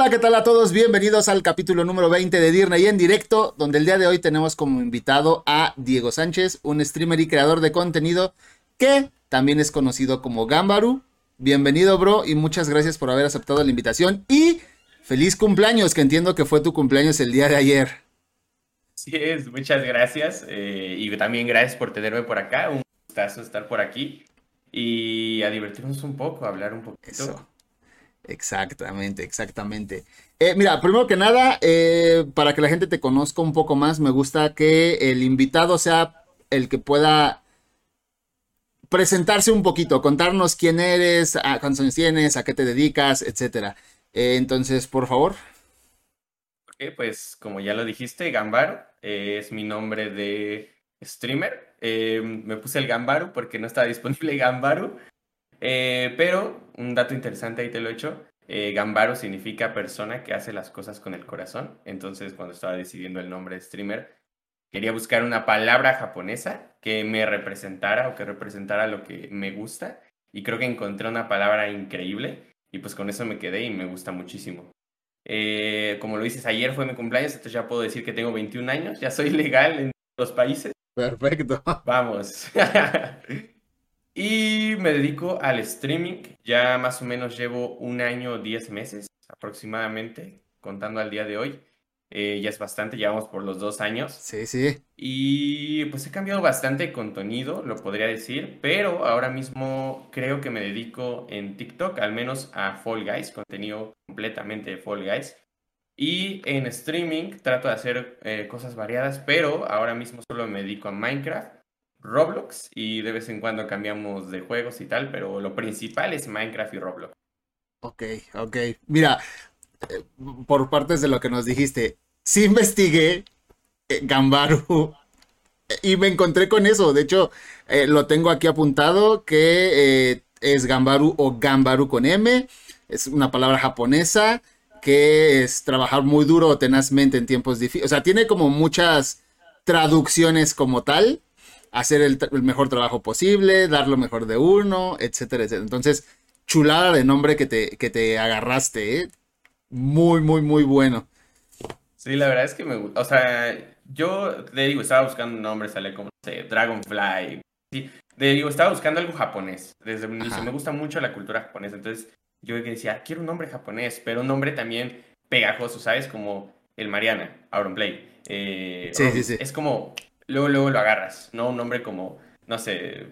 Hola, ¿qué tal a todos? Bienvenidos al capítulo número 20 de Dirney en directo, donde el día de hoy tenemos como invitado a Diego Sánchez, un streamer y creador de contenido que también es conocido como Gambaru. Bienvenido, bro, y muchas gracias por haber aceptado la invitación y feliz cumpleaños, que entiendo que fue tu cumpleaños el día de ayer. Sí es, muchas gracias y también gracias por tenerme por acá, un gustazo estar por aquí y a divertirnos un poco, a hablar un Eso. poquito. Exactamente, exactamente. Mira, primero que nada, para que la gente te conozca un poco más, me gusta que el invitado sea el que pueda presentarse un poquito, contarnos quién eres, a cuántos años tienes, a qué te dedicas, etcétera. Entonces, por favor. Ok, pues como ya lo dijiste, Gambaru es mi nombre de streamer. Me puse el Gambaru porque no estaba disponible Gambaru, pero un dato interesante ahí te lo he hecho. Gambaru significa persona que hace las cosas con el corazón. Entonces, cuando estaba decidiendo el nombre de streamer, quería buscar una palabra japonesa que me representara o que representara lo que me gusta. Y creo que encontré una palabra increíble. Y pues con eso me quedé y me gusta muchísimo. Como lo dices, ayer fue mi cumpleaños, entonces ya puedo decir que tengo 21 años. Ya soy legal en los países. Perfecto. Vamos. Y me dedico al streaming. Ya más o menos llevo un año, 10 meses aproximadamente, contando al día de hoy. Ya es bastante, ya vamos por los 2 años. Sí, sí. Y pues he cambiado bastante de contenido, lo podría decir, pero ahora mismo creo que me dedico en TikTok, al menos a Fall Guys, contenido completamente de Fall Guys. Y en streaming trato de hacer cosas variadas, pero ahora mismo solo me dedico a Minecraft, Roblox y de vez en cuando cambiamos de juegos y tal, pero lo principal es Minecraft y Roblox. Ok, ok. Mira, por partes de lo que nos dijiste, sí investigué Gambaru y me encontré con eso. De hecho, lo tengo aquí apuntado que es Gambaru o Gambaru con M. Es una palabra japonesa que es trabajar muy duro o tenazmente en tiempos difíciles. O sea, tiene como muchas traducciones como tal. Hacer el mejor trabajo posible, dar lo mejor de uno, etcétera, etcétera. Entonces, chulada de nombre que te agarraste, ¿eh? Muy, muy, muy bueno. Sí, la verdad es que me gusta, o sea, yo le digo, estaba buscando un nombre, sale como, no sé, Dragonfly. Sí, le digo, estaba buscando algo japonés. Desde un inicio me Ajá. gusta mucho la cultura japonesa, entonces yo que decía, quiero un nombre japonés, pero un nombre también pegajoso, ¿sabes? Como el Mariana, Auronplay, Sí, sí, Rubius. sí. Es como, luego lo agarras, ¿no? Un nombre como, no sé,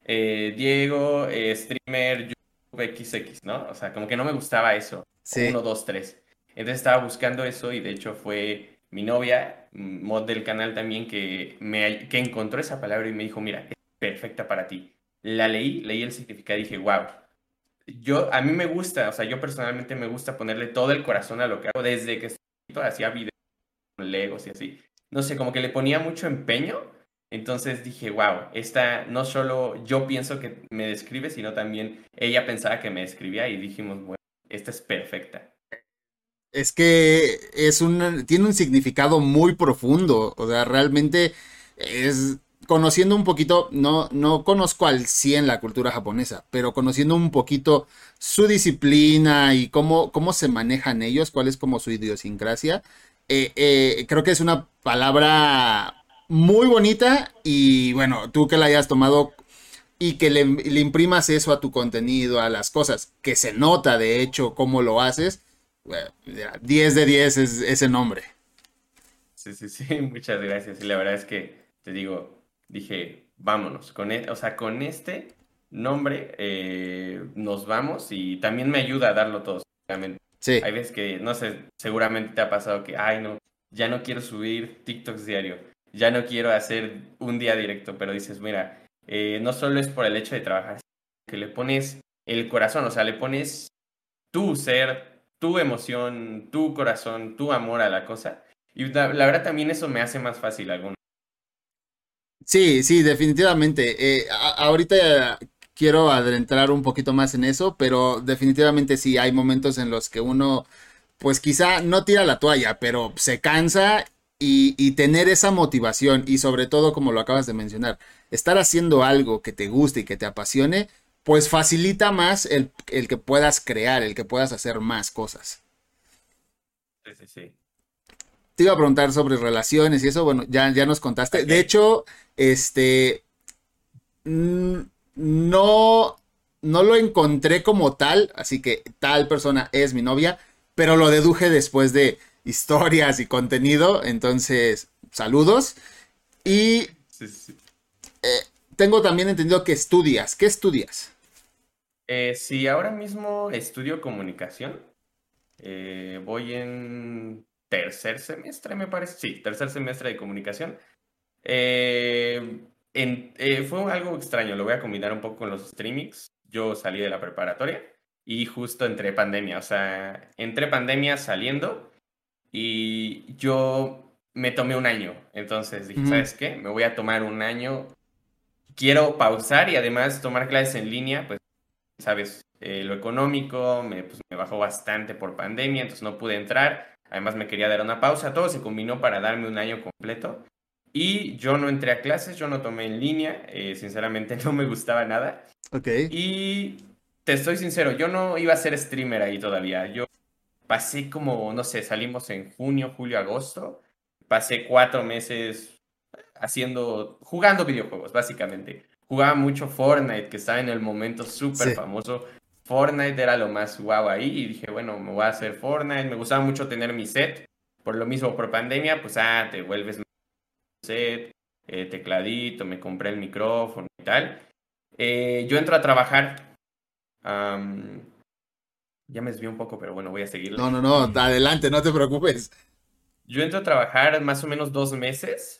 Diego, streamer, YouTube XX, ¿no? O sea, como que no me gustaba eso. O Sí. uno, dos, tres. Entonces estaba buscando eso y de hecho fue mi novia, mod del canal también, que encontró esa palabra y me dijo, mira, es perfecta para ti. La leí el significado y dije, wow. A mí me gusta, o sea, yo personalmente me gusta ponerle todo el corazón a lo que hago desde que hacía videos con Legos y así. No sé, como que le ponía mucho empeño. Entonces dije, wow, esta no solo yo pienso que me describe, sino también ella pensaba que me describía y dijimos, bueno, esta es perfecta. Es que tiene un significado muy profundo. O sea, realmente es. Conociendo un poquito, no conozco al 100 la cultura japonesa, pero conociendo un poquito su disciplina y cómo se manejan ellos, cuál es como su idiosincrasia, creo que es una palabra muy bonita y bueno, tú que la hayas tomado y que le imprimas eso a tu contenido, a las cosas, que se nota de hecho cómo lo haces, bueno, 10 de 10 es ese nombre. Sí, sí, sí, muchas gracias. Y la verdad es que te digo, dije, vámonos, o sea, con este nombre nos vamos y también me ayuda a darlo todo, seguramente. Sí, Hay veces que, no sé, seguramente te ha pasado que, ay, no, ya no quiero subir TikToks diario, ya no quiero hacer un día directo, pero dices, mira, no solo es por el hecho de trabajar, sino que le pones el corazón, o sea, le pones tu ser, tu emoción, tu corazón, tu amor a la cosa. Y la verdad también eso me hace más fácil alguno. sí, sí, definitivamente. Ahorita quiero adentrar un poquito más en eso, pero definitivamente sí, hay momentos en los que uno, pues quizá no tira la toalla, pero se cansa y tener esa motivación y sobre todo, como lo acabas de mencionar, estar haciendo algo que te guste y que te apasione, pues facilita más el que puedas crear, el que puedas hacer más cosas. Sí, sí, sí. Te iba a preguntar sobre relaciones y eso, bueno, ya nos contaste. Ok. De hecho, este, mm, no, no lo encontré como tal, así que tal persona es mi novia, pero lo deduje después de historias y contenido, entonces, saludos. Y Sí, sí, sí. tengo también entendido que estudias. ¿Qué estudias? Sí, ahora mismo estudio comunicación. Voy en tercer semestre, me parece. Sí, tercer semestre de comunicación. Fue algo extraño, lo voy a combinar un poco con los streamings. Yo salí de la preparatoria y justo entré pandemia, o sea, entré pandemia saliendo y yo me tomé un año. Entonces dije, Ujú. ¿sabes qué? Me voy a tomar un año. Quiero pausar y además tomar clases en línea, pues, sabes, lo económico pues, me bajó bastante por pandemia, entonces no pude entrar. Además me quería dar una pausa, todo se combinó para darme un año completo. Y yo no entré a clases, yo no tomé en línea, sinceramente no me gustaba nada. Ok. Y te estoy sincero, yo no iba a ser streamer ahí todavía. Yo pasé como, no sé, salimos en junio, julio, agosto. Pasé 4 meses jugando videojuegos, básicamente. Jugaba mucho Fortnite, que estaba en el momento súper Sí. famoso. Fortnite era lo más guau ahí y dije, bueno, me voy a hacer Fortnite. Me gustaba mucho tener mi set. Por lo mismo, por pandemia, pues, te vuelves set, tecladito, me compré el micrófono y tal. Yo entro a trabajar. am, ya me desvié un poco, pero bueno, voy a seguirle. No, no, no, adelante, no te preocupes. Yo entro a trabajar más o menos 2 meses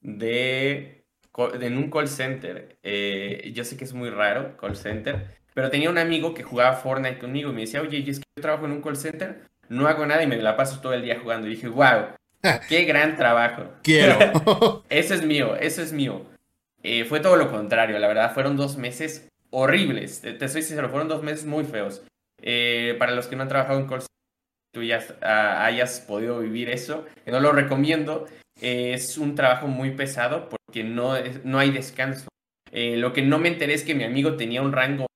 en un call center. Yo sé que es muy raro, call center, pero tenía un amigo que jugaba Fortnite conmigo y me decía, oye, y es que yo trabajo en un call center, no hago nada y me la paso todo el día jugando. Y dije, wow, qué gran trabajo. Quiero. Eso es mío, eso es mío. Fue todo lo contrario, la verdad, fueron 2 meses horribles. Te soy sincero, fueron 2 meses muy feos. Para los que no han trabajado en call center, tú ya hayas podido vivir eso, que no lo recomiendo. Es un trabajo muy pesado porque no hay descanso. Lo que no me enteré es que mi amigo tenía un rango,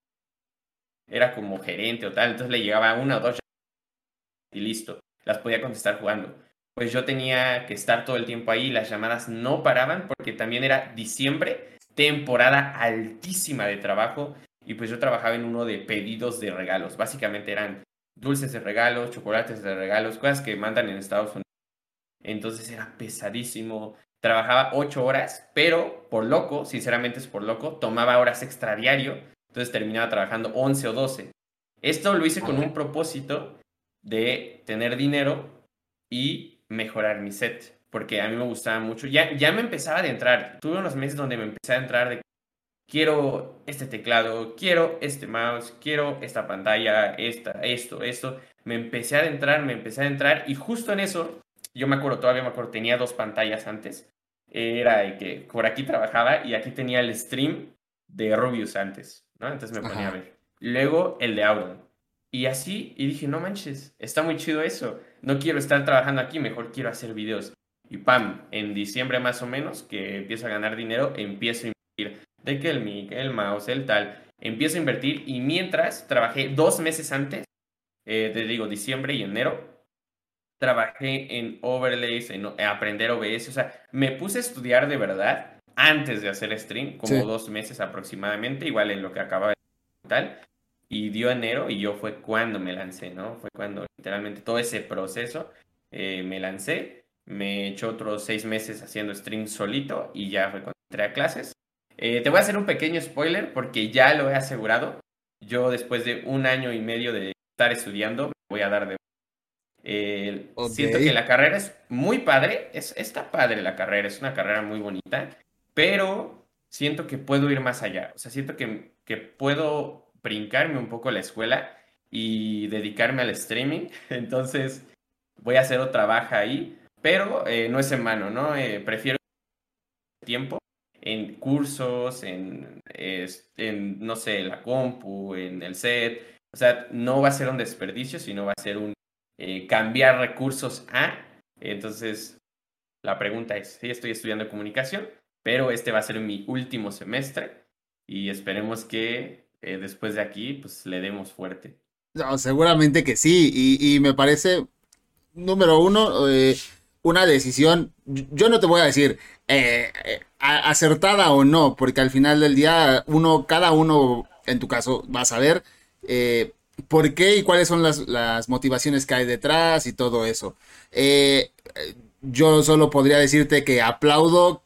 era como gerente o tal, entonces le llegaba una o dos y listo, las podía contestar jugando. Pues yo tenía que estar todo el tiempo ahí, las llamadas no paraban porque también era diciembre, temporada altísima de trabajo y pues yo trabajaba en uno de pedidos de regalos. Básicamente eran dulces de regalos, chocolates de regalos, cosas que mandan en Estados Unidos. Entonces era pesadísimo. Trabajaba 8 horas, pero por loco, sinceramente es por loco, tomaba horas extra diario, entonces terminaba trabajando 11 o 12. Esto lo hice con un propósito de tener dinero y mejorar mi set, porque a mí me gustaba mucho. Ya me empezaba a adentrar. Tuve unos meses donde me empecé a entrar de quiero este teclado, quiero este mouse, quiero esta pantalla, esto. Me empecé a adentrar y justo en eso, yo me acuerdo, todavía me acuerdo, tenía dos pantallas antes. Era el que por aquí trabajaba y aquí tenía el stream de Rubius antes, ¿no? Entonces me ponía a Ajá. ver. Luego el de Auron. Y así, y dije, no manches, está muy chido eso. No quiero estar trabajando aquí, mejor quiero hacer videos. Y pam, en diciembre más o menos, que empiezo a ganar dinero, empiezo a invertir de que el mic, el mouse, el tal. Empiezo a invertir y mientras trabajé 2 meses antes, te digo, diciembre y enero, trabajé en overlays, en aprender OBS, o sea, me puse a estudiar de verdad antes de hacer stream, como Sí. 2 meses aproximadamente, igual en lo que acababa de tal, y dio enero y yo fue cuando me lancé, ¿no? Fue cuando literalmente todo ese proceso me lancé, me eché otros 6 meses haciendo stream solito y ya fue cuando entré a clases. Te voy a hacer un pequeño spoiler porque ya lo he asegurado. Yo después de un año y medio de estar estudiando, me voy a dar de Ok. siento que la carrera es muy padre, está padre la carrera, es una carrera muy bonita, pero siento que puedo ir más allá. O sea, siento que puedo brincarme un poco la escuela y dedicarme al streaming. Entonces, voy a hacer otra baja ahí, pero no es en vano, ¿no? Prefiero tiempo en cursos, no sé, la compu, en el set. O sea, no va a ser un desperdicio, sino va a ser un cambiar recursos a. Entonces, la pregunta es, sí, estoy estudiando comunicación, pero este va a ser mi último semestre y esperemos que después de aquí, pues le demos fuerte. No, seguramente que sí. Y me parece número uno, una decisión, yo no te voy a decir acertada o no, porque al final del día cada uno, en tu caso, va a saber eh, por qué y cuáles son las motivaciones que hay detrás y todo eso. Yo solo podría decirte que aplaudo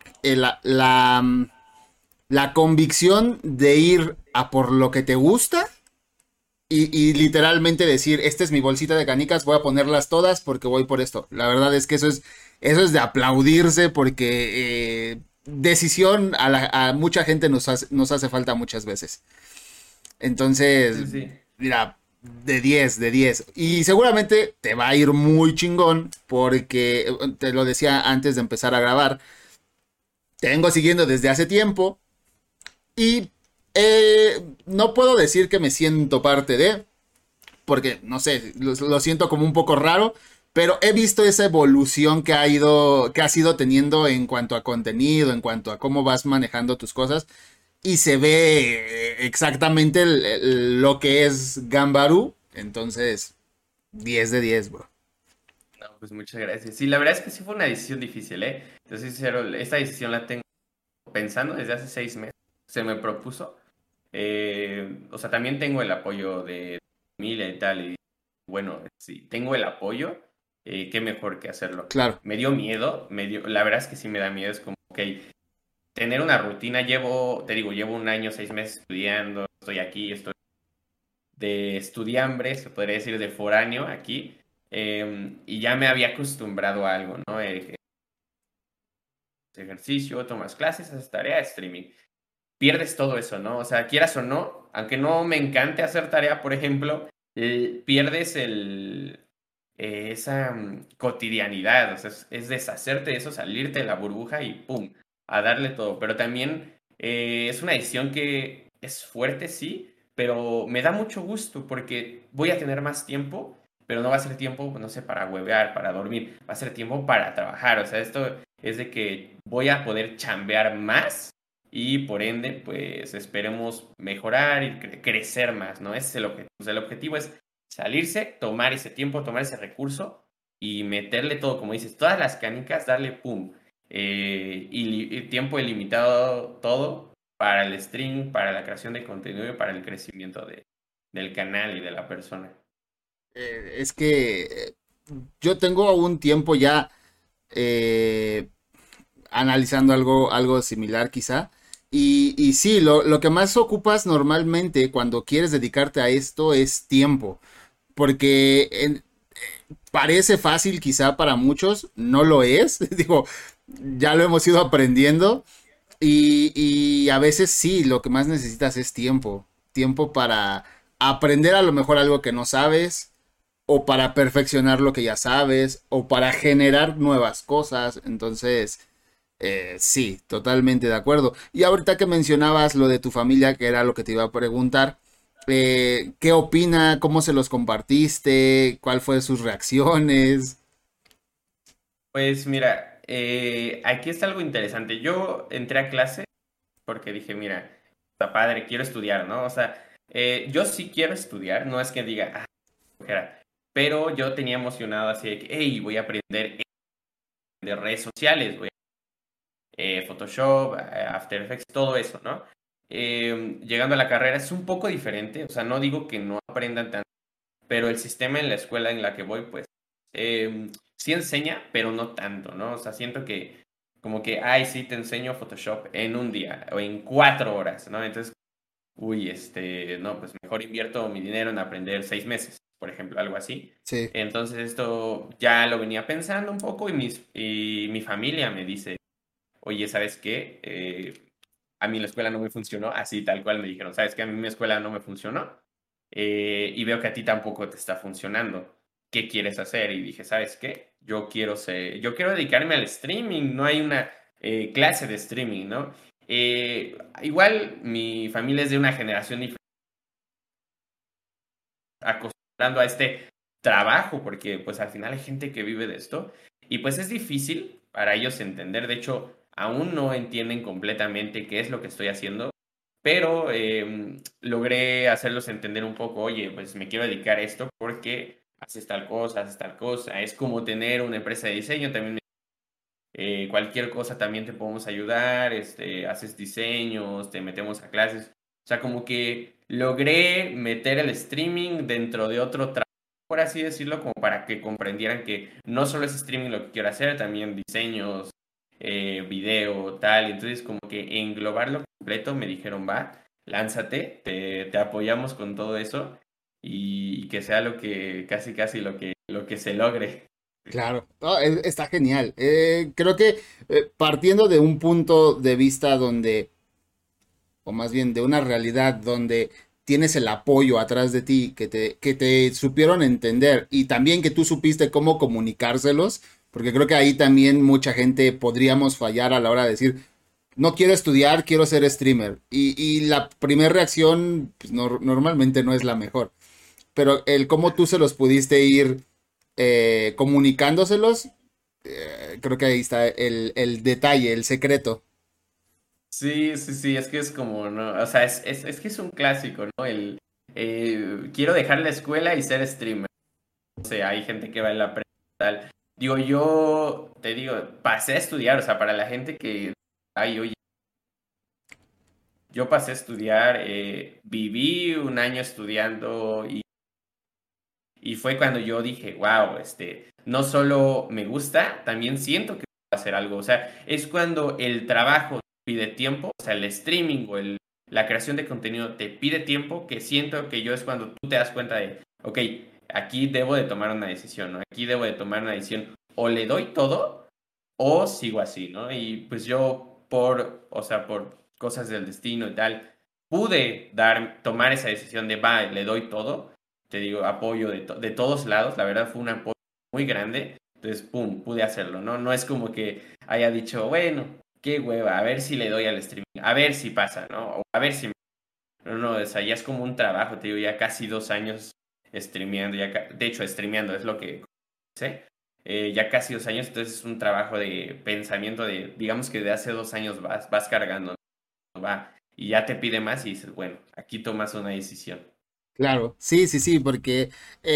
la convicción de ir a por lo que te gusta y literalmente decir, esta es mi bolsita de canicas, voy a ponerlas todas porque voy por esto. La verdad es que eso es de aplaudirse porque decisión a mucha gente nos hace falta muchas veces. Entonces, Sí, sí. mira, de 10 de 10. Y seguramente te va a ir muy chingón porque, te lo decía antes de empezar a grabar, te vengo siguiendo desde hace tiempo y no puedo decir que me siento parte de, porque no sé, lo siento como un poco raro, pero he visto esa evolución que has ido teniendo en cuanto a contenido, en cuanto a cómo vas manejando tus cosas, y se ve exactamente lo que es Gambaru, entonces 10 de 10, bro. No, pues muchas gracias. Sí, la verdad es que sí fue una decisión difícil, ¿eh? Entonces, sincero, esta decisión la tengo pensando desde hace 6 meses. Se me propuso. O sea, también tengo el apoyo de familia y tal. Y bueno, sí, tengo el apoyo. Qué mejor que hacerlo. Claro, Me dio miedo, la verdad es que sí me da miedo. Es como, ok, tener una rutina. Te digo, llevo un año, 6 meses estudiando. Estoy aquí, estoy de estudiambre, se podría decir de foráneo aquí. Y ya me había acostumbrado a algo, ¿no? Ejercicio, tomas clases, haces tarea, streaming. Pierdes todo eso, ¿no? O sea, quieras o no, aunque no me encante hacer tarea, por ejemplo, pierdes esa cotidianidad, o sea, es deshacerte de eso, salirte de la burbuja y ¡pum! A darle todo. Pero también es una decisión que es fuerte, sí, pero me da mucho gusto porque voy a tener más tiempo, pero no va a ser tiempo, no sé, para huevear, para dormir, va a ser tiempo para trabajar. O sea, esto es de que voy a poder chambear más y por ende, pues esperemos mejorar y crecer más, ¿no? Ese es el objetivo. O sea, el objetivo es salirse, tomar ese tiempo, tomar ese recurso y meterle todo, como dices, todas las canicas, darle pum. Y tiempo ilimitado todo para el stream, para la creación de contenido y para el crecimiento del canal y de la persona. es que yo tengo un tiempo ya eh, analizando algo similar quizá. Y sí, lo que más ocupas normalmente cuando quieres dedicarte a esto es tiempo. Porque parece fácil quizá para muchos, no lo es. Digo, ya lo hemos ido aprendiendo. Y a veces sí, lo que más necesitas es tiempo. Tiempo para aprender a lo mejor algo que no sabes, o para perfeccionar lo que ya sabes, o para generar nuevas cosas. Entonces, sí, totalmente de acuerdo. Y ahorita que mencionabas lo de tu familia, que era lo que te iba a preguntar, ¿qué opina? ¿Cómo se los compartiste? ¿Cuál fue sus reacciones? Pues mira, aquí está algo interesante. Yo entré a clase porque dije, mira, está padre, quiero estudiar, ¿no? O sea, yo sí quiero estudiar, no es que diga, ah, flojera, pero yo tenía emocionado así de que, hey, voy a aprender de redes sociales, voy a Photoshop, After Effects, todo eso, ¿no? Llegando a la carrera es un poco diferente, o sea, no digo que no aprendan tanto, pero el sistema en la escuela en la que voy, pues, sí enseña, pero no tanto, ¿no? O sea, siento que como que, ay, sí, te enseño Photoshop en un día o en 4 horas, ¿no? Entonces, uy, no, pues mejor invierto mi dinero en aprender 6 meses, por ejemplo, algo así. Sí, Entonces esto ya lo venía pensando un poco y mi familia me dice, oye, ¿sabes qué? A mí la escuela no me funcionó, así tal cual me dijeron, ¿sabes qué? A mí mi escuela no me funcionó y veo que a ti tampoco te está funcionando. ¿Qué quieres hacer? Y dije, ¿sabes qué? Yo quiero dedicarme al streaming, no hay una clase de streaming, ¿no? Igual mi familia es de una generación diferente, acostumbrando a este trabajo, porque pues al final hay gente que vive de esto y pues es difícil para ellos entender, de hecho, aún no entienden completamente qué es lo que estoy haciendo, pero logré hacerlos entender un poco, oye, pues me quiero dedicar a esto porque haces tal cosa. Es como tener una empresa de diseño, también cualquier cosa también te podemos ayudar, haces diseños, te metemos a clases. O sea, como que logré meter el streaming dentro de otro trabajo, por así decirlo, como para que comprendieran que no solo es streaming lo que quiero hacer, también diseños, video, tal. Entonces, como que englobarlo completo, me dijeron, va, lánzate, te apoyamos con todo eso y que sea lo que, casi, casi lo que se logre. Claro, no, está genial. Creo que partiendo de un punto de vista donde, o más bien de una realidad donde tienes el apoyo atrás de ti, que te supieron entender y también que tú supiste cómo comunicárselos, porque creo que ahí también mucha gente podríamos fallar a la hora de decir, no quiero estudiar, quiero ser streamer. Y la primera reacción pues, normalmente no es la mejor. Pero el cómo tú se los pudiste ir comunicándoselos, creo que ahí está el detalle, el secreto. Sí, sí, sí, es que es como, ¿no? O sea, es que es un clásico, ¿no? Quiero dejar la escuela y ser streamer. O sea, hay gente que va en la prepa y tal. Digo, yo te digo, pasé a estudiar, o sea, para la gente que, ay, oye, yo pasé a estudiar, viví un año estudiando y fue cuando yo dije, wow, no solo me gusta, también siento que puedo hacer algo. O sea, es cuando el trabajo pide tiempo, o sea, el streaming o la creación de contenido te pide tiempo, que siento que yo es cuando tú te das cuenta de, ok, aquí debo de tomar una decisión, ¿no? Aquí debo de tomar una decisión, o le doy todo o sigo así, ¿no? Y pues yo o sea, por cosas del destino y tal, pude tomar esa decisión de, va, le doy todo, te digo, apoyo de todos lados, la verdad fue un apoyo muy grande, entonces, pum, pude hacerlo, ¿no? No es como que haya dicho, bueno, qué hueva, a ver si le doy al streaming, a ver si pasa, ¿no? O a ver si... No, no, o sea, ya es como un trabajo, te digo, ya casi 2 años streameando, de hecho, streameando es lo que sé, ya casi 2 años, entonces es un trabajo de pensamiento de, digamos que de hace 2 años vas cargando, ¿no? Va, y ya te pide más y dices, bueno, aquí tomas una decisión. Claro, sí, sí, sí, porque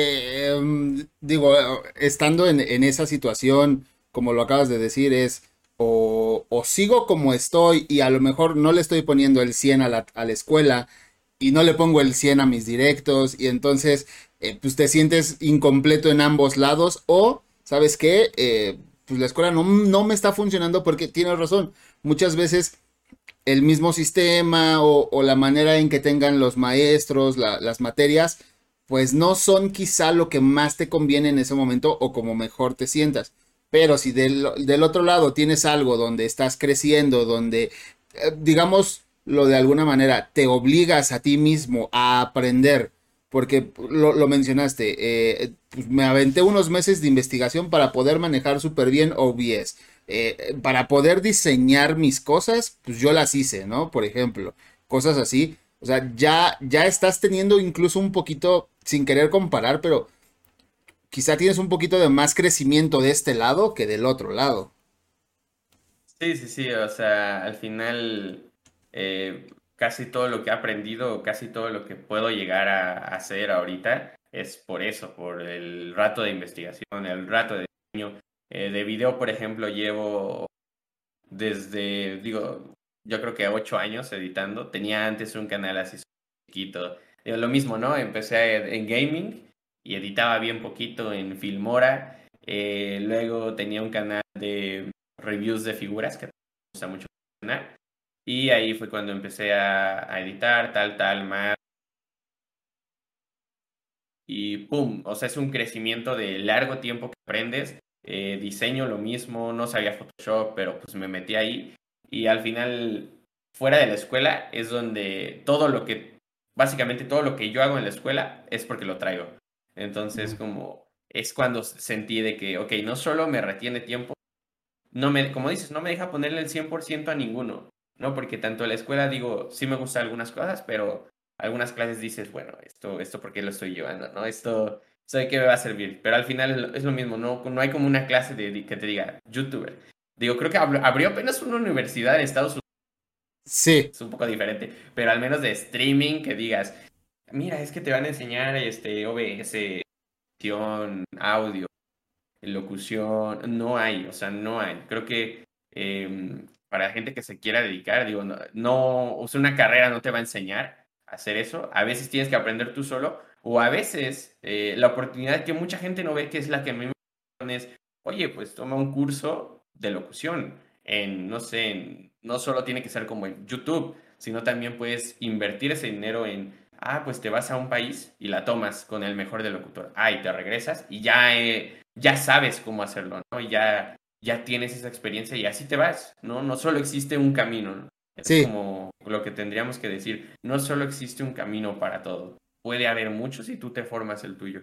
digo, estando en esa situación, como lo acabas de decir, es o sigo como estoy y a lo mejor no le estoy poniendo el 100 a la escuela y no le pongo el 100 a mis directos y entonces pues te sientes incompleto en ambos lados o, ¿sabes qué? Pues la escuela no me está funcionando porque tienes razón, muchas veces el mismo sistema o la manera en que tengan los maestros, las materias, pues no son quizá lo que más te conviene en ese momento o como mejor te sientas. Pero si del otro lado tienes algo donde estás creciendo, donde, digamos, lo de alguna manera, te obligas a ti mismo a aprender, porque lo mencionaste, pues me aventé unos meses de investigación para poder manejar súper bien OBS. Para poder diseñar mis cosas, pues yo las hice, ¿no? Por ejemplo, cosas así. O sea, ya estás teniendo incluso un poquito, sin querer comparar, pero quizá tienes un poquito de más crecimiento de este lado que del otro lado. Sí, sí, sí, o sea, al final casi todo lo que he aprendido, casi todo lo que puedo llegar a hacer ahorita es por eso, por el rato de investigación, el rato de diseño. De video, por ejemplo, llevo desde, digo, yo creo que 8 años editando. Tenía antes un canal así chiquito. Digo, lo mismo, ¿no? Empecé en gaming y editaba bien poquito en Filmora. Luego tenía un canal de reviews de figuras, que me gusta mucho el canal. Y ahí fue cuando empecé a editar, tal, más. Y pum, o sea, es un crecimiento de largo tiempo que aprendes. Diseño lo mismo, no sabía Photoshop, pero pues me metí ahí. Y al final, fuera de la escuela, es donde básicamente todo lo que yo hago en la escuela es porque lo traigo. Entonces, como es cuando sentí de que, ok, no solo me retiene tiempo, como dices, no me deja ponerle el 100% a ninguno, ¿no? Porque tanto la escuela, digo, sí me gustan algunas cosas, pero algunas clases dices, bueno, esto ¿por qué lo estoy llevando, no? Esto de qué me va a servir, pero al final es lo mismo, no hay como una clase que te diga, YouTuber. Digo, creo que abrió apenas una universidad en Estados Unidos, Sí, es un poco diferente, pero al menos de streaming que digas, mira, es que te van a enseñar OBS, audio, locución, no hay, o sea, no hay. Creo que para la gente que se quiera dedicar, digo, o sea, una carrera no te va a enseñar a hacer eso. A veces tienes que aprender tú solo, o a veces la oportunidad que mucha gente no ve, que es la que a mí me pone es, oye, pues toma un curso de locución no sé, no solo tiene que ser como en YouTube, sino también puedes invertir ese dinero pues te vas a un país y la tomas con el mejor del locutor. Y te regresas y ya sabes cómo hacerlo, ¿no? Y ya tienes esa experiencia y así te vas, ¿no? No solo existe un camino, ¿no? Es Sí, como lo que tendríamos que decir, no solo existe un camino para todo, puede haber muchos y tú te formas el tuyo.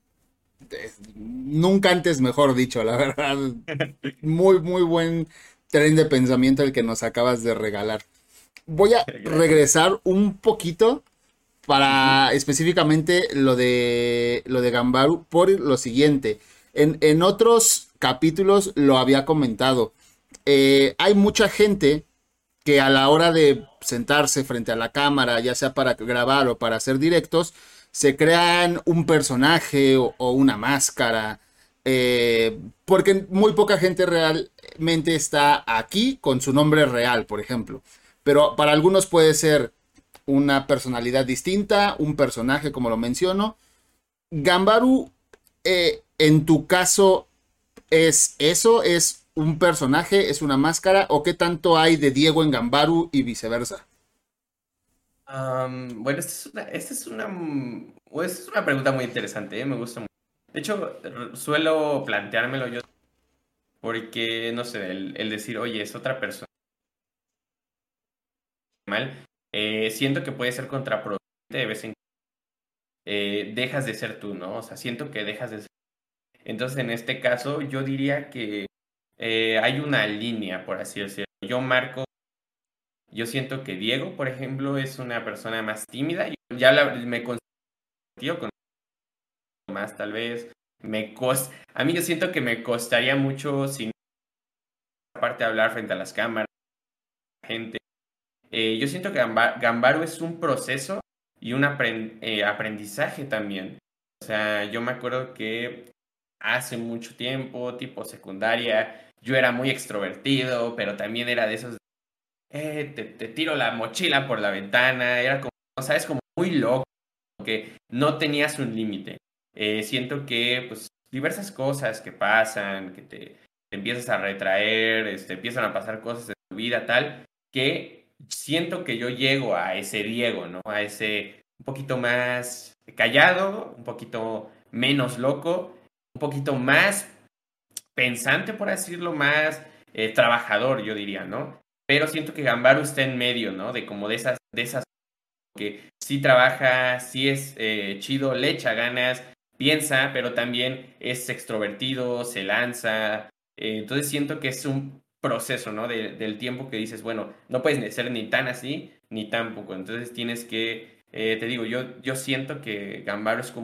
nunca antes mejor dicho, la verdad. Muy, muy buen tren de pensamiento el que nos acabas de regalar. Voy a Gracias. regresar un poquito Ujú. para específicamente lo de Gambaru por lo siguiente. En otros capítulos lo había comentado. Hay mucha gente que a la hora de sentarse frente a la cámara, ya sea para grabar o para hacer directos, se crean un personaje o una máscara. Porque muy poca gente realmente está aquí con su nombre real, por ejemplo. Pero para algunos puede ser una personalidad distinta, un personaje, como lo menciono. Gambaru, en tu caso, ¿es eso? ¿Es un personaje? ¿Es una máscara? ¿O qué tanto hay de Diego en Gambaru y viceversa? Bueno, esta es una pregunta muy interesante, ¿eh? Me gusta mucho. De hecho, suelo planteármelo yo porque, no sé, el decir, oye, es otra persona mal, siento que puede ser contraproducente de vez en cuando. Dejas de ser tú, ¿no? O sea, siento que dejas de ser. Entonces, en este caso, yo diría que hay una línea, por así decirlo. Yo siento que Diego, por ejemplo, es una persona más tímida. Me considero con más, tal vez. A mí yo siento que me costaría mucho, sin aparte de hablar frente a las cámaras, gente. Yo siento que Gambaru es un proceso y un aprendizaje también. O sea, yo me acuerdo que hace mucho tiempo, tipo secundaria, yo era muy extrovertido, pero también era de esos, te tiro la mochila por la ventana, era como, ¿sabes? Como muy loco, que no tenías un límite. Siento que, pues, diversas cosas que pasan, que te empiezas a retraer, empiezan a pasar cosas en tu vida, tal, que siento que yo llego a ese Diego, ¿no? A ese un poquito más callado, un poquito menos loco, un poquito más pensante, por decirlo, más trabajador, yo diría, ¿no? Pero siento que Gambaru está en medio, ¿no? De como de esas que sí trabaja, sí es chido, le echa ganas, piensa, pero también es extrovertido, se lanza. Entonces siento que es un proceso, ¿no? Del tiempo que dices, bueno, no puedes ser ni tan así, ni tan poco. Entonces tienes te digo, yo siento que Gambaro es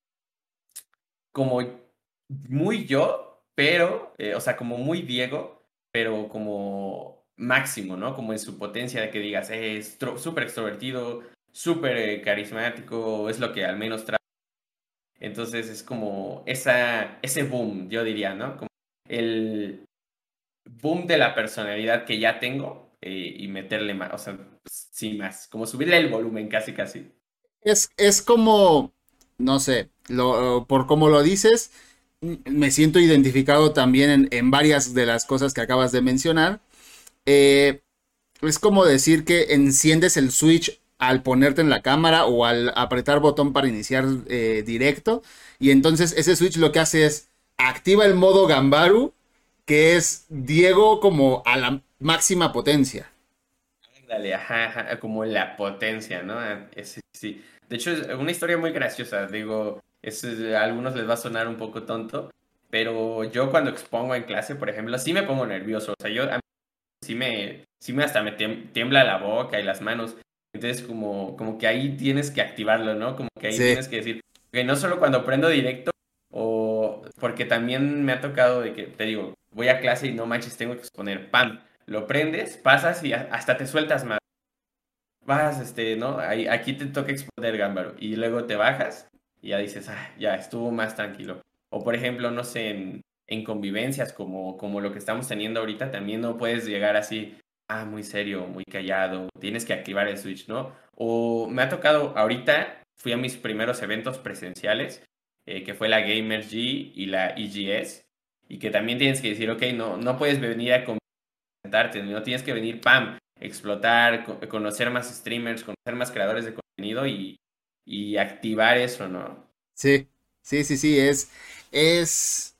como muy yo, pero, o sea, como muy Diego, pero como máximo, ¿no? Como en su potencia de que digas, es súper extrovertido, súper carismático, es lo que al menos trae. Entonces es como ese boom, yo diría, ¿no? Como el boom de la personalidad que ya tengo y meterle más, o sea, pues, sí, más, como subirle el volumen casi, casi. Es como, no sé, por cómo lo dices, me siento identificado también en varias de las cosas que acabas de mencionar. Eh, es como decir que enciendes el switch al ponerte en la cámara o al apretar botón para iniciar directo. Y entonces ese switch lo que hace es activa el modo Gambaru, que es Diego como a la máxima potencia. Dale, ajá, ajá, como la potencia, ¿no? Sí, sí. De hecho, es una historia muy graciosa, digo, a algunos les va a sonar un poco tonto, pero yo cuando expongo en clase, por ejemplo, sí me pongo nervioso, o sea, a mí sí me hasta me tiembla la boca y las manos, entonces como que ahí tienes que activarlo, ¿no? Como que ahí Sí. tienes que decir, que no solo cuando prendo directo, o porque también me ha tocado de que, te digo, voy a clase y no manches, tengo que exponer, ¡pam! Lo prendes, pasas y hasta te sueltas más. ¿No? Aquí te toca exponer Gámbaro y luego te bajas y ya dices, ah, ya estuvo más tranquilo. O por ejemplo, no sé, en convivencias como lo que estamos teniendo ahorita, también no puedes llegar así, ah, muy serio, muy callado, tienes que activar el switch, ¿no? O me ha tocado, ahorita fui a mis primeros eventos presenciales, que fue la Gamer G y la EGS, y que también tienes que decir, ok, no puedes venir a comentarte, no tienes que venir, pam, explotar, conocer más streamers, conocer más creadores de contenido y activar eso, ¿no? Sí, sí, sí, sí, es,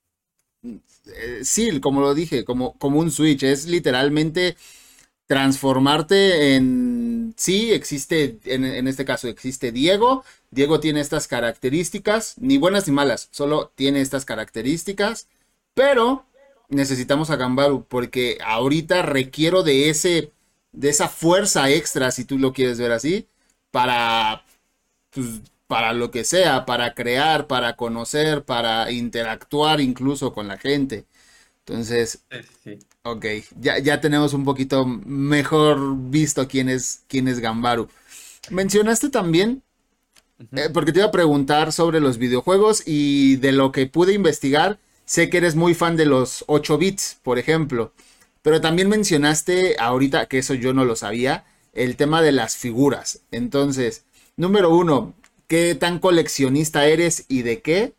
sí, como lo dije, como un switch, es literalmente transformarte en, sí, existe, en este caso existe Diego, Diego tiene estas características, ni buenas ni malas, solo tiene estas características, pero necesitamos a Gambaru porque ahorita requiero de esa fuerza extra, si tú lo quieres ver así, para, pues, para lo que sea, para crear, para conocer, para interactuar incluso con la gente. Entonces, Sí, sí, sí. ok, ya tenemos un poquito mejor visto quién es Gambaru. Mencionaste también, Ujú. porque te iba a preguntar sobre los videojuegos y de lo que pude investigar, sé que eres muy fan de los 8 bits, por ejemplo, pero también mencionaste ahorita, que eso yo no lo sabía, el tema de las figuras. Entonces, número uno, ¿qué tan coleccionista eres y de qué?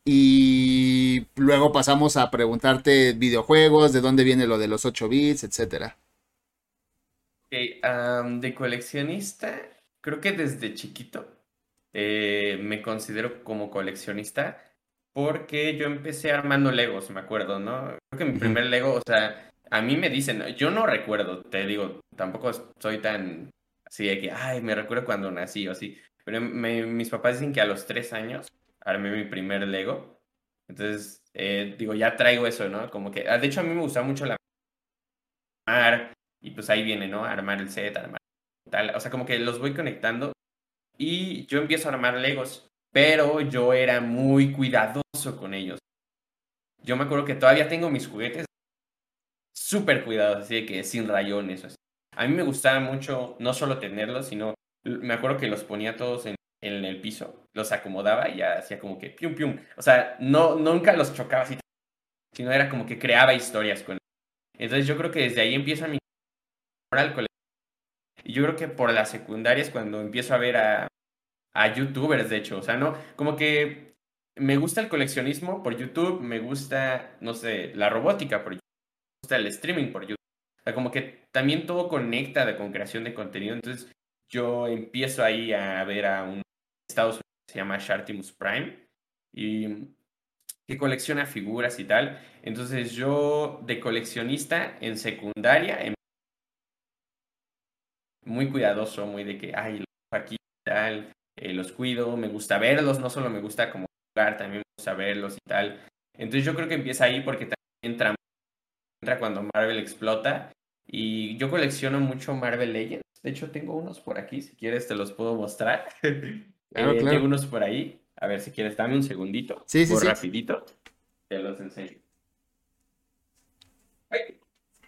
Y luego pasamos a preguntarte videojuegos, de dónde viene lo de los 8 bits, etcétera. Ok, de coleccionista, creo que desde chiquito me considero como coleccionista porque yo empecé armando Legos, me acuerdo, ¿no? Creo que mi Ujú. primer Lego, o sea, a mí me dicen, yo no recuerdo, te digo, tampoco soy tan así de que, ay, me recuerdo cuando nací o así, pero mis papás dicen que a los 3 años armé mi primer Lego, entonces, digo, ya traigo eso, ¿no? Como que, de hecho a mí me gusta mucho la armar, y pues ahí viene, ¿no? Armar el set, armar tal, o sea, como que los voy conectando y yo empiezo a armar Legos, pero yo era muy cuidadoso con ellos. Yo me acuerdo que todavía tengo mis juguetes súper cuidados, así de que sin rayones. Así. A mí me gustaba mucho no solo tenerlos, sino me acuerdo que los ponía todos en el piso, los acomodaba y ya hacía como que pium pium. O sea, nunca los chocaba así, sino era como que creaba historias con ellos. Entonces yo creo que desde ahí empieza mi amor al colegio. Y yo creo que por la secundaria es cuando empiezo a ver a youtubers, de hecho. O sea, no, como que me gusta el coleccionismo por YouTube, me gusta, no sé, la robótica por YouTube, me gusta el streaming por YouTube. O sea, como que también todo conecta con creación de contenido. Entonces, yo empiezo ahí a ver a un Estados Unidos que se llama Shartimus Prime y que colecciona figuras y tal. Entonces, yo de coleccionista en secundaria, muy cuidadoso, muy de que, ay, los dejo aquí y tal, los cuido, me gusta verlos, no solo me gusta como jugar, también me gusta verlos y tal. Entonces yo creo que empieza ahí porque también entra cuando Marvel explota y yo colecciono mucho Marvel Legends. De hecho tengo unos por aquí, si quieres te los puedo mostrar. Claro, Tengo claro. unos por ahí, a ver si quieres, dame un segundito, Sí, sí, voy sí. rapidito, te los enseño. Ay,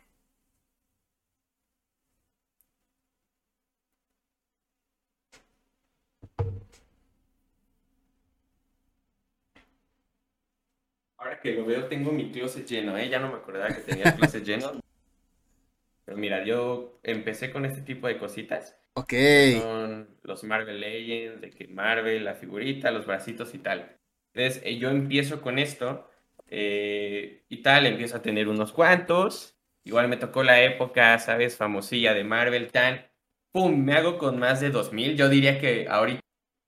ahora que lo veo tengo mi closet lleno, ¿eh? Ya no me acordaba que tenía el closet lleno. Pero mira, yo empecé con este tipo de cositas, Ok. que son los Marvel Legends, de que Marvel, la figurita, los bracitos y tal. Entonces, yo empiezo con esto y tal, empiezo a tener unos cuantos. Igual me tocó la época, ¿sabes? Famosilla de Marvel, tal. ¡Pum! Me hago con más de 2000. Yo diría que ahorita.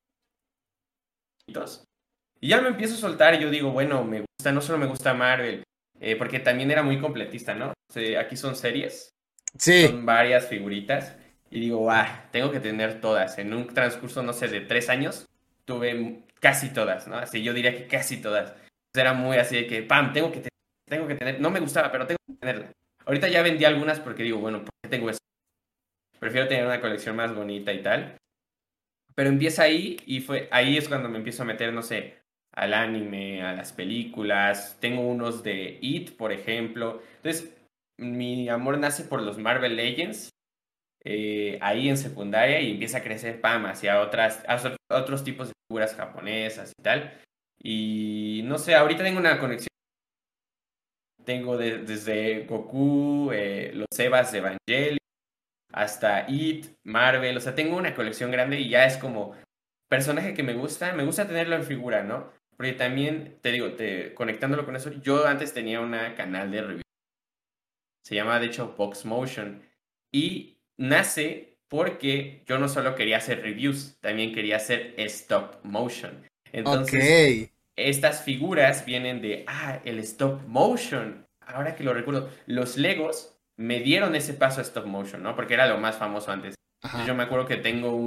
Y ya me empiezo a soltar y yo digo, bueno, me gusta, no solo me gusta Marvel, porque también era muy completista, ¿no? O sea, aquí son series. Sí. Son varias figuritas y digo, ah, tengo que tener todas. En un transcurso, no sé, de 3 años, tuve casi todas, ¿no? Así yo diría que casi todas. Entonces era muy así de que, pam, tengo que tener. No me gustaba, pero tengo que tenerla. Ahorita ya vendí algunas porque digo, bueno, ¿por qué tengo eso? Prefiero tener una colección más bonita y tal. Pero empieza ahí y ahí es cuando me empiezo a meter, no sé, al anime, a las películas. Tengo unos de It, por ejemplo. Entonces, mi amor nace por los Marvel Legends ahí en secundaria y empieza a crecer, pam, hacia otros tipos de figuras japonesas y tal. Y no sé, ahorita tengo una conexión. Tengo desde Goku, los Evas de Evangelion, hasta It, Marvel. O sea, tengo una colección grande y ya es como personaje que me gusta tenerlo en figura, ¿no? Porque también, te digo, conectándolo con eso, yo antes tenía una canal de review. Se llama, de hecho, Box Motion. Y nace porque yo no solo quería hacer reviews, también quería hacer stop motion. Ok. Entonces, estas figuras vienen el stop motion. Ahora que lo recuerdo, los Legos me dieron ese paso a stop motion, ¿no? Porque era lo más famoso antes. Entonces yo Ajá. me acuerdo que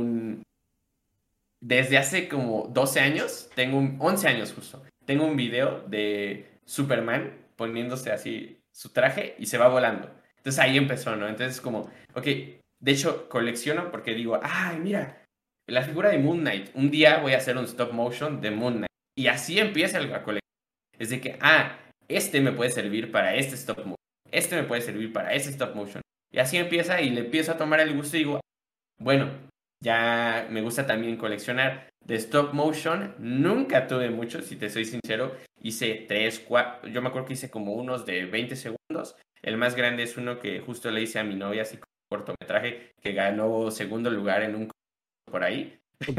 desde hace como 12 años, 11 años justo, tengo un video de Superman poniéndose así su traje y se va volando. Entonces ahí empezó, ¿no? Entonces como, ok, de hecho colecciono porque digo, ay, mira, la figura de Moon Knight, un día voy a hacer un stop motion de Moon Knight. Y así empieza la colección. Es de que, este me puede servir para este stop motion, este me puede servir para este stop motion. Y así empieza y le empiezo a tomar el gusto y digo, bueno, ya me gusta también coleccionar. De stop motion, nunca tuve muchos, si te soy sincero. Hice 3, 4, yo me acuerdo que hice como unos de 20 segundos. El más grande es uno que justo le hice a mi novia, así como cortometraje, que ganó segundo lugar en un por ahí. Ok.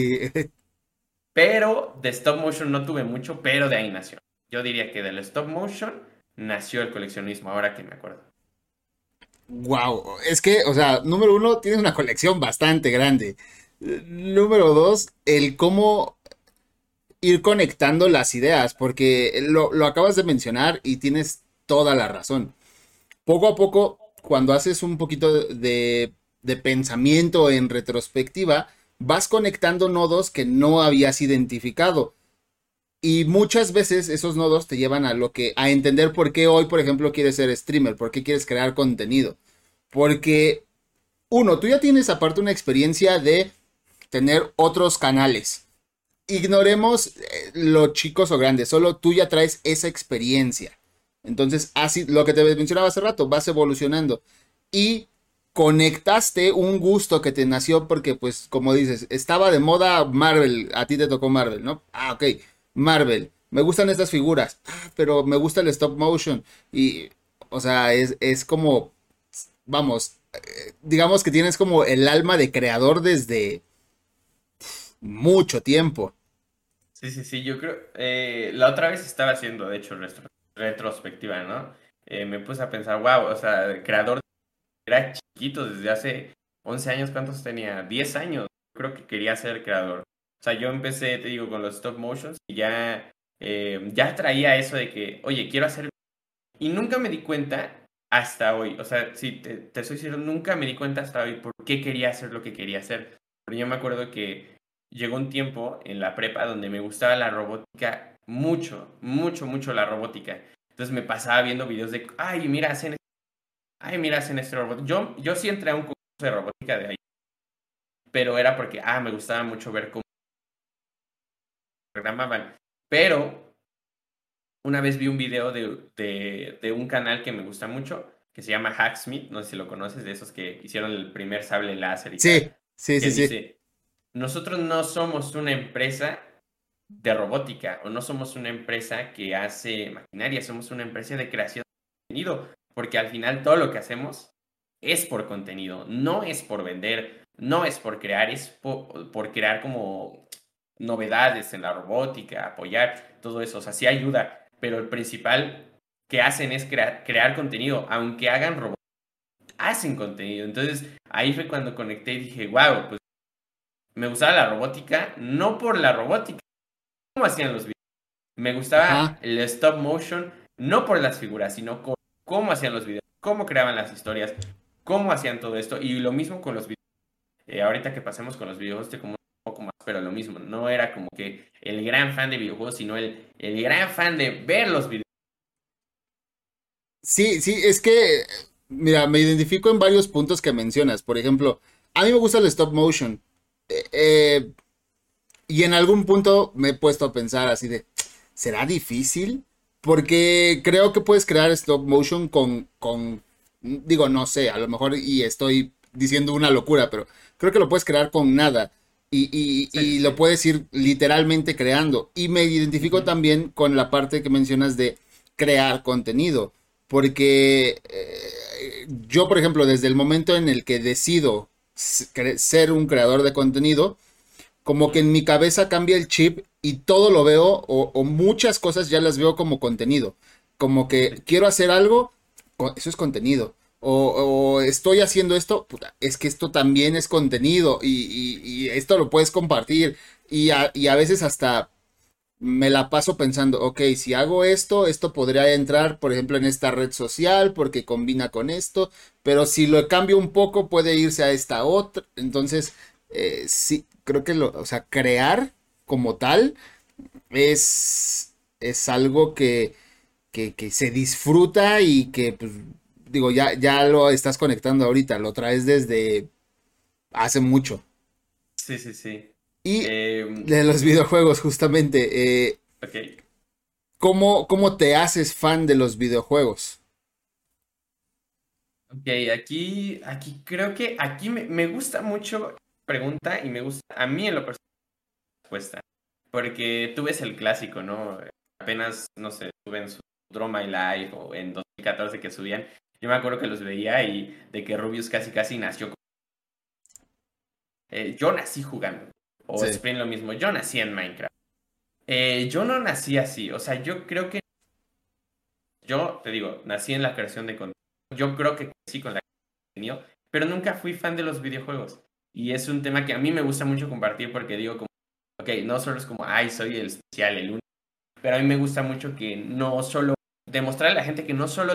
Pero de stop motion no tuve mucho, pero de ahí nació. Yo diría que del stop motion nació el coleccionismo, ahora que me acuerdo. Wow. Es que, o sea, número uno, tienes una colección bastante grande. Número dos, el cómo ir conectando las ideas, porque lo acabas de mencionar y tienes toda la razón. Poco a poco, cuando haces un poquito de pensamiento en retrospectiva, vas conectando nodos que no habías identificado. Y muchas veces esos nodos te llevan a entender por qué hoy, por ejemplo, quieres ser streamer, por qué quieres crear contenido. Porque, uno, tú ya tienes aparte una experiencia de tener otros canales. Ignoremos lo chicos o grandes, solo tú ya traes esa experiencia. Entonces, así, lo que te mencionaba hace rato, vas evolucionando. Y conectaste un gusto que te nació porque, pues, como dices, estaba de moda Marvel, a ti te tocó Marvel, ¿no? Ok, Marvel, me gustan estas figuras, pero me gusta el stop motion. Y, o sea, es como, vamos, digamos que tienes como el alma de creador desde mucho tiempo. Sí, sí, sí, yo creo, la otra vez estaba haciendo, de hecho, retrospectiva, ¿no? Me puse a pensar, wow, o sea, creador era chiquito desde hace 11 años, ¿cuántos tenía? 10 años, creo que quería ser creador. O sea, yo empecé, te digo, con los stop motions y ya traía eso de que, oye, quiero hacer. Y nunca me di cuenta hasta hoy, o sea, si te soy sincero, nunca me di cuenta hasta hoy por qué quería hacer lo que quería hacer. Pero yo me acuerdo que llegó un tiempo en la prepa donde me gustaba la robótica mucho, mucho, mucho la robótica. Entonces me pasaba viendo videos de, ay, mira, hacen este robot. Yo sí entré a un curso de robótica de ahí, pero era porque, me gustaba mucho ver cómo programaban. Pero una vez vi un video de un canal que me gusta mucho, que se llama Hacksmith, no sé si lo conoces, de esos que hicieron el primer sable láser y Sí, tal, sí, que sí, sí. dice, nosotros no somos una empresa de robótica o no somos una empresa que hace maquinaria, somos una empresa de creación de contenido, porque al final todo lo que hacemos es por contenido, no es por vender, no es por crear, es por crear como novedades en la robótica, apoyar todo eso, o sea, sí ayuda, pero el principal que hacen es crear contenido, aunque hagan robots, hacen contenido. Entonces ahí fue cuando conecté y dije, wow, pues me gustaba la robótica, no por la robótica, cómo hacían los videos. Me gustaba Ajá. el stop motion, no por las figuras, sino cómo hacían los videos, cómo creaban las historias, cómo hacían todo esto. Y lo mismo con los videos. Ahorita que pasemos con los videojuegos, te como un poco más, pero lo mismo. No era como que el gran fan de videojuegos, sino el gran fan de ver los videos. Sí, sí, es que, mira, me identifico en varios puntos que mencionas. Por ejemplo, a mí me gusta el stop motion. Eh, eh, y en algún punto me he puesto a pensar así de, ¿será difícil? Porque creo que puedes crear stop motion digo, no sé, a lo mejor y estoy diciendo una locura, pero creo que lo puedes crear con nada Sí, sí, y lo sí. puedes ir literalmente creando. Y me identifico Ujú. también con la parte que mencionas de crear contenido, porque yo, por ejemplo, desde el momento en el que decido ser un creador de contenido, como que en mi cabeza cambia el chip y todo lo veo o muchas cosas ya las veo como contenido. Como que Sí, quiero hacer algo, eso es contenido. O estoy haciendo esto, puta, es que esto también es contenido y esto lo puedes compartir. Y a veces hasta me la paso pensando, ok, si hago esto, esto podría entrar, por ejemplo, en esta red social porque combina con esto, pero si lo cambio un poco puede irse a esta otra. Entonces, sí, creo que o sea, crear como tal es algo que se disfruta y que, pues, digo, ya lo estás conectando ahorita, lo traes desde hace mucho. sí, sí, sí. Y de los Ujú. videojuegos, justamente, Ok. ¿cómo te haces fan de los videojuegos? Ok, aquí creo que aquí me gusta mucho la pregunta y me gusta a mí en lo personal la respuesta. Porque tú ves el clásico, ¿no? Apenas, no sé, suben su Draw My Life o en 2014 que subían. Yo me acuerdo que los veía y de que Rubius casi casi nació. Yo nací jugando. O Sí. Spring lo mismo, yo nací en Minecraft. Yo no nací así, o sea, yo creo que yo, te digo, nací en la creación de contenido. Yo creo que sí con la contenido, pero nunca fui fan de los videojuegos. Y es un tema que a mí me gusta mucho compartir porque digo como, ok, no solo es como, ay, soy el especial, el único, pero a mí me gusta mucho que no solo, demostrarle a la gente que no solo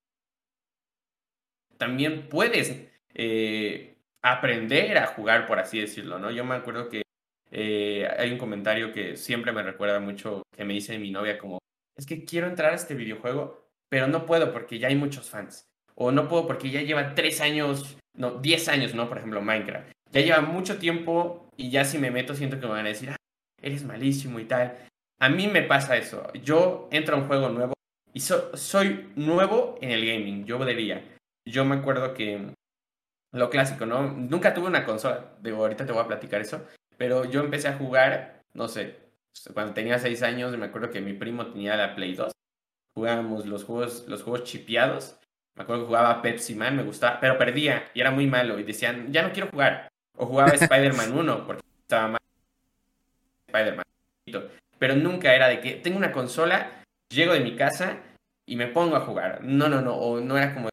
también puedes aprender a jugar, por así decirlo, ¿no? Yo me acuerdo que hay un comentario que siempre me recuerda mucho, que me dice mi novia como, es que quiero entrar a este videojuego, pero no puedo porque ya hay muchos fans. O no puedo porque ya lleva 3 años, no, 10 años, ¿no? Por ejemplo, Minecraft. Ya lleva mucho tiempo y ya si me meto siento que me van a decir, ah, eres malísimo y tal. A mí me pasa eso. Yo entro a un juego nuevo y soy nuevo en el gaming, yo diría. Yo me acuerdo que lo clásico, ¿no? Nunca tuve una consola, digo, ahorita te voy a platicar eso, pero yo empecé a jugar, no sé, cuando tenía 6 años, me acuerdo que mi primo tenía la Play 2, jugábamos los juegos chipeados, me acuerdo que jugaba Pepsi Man, me gustaba, pero perdía y era muy malo y decían, ya no quiero jugar, o jugaba Spider-Man 1 porque estaba mal Spider-Man, pero nunca era de que tengo una consola, llego de mi casa y me pongo a jugar, no, no, no, o no era como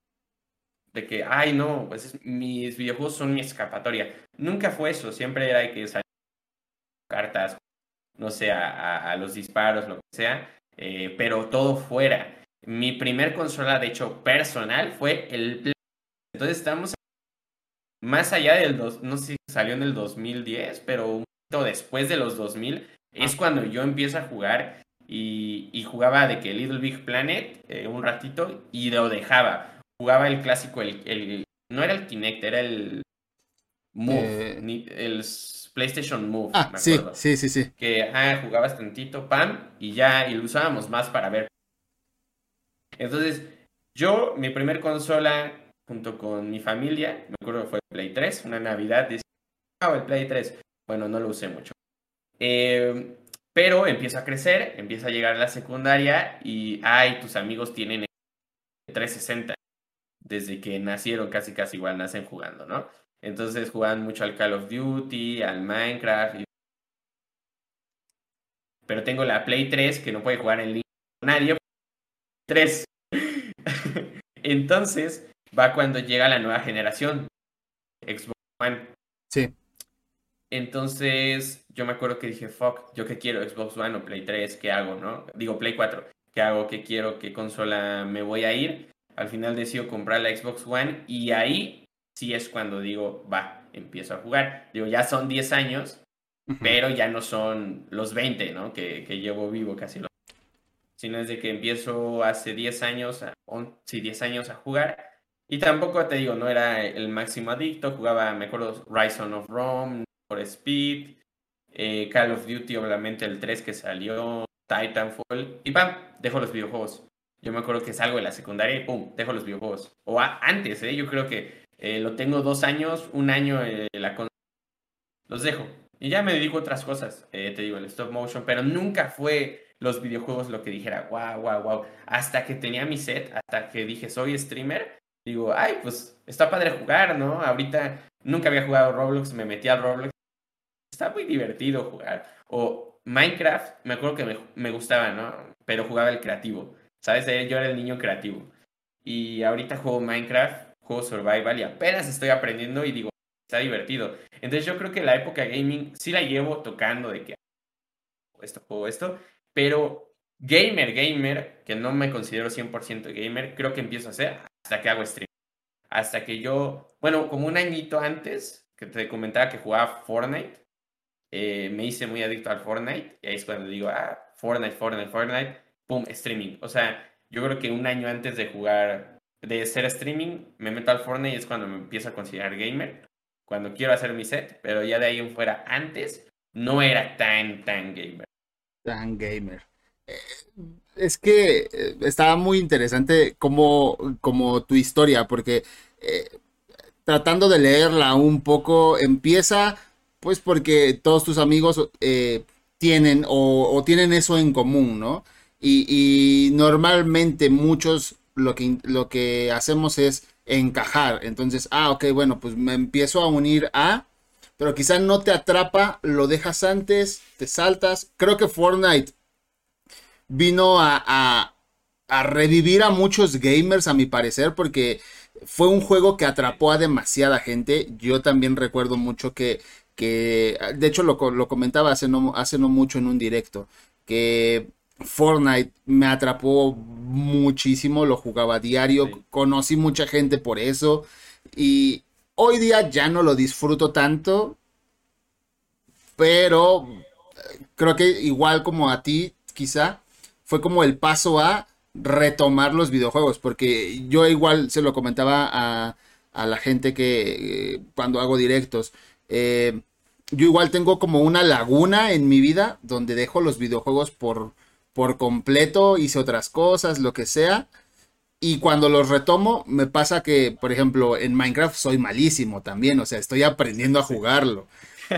de que, ay, no, pues mis videojuegos son mi escapatoria. Nunca fue eso, siempre era de que salían cartas, no sé, a los disparos, lo que sea, pero todo fuera. Mi primer consola, de hecho, personal, fue el Play. Entonces estamos más allá del no sé si salió en el 2010, pero un poquito después de los 2000 es cuando yo empiezo a jugar y jugaba de que Little Big Planet un ratito y lo dejaba. Jugaba el clásico, no era el Kinect, era el Move, Eh, el PlayStation Move, me sí, acuerdo. sí, sí, sí. Que jugabas tantito, pam, y ya, y lo usábamos más para ver. Entonces, mi primer consola, junto con mi familia, me acuerdo que fue el Play 3, una Navidad, decía, "Ah, el Play 3". Bueno, no lo usé mucho. Eh, pero empiezo a crecer, empieza a llegar a la secundaria y, ay, tus amigos tienen el 360 desde que nacieron, casi casi igual nacen jugando, ¿no? Entonces jugaban mucho al Call of Duty, al Minecraft, pero tengo la Play 3 que no puede jugar en línea con nadie. 3. Entonces va cuando llega la nueva generación, Xbox One. Sí. Entonces yo me acuerdo que dije, fuck, ¿yo qué quiero? ¿Xbox One o Play 3? ¿Qué hago, no? Digo, Play 4. ¿Qué hago? ¿Qué quiero? ¿Qué consola me voy a ir? Al final decido comprar la Xbox One y ahí sí es cuando digo, va, empiezo a jugar. Digo, ya son 10 años, Ujú. pero ya no son los 20, ¿no? Que llevo vivo casi sino es de que empiezo hace 10 años, sí, 10 años a jugar. Y tampoco te digo, no era el máximo adicto, jugaba, me acuerdo, Rise of Rome, for Speed, Call of Duty, obviamente el 3 que salió, Titanfall, y ¡pam! Dejo los videojuegos. Yo me acuerdo que salgo de la secundaria y ¡pum! Dejo los videojuegos. O antes, ¿eh? Yo creo que Lo tengo 2 años, un año los dejo. Y ya me dedico a otras cosas, te digo, el stop motion, pero nunca fue los videojuegos lo que dijera, wow, wow, wow. Hasta que tenía mi set, hasta que dije, soy streamer, digo, ay, pues está padre jugar, ¿no? Ahorita nunca había jugado Roblox, me metí al Roblox, está muy divertido jugar. O Minecraft, me acuerdo que me gustaba, ¿no? Pero jugaba el creativo, ¿sabes? Yo era el niño creativo. Y ahorita juego Minecraft, juego Survival y apenas estoy aprendiendo y digo, está divertido. Entonces yo creo que la época gaming sí la llevo tocando de que esto, juego esto, pero gamer, que no me considero 100% gamer, creo que empiezo a hacer hasta que hago stream. Hasta que yo, bueno, como un añito antes, que te comentaba que jugaba Fortnite, me hice muy adicto al Fortnite, y ahí es cuando digo, Fortnite, pum, streaming. O sea, yo creo que un año antes de jugar, de ser streaming, me meto al Fortnite y es cuando me empiezo a considerar gamer, cuando quiero hacer mi set, pero ya de ahí en fuera, antes, no era tan gamer. Tan gamer. Eh, Es que estaba muy interesante como tu historia, porque eh, tratando de leerla un poco, empieza pues porque todos tus amigos tienen o tienen eso en común, ¿no? Y normalmente muchos lo que hacemos es encajar. Entonces, ok, bueno, pues me empiezo a unir a, pero quizá no te atrapa, lo dejas antes, te saltas. Creo que Fortnite vino a revivir a muchos gamers, a mi parecer, porque fue un juego que atrapó a demasiada gente. Yo también recuerdo mucho que de hecho lo comentaba hace no mucho en un directo, que Fortnite me atrapó muchísimo, lo jugaba a diario, Sí. conocí mucha gente por eso y hoy día ya no lo disfruto tanto, pero creo que igual como a ti, quizá, fue como el paso a retomar los videojuegos, porque yo igual se lo comentaba a la gente que cuando hago directos, yo igual tengo como una laguna en mi vida donde dejo los videojuegos por completo, hice otras cosas, lo que sea. Y cuando los retomo, me pasa que, por ejemplo, en Minecraft soy malísimo también, o sea, estoy aprendiendo a Sí. jugarlo.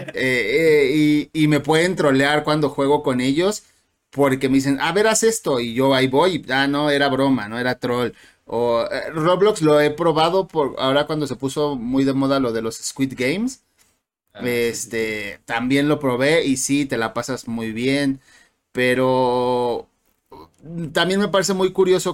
Y me pueden trolear cuando juego con ellos porque me dicen, a ver, haz esto. Y yo ahí voy. No, era broma, no era troll. O Roblox lo he probado por ahora cuando se puso muy de moda lo de los Squid Games. Ah, sí, sí, sí. También lo probé y sí, te la pasas muy bien. Pero también me parece muy curioso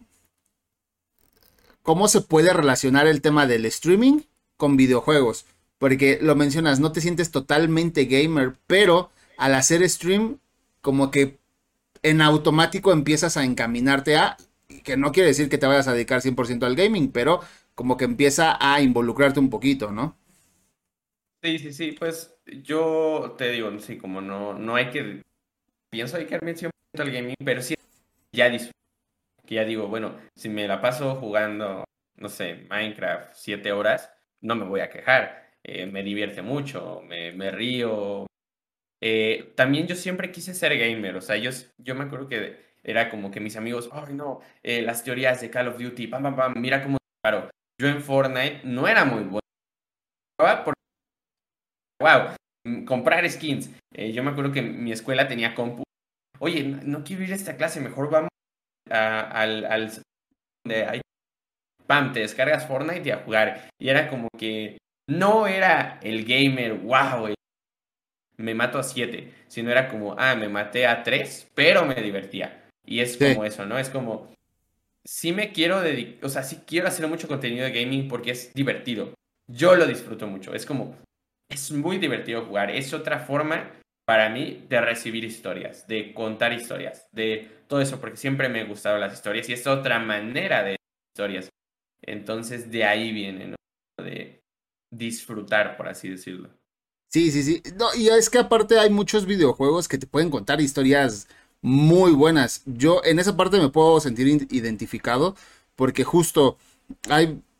cómo se puede relacionar el tema del streaming con videojuegos. Porque lo mencionas, no te sientes totalmente gamer, pero al hacer stream, como que en automático empiezas a encaminarte a, que no quiere decir que te vayas a dedicar 100% al gaming, pero como que empieza a involucrarte un poquito, ¿no? Sí, sí, sí, pues yo te digo, sí, como no hay que, pienso dedicarme 100% al gaming, pero sí ya disfruto, que ya digo, bueno, si me la paso jugando, no sé, Minecraft 7 horas, no me voy a quejar, me divierte mucho, me río. También yo siempre quise ser gamer, o sea, yo me acuerdo que era como que mis amigos, ay no, las teorías de Call of Duty, pam, pam, pam, mira cómo disparo. Yo en Fortnite no era muy bueno, porque, wow, comprar skins. Yo me acuerdo que mi escuela tenía compu. Oye, no quiero ir a esta clase, mejor vamos al de ahí, pam, te descargas Fortnite y a jugar. Y era como que no era el gamer, wow, me mato a 7, sino era como, me maté a 3, pero me divertía. Y es Sí. como eso, ¿no? Es como, sí me quiero dedicar, o sea, sí quiero hacer mucho contenido de gaming porque es divertido. Yo lo disfruto mucho. Es como, es muy divertido jugar. Es otra forma para mí de recibir historias, de contar historias, de todo eso, porque siempre me han gustado las historias y es otra manera de historias. Entonces de ahí viene, ¿no? De disfrutar, por así decirlo. Sí, sí, sí. No, y es que aparte hay muchos videojuegos que te pueden contar historias muy buenas. Yo en esa parte me puedo sentir identificado porque justo hay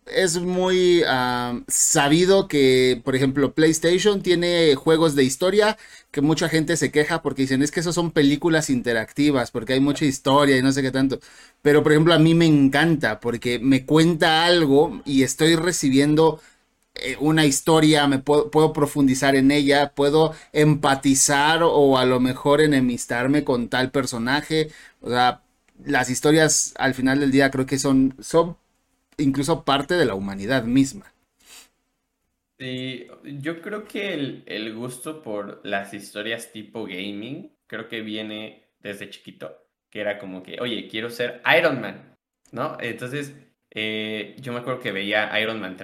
es muy sabido que, por ejemplo, PlayStation tiene juegos de historia que mucha gente se queja porque dicen, es que esos son películas interactivas, porque hay mucha historia y no sé qué tanto. Pero, por ejemplo, a mí me encanta porque me cuenta algo y estoy recibiendo una historia, puedo profundizar en ella, puedo empatizar o a lo mejor enemistarme con tal personaje. O sea, las historias al final del día creo que son incluso parte de la humanidad misma. Sí, yo creo que el gusto por las historias tipo gaming, creo que viene desde chiquito, que era como que, oye, quiero ser Iron Man, ¿no? Entonces, yo me acuerdo que veía Iron Man 3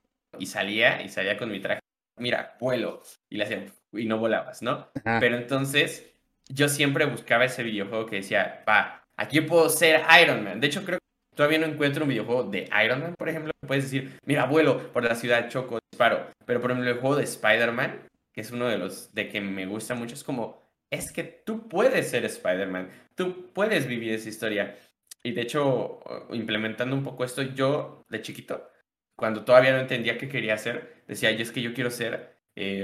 y salía con mi traje, mira, vuelo, y le hacía, y no volabas, ¿no? Ajá. Pero entonces, yo siempre buscaba ese videojuego que decía, va, aquí puedo ser Iron Man. De hecho, creo que todavía no encuentro un videojuego de Iron Man, por ejemplo, que puedes decir, mira, vuelo por la ciudad, choco, disparo. Pero por ejemplo, el juego de Spider-Man, que es uno de los de que me gusta mucho, es como, es que tú puedes ser Spider-Man, tú puedes vivir esa historia. Y de hecho, implementando un poco esto, yo de chiquito cuando todavía no entendía qué quería hacer, decía, yo es que yo quiero ser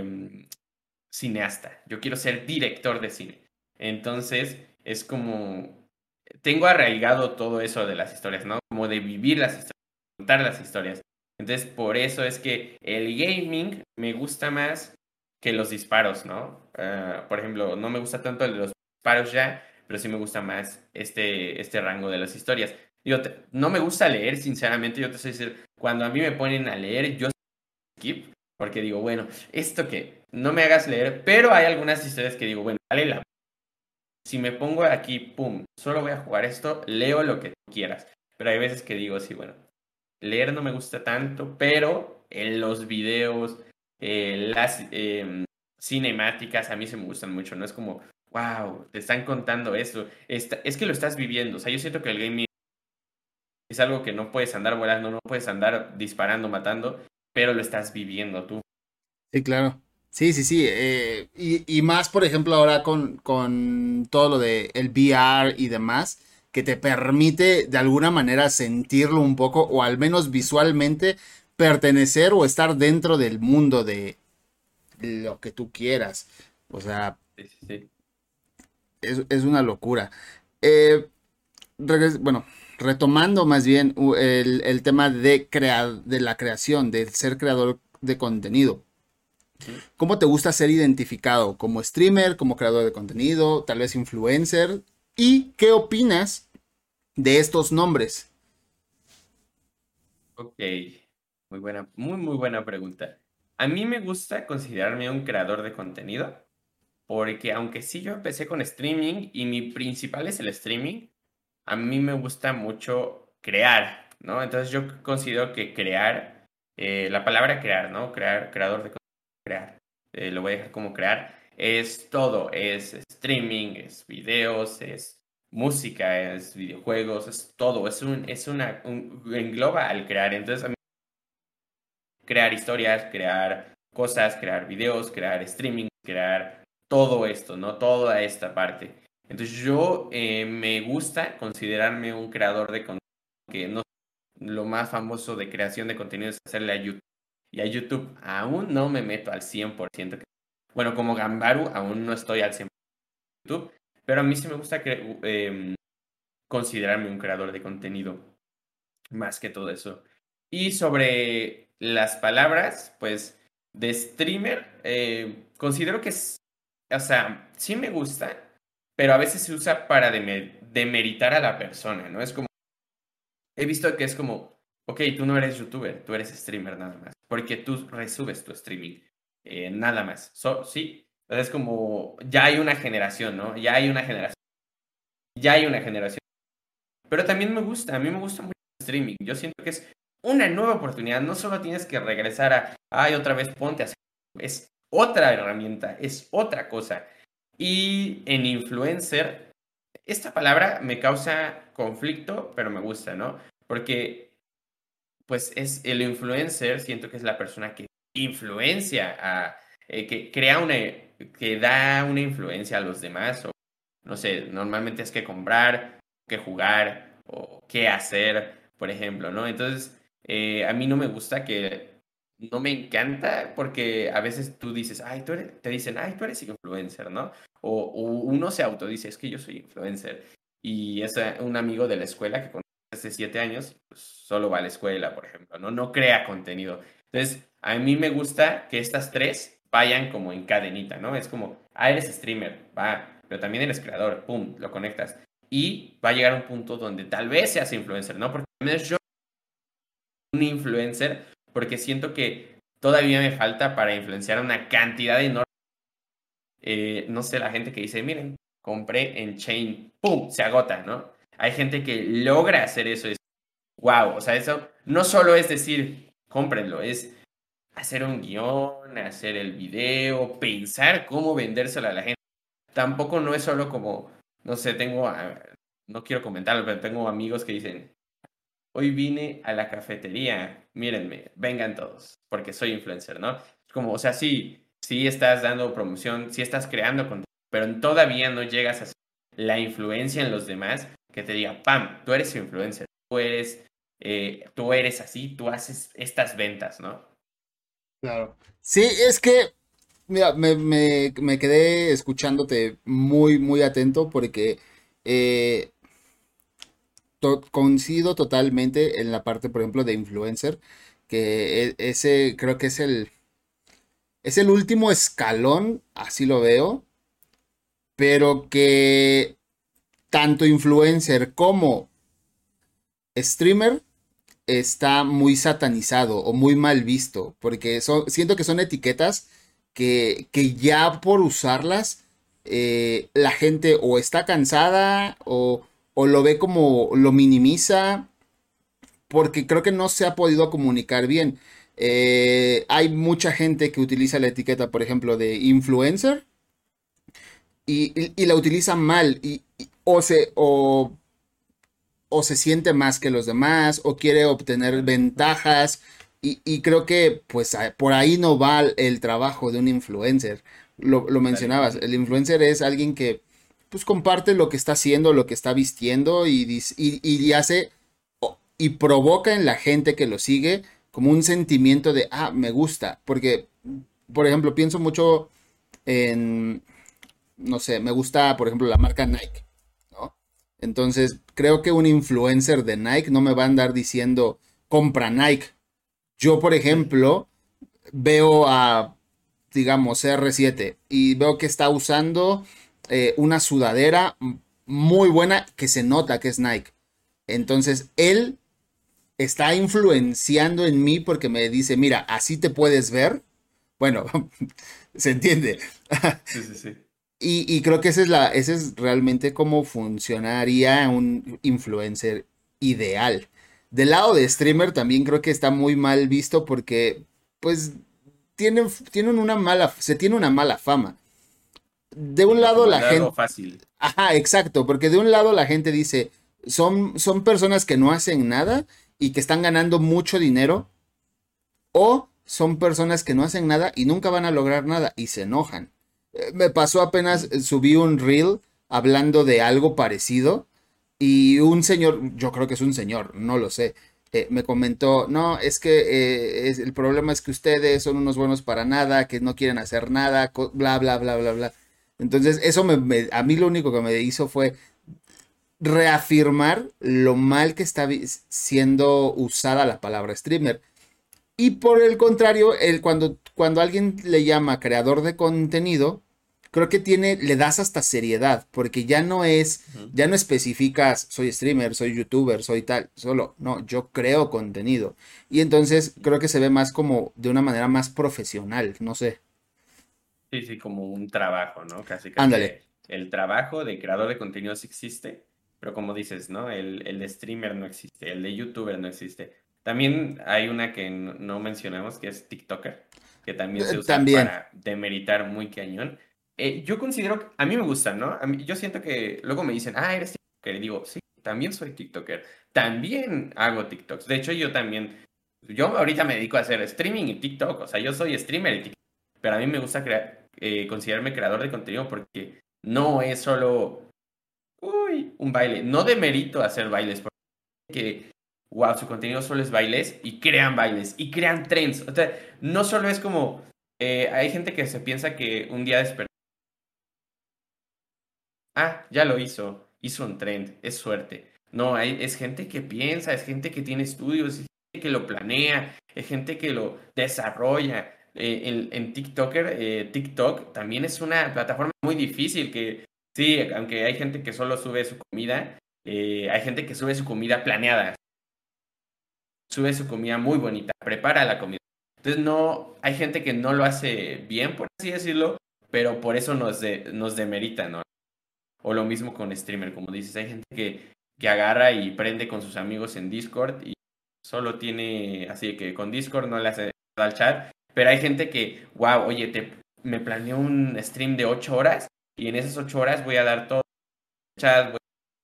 cineasta, yo quiero ser director de cine. Entonces, es como, tengo arraigado todo eso de las historias, ¿no? Como de vivir las historias, contar las historias. Entonces, por eso es que el gaming me gusta más que los disparos, ¿no? Por ejemplo, no me gusta tanto el de los disparos ya, pero sí me gusta más este rango de las historias. No me gusta leer, sinceramente, yo te sé decir, cuando a mí me ponen a leer, yo skip, porque digo, bueno, esto que no me hagas leer, pero hay algunas historias que digo, bueno, vale la. Si me pongo aquí, pum, solo voy a jugar esto, leo lo que tú quieras. Pero hay veces que digo, sí, bueno, leer no me gusta tanto, pero en los videos, las cinemáticas a mí se me gustan mucho, ¿no? Es como, wow, te están contando esto. Es que lo estás viviendo. O sea, yo siento que el gaming es algo que no puedes andar volando, no puedes andar disparando, matando, pero lo estás viviendo tú. Sí, claro. Sí, sí, sí. Y más, por ejemplo, ahora con todo lo de el VR y demás, que te permite de alguna manera sentirlo un poco, o al menos visualmente, pertenecer o estar dentro del mundo de lo que tú quieras. O sea, Sí, sí, sí. es una locura. Eh, bueno, retomando más bien el tema de la creación, de ser creador de contenido. Ujú. ¿Cómo te gusta ser identificado? ¿Como streamer, como creador de contenido, tal vez influencer? ¿Y qué opinas de estos nombres? Ok, muy buena pregunta. A mí me gusta considerarme un creador de contenido, porque aunque sí yo empecé con streaming y mi principal es el streaming, a mí me gusta mucho crear, ¿no? Entonces yo considero que crear, la palabra crear, ¿no? Creador de contenido, crear, lo voy a dejar como crear, es todo, es streaming, es videos, es música, es videojuegos, es todo, engloba al crear. Entonces a mí crear historias, crear cosas, crear videos, crear streaming, crear todo esto, ¿no? Toda esta parte. Entonces yo me gusta considerarme un creador de contenido que no lo más famoso de creación de contenido es hacerle a YouTube. Y a YouTube aún no me meto al 100%. Bueno, como Gambaru aún no estoy al 100% de YouTube, pero a mí sí me gusta considerarme un creador de contenido más que todo eso. Y sobre las palabras, pues de streamer, considero que es, o sea, sí me gusta, pero a veces se usa para demeritar a la persona, ¿no? Es como, he visto que es como, ok, tú no eres youtuber, tú eres streamer nada más, porque tú resubes tu streaming, nada más. Sí, entonces es como, ya hay una generación, ¿no? Ya hay una generación. Pero también me gusta, a mí me gusta mucho el streaming. Yo siento que es una nueva oportunidad. No solo tienes que regresar a, ay, otra vez ponte a hacer. Es otra herramienta, es otra cosa. Y en influencer, esta palabra me causa conflicto, pero me gusta, ¿no? Porque, pues, es el influencer, siento que es la persona que influencia que crea que da una influencia a los demás. O, no sé, normalmente es que comprar, que jugar o qué hacer, por ejemplo, ¿no? Entonces, A mí no me gusta no me encanta porque a veces tú dices, ay, te dicen, ay, tú eres influencer, ¿no? O uno se autodice, es que yo soy influencer. Y es un amigo de la escuela que conoce hace 7 años, pues solo va a la escuela, por ejemplo, ¿no? No crea contenido. Entonces, a mí me gusta que estas tres vayan como en cadenita, ¿no? Es como, ah, eres streamer, va, pero también eres creador, pum, lo conectas. Y va a llegar un punto donde tal vez seas influencer, ¿no? Porque al menos yo un influencer porque siento que todavía me falta para influenciar a una cantidad enorme. No sé, la gente que dice, miren, compré en Chain, ¡pum! Se agota, ¿no? Hay gente que logra hacer eso. Es wow, o sea, eso no solo es decir, cómprenlo, es hacer un guión, hacer el video, pensar cómo vendérselo a la gente. Tampoco no es solo como, no sé, no quiero comentarlo, pero tengo amigos que dicen, hoy vine a la cafetería, mírenme, vengan todos, porque soy influencer, ¿no? Como, o sea, sí, sí estás dando promoción, sí estás creando contenido, pero todavía no llegas a ser la influencia en los demás que te diga, pam, tú eres influencer, tú eres así, tú haces estas ventas, ¿no? Claro. Sí, es que, mira, me quedé escuchándote muy, muy atento porque eh, coincido totalmente en la parte, por ejemplo, de influencer, que ese creo que es el último escalón, así lo veo, pero que tanto influencer como streamer está muy satanizado o muy mal visto, porque siento que son etiquetas que ya por usarlas la gente o está cansada o lo ve como lo minimiza, porque creo que no se ha podido comunicar bien. Hay mucha gente que utiliza la etiqueta, por ejemplo, de influencer y la utiliza mal o se siente más que los demás o quiere obtener Claro. ventajas y creo que pues por ahí no va el trabajo de un influencer. Lo Dale. mencionabas, el influencer es alguien que pues comparte lo que está haciendo, lo que está vistiendo y hace y provoca en la gente que lo sigue como un sentimiento de, ah, me gusta, porque, por ejemplo, pienso mucho en, no sé, me gusta, por ejemplo, la marca Nike, ¿no? Entonces, creo que un influencer de Nike no me va a andar diciendo, compra Nike. Yo, por ejemplo, veo a, digamos, R7 y veo que está usando una sudadera muy buena que se nota que es Nike. Entonces, él está influenciando en mí porque me dice, mira, así te puedes ver. Bueno, se entiende. Sí, sí, sí. Y creo que ese es realmente cómo funcionaría un influencer ideal. Del lado de streamer también creo que está muy mal visto porque, pues, tienen se tiene una mala fama. De Y un lo lado como la de algo gente, fácil. ajá, exacto, porque de un lado la gente dice, son personas que no hacen nada y que están ganando mucho dinero, o son personas que no hacen nada y nunca van a lograr nada y se enojan. Me pasó apenas, Mm. subí un reel hablando de algo parecido y un señor, yo creo que es un señor, no lo sé, me comentó, no, es que el problema es que ustedes son unos buenos para nada, que no quieren hacer nada, bla, bla, bla, bla, bla. Entonces, eso a mí lo único que me hizo fue reafirmar lo mal que está siendo usada la palabra streamer. Y por el contrario, cuando alguien le llama creador de contenido, creo que le das hasta seriedad, porque Ujú. ya no especificas, soy streamer, soy youtuber, soy tal, solo, no, yo creo contenido. Y entonces creo que se ve más como de una manera más profesional, no sé. Sí, sí, como un trabajo, ¿no? Casi, casi Ándale. de el trabajo de creador de contenidos existe, pero como dices, ¿no? El de streamer no existe, el de youtuber no existe. También hay una que no mencionamos, que es TikToker, que también se usa También. para demeritar muy cañón. Yo considero, a mí me gusta, ¿no? Yo siento que luego me dicen, ah, eres TikToker, y digo, sí, también soy TikToker, también hago TikToks. De hecho, yo ahorita me dedico a hacer streaming y TikTok, o sea, yo soy streamer y TikTok, pero a mí me gusta considerarme creador de contenido porque no es solo, uy, un baile. No demerito hacer bailes, porque wow, su contenido solo es bailes y crean trends. O sea, no solo es como, hay gente que se piensa que un día despertó, ah, ya lo hizo un trend, es suerte. No, es gente que piensa, es gente que tiene estudios, es gente que lo planea, es gente que lo desarrolla. En TikTok también es una plataforma muy difícil que, sí, aunque hay gente que solo sube su comida, hay gente que sube su comida planeada, sube su comida muy bonita, prepara la comida. Entonces no, hay gente que no lo hace bien, por así decirlo, pero por eso nos demerita, ¿no? O lo mismo con streamer, como dices, hay gente que agarra y prende con sus amigos en Discord y solo tiene, así que con Discord no le hace nada al chat, pero hay gente que, wow, oye, me planeé un stream de 8 horas y en esas 8 horas voy a dar todo el chat,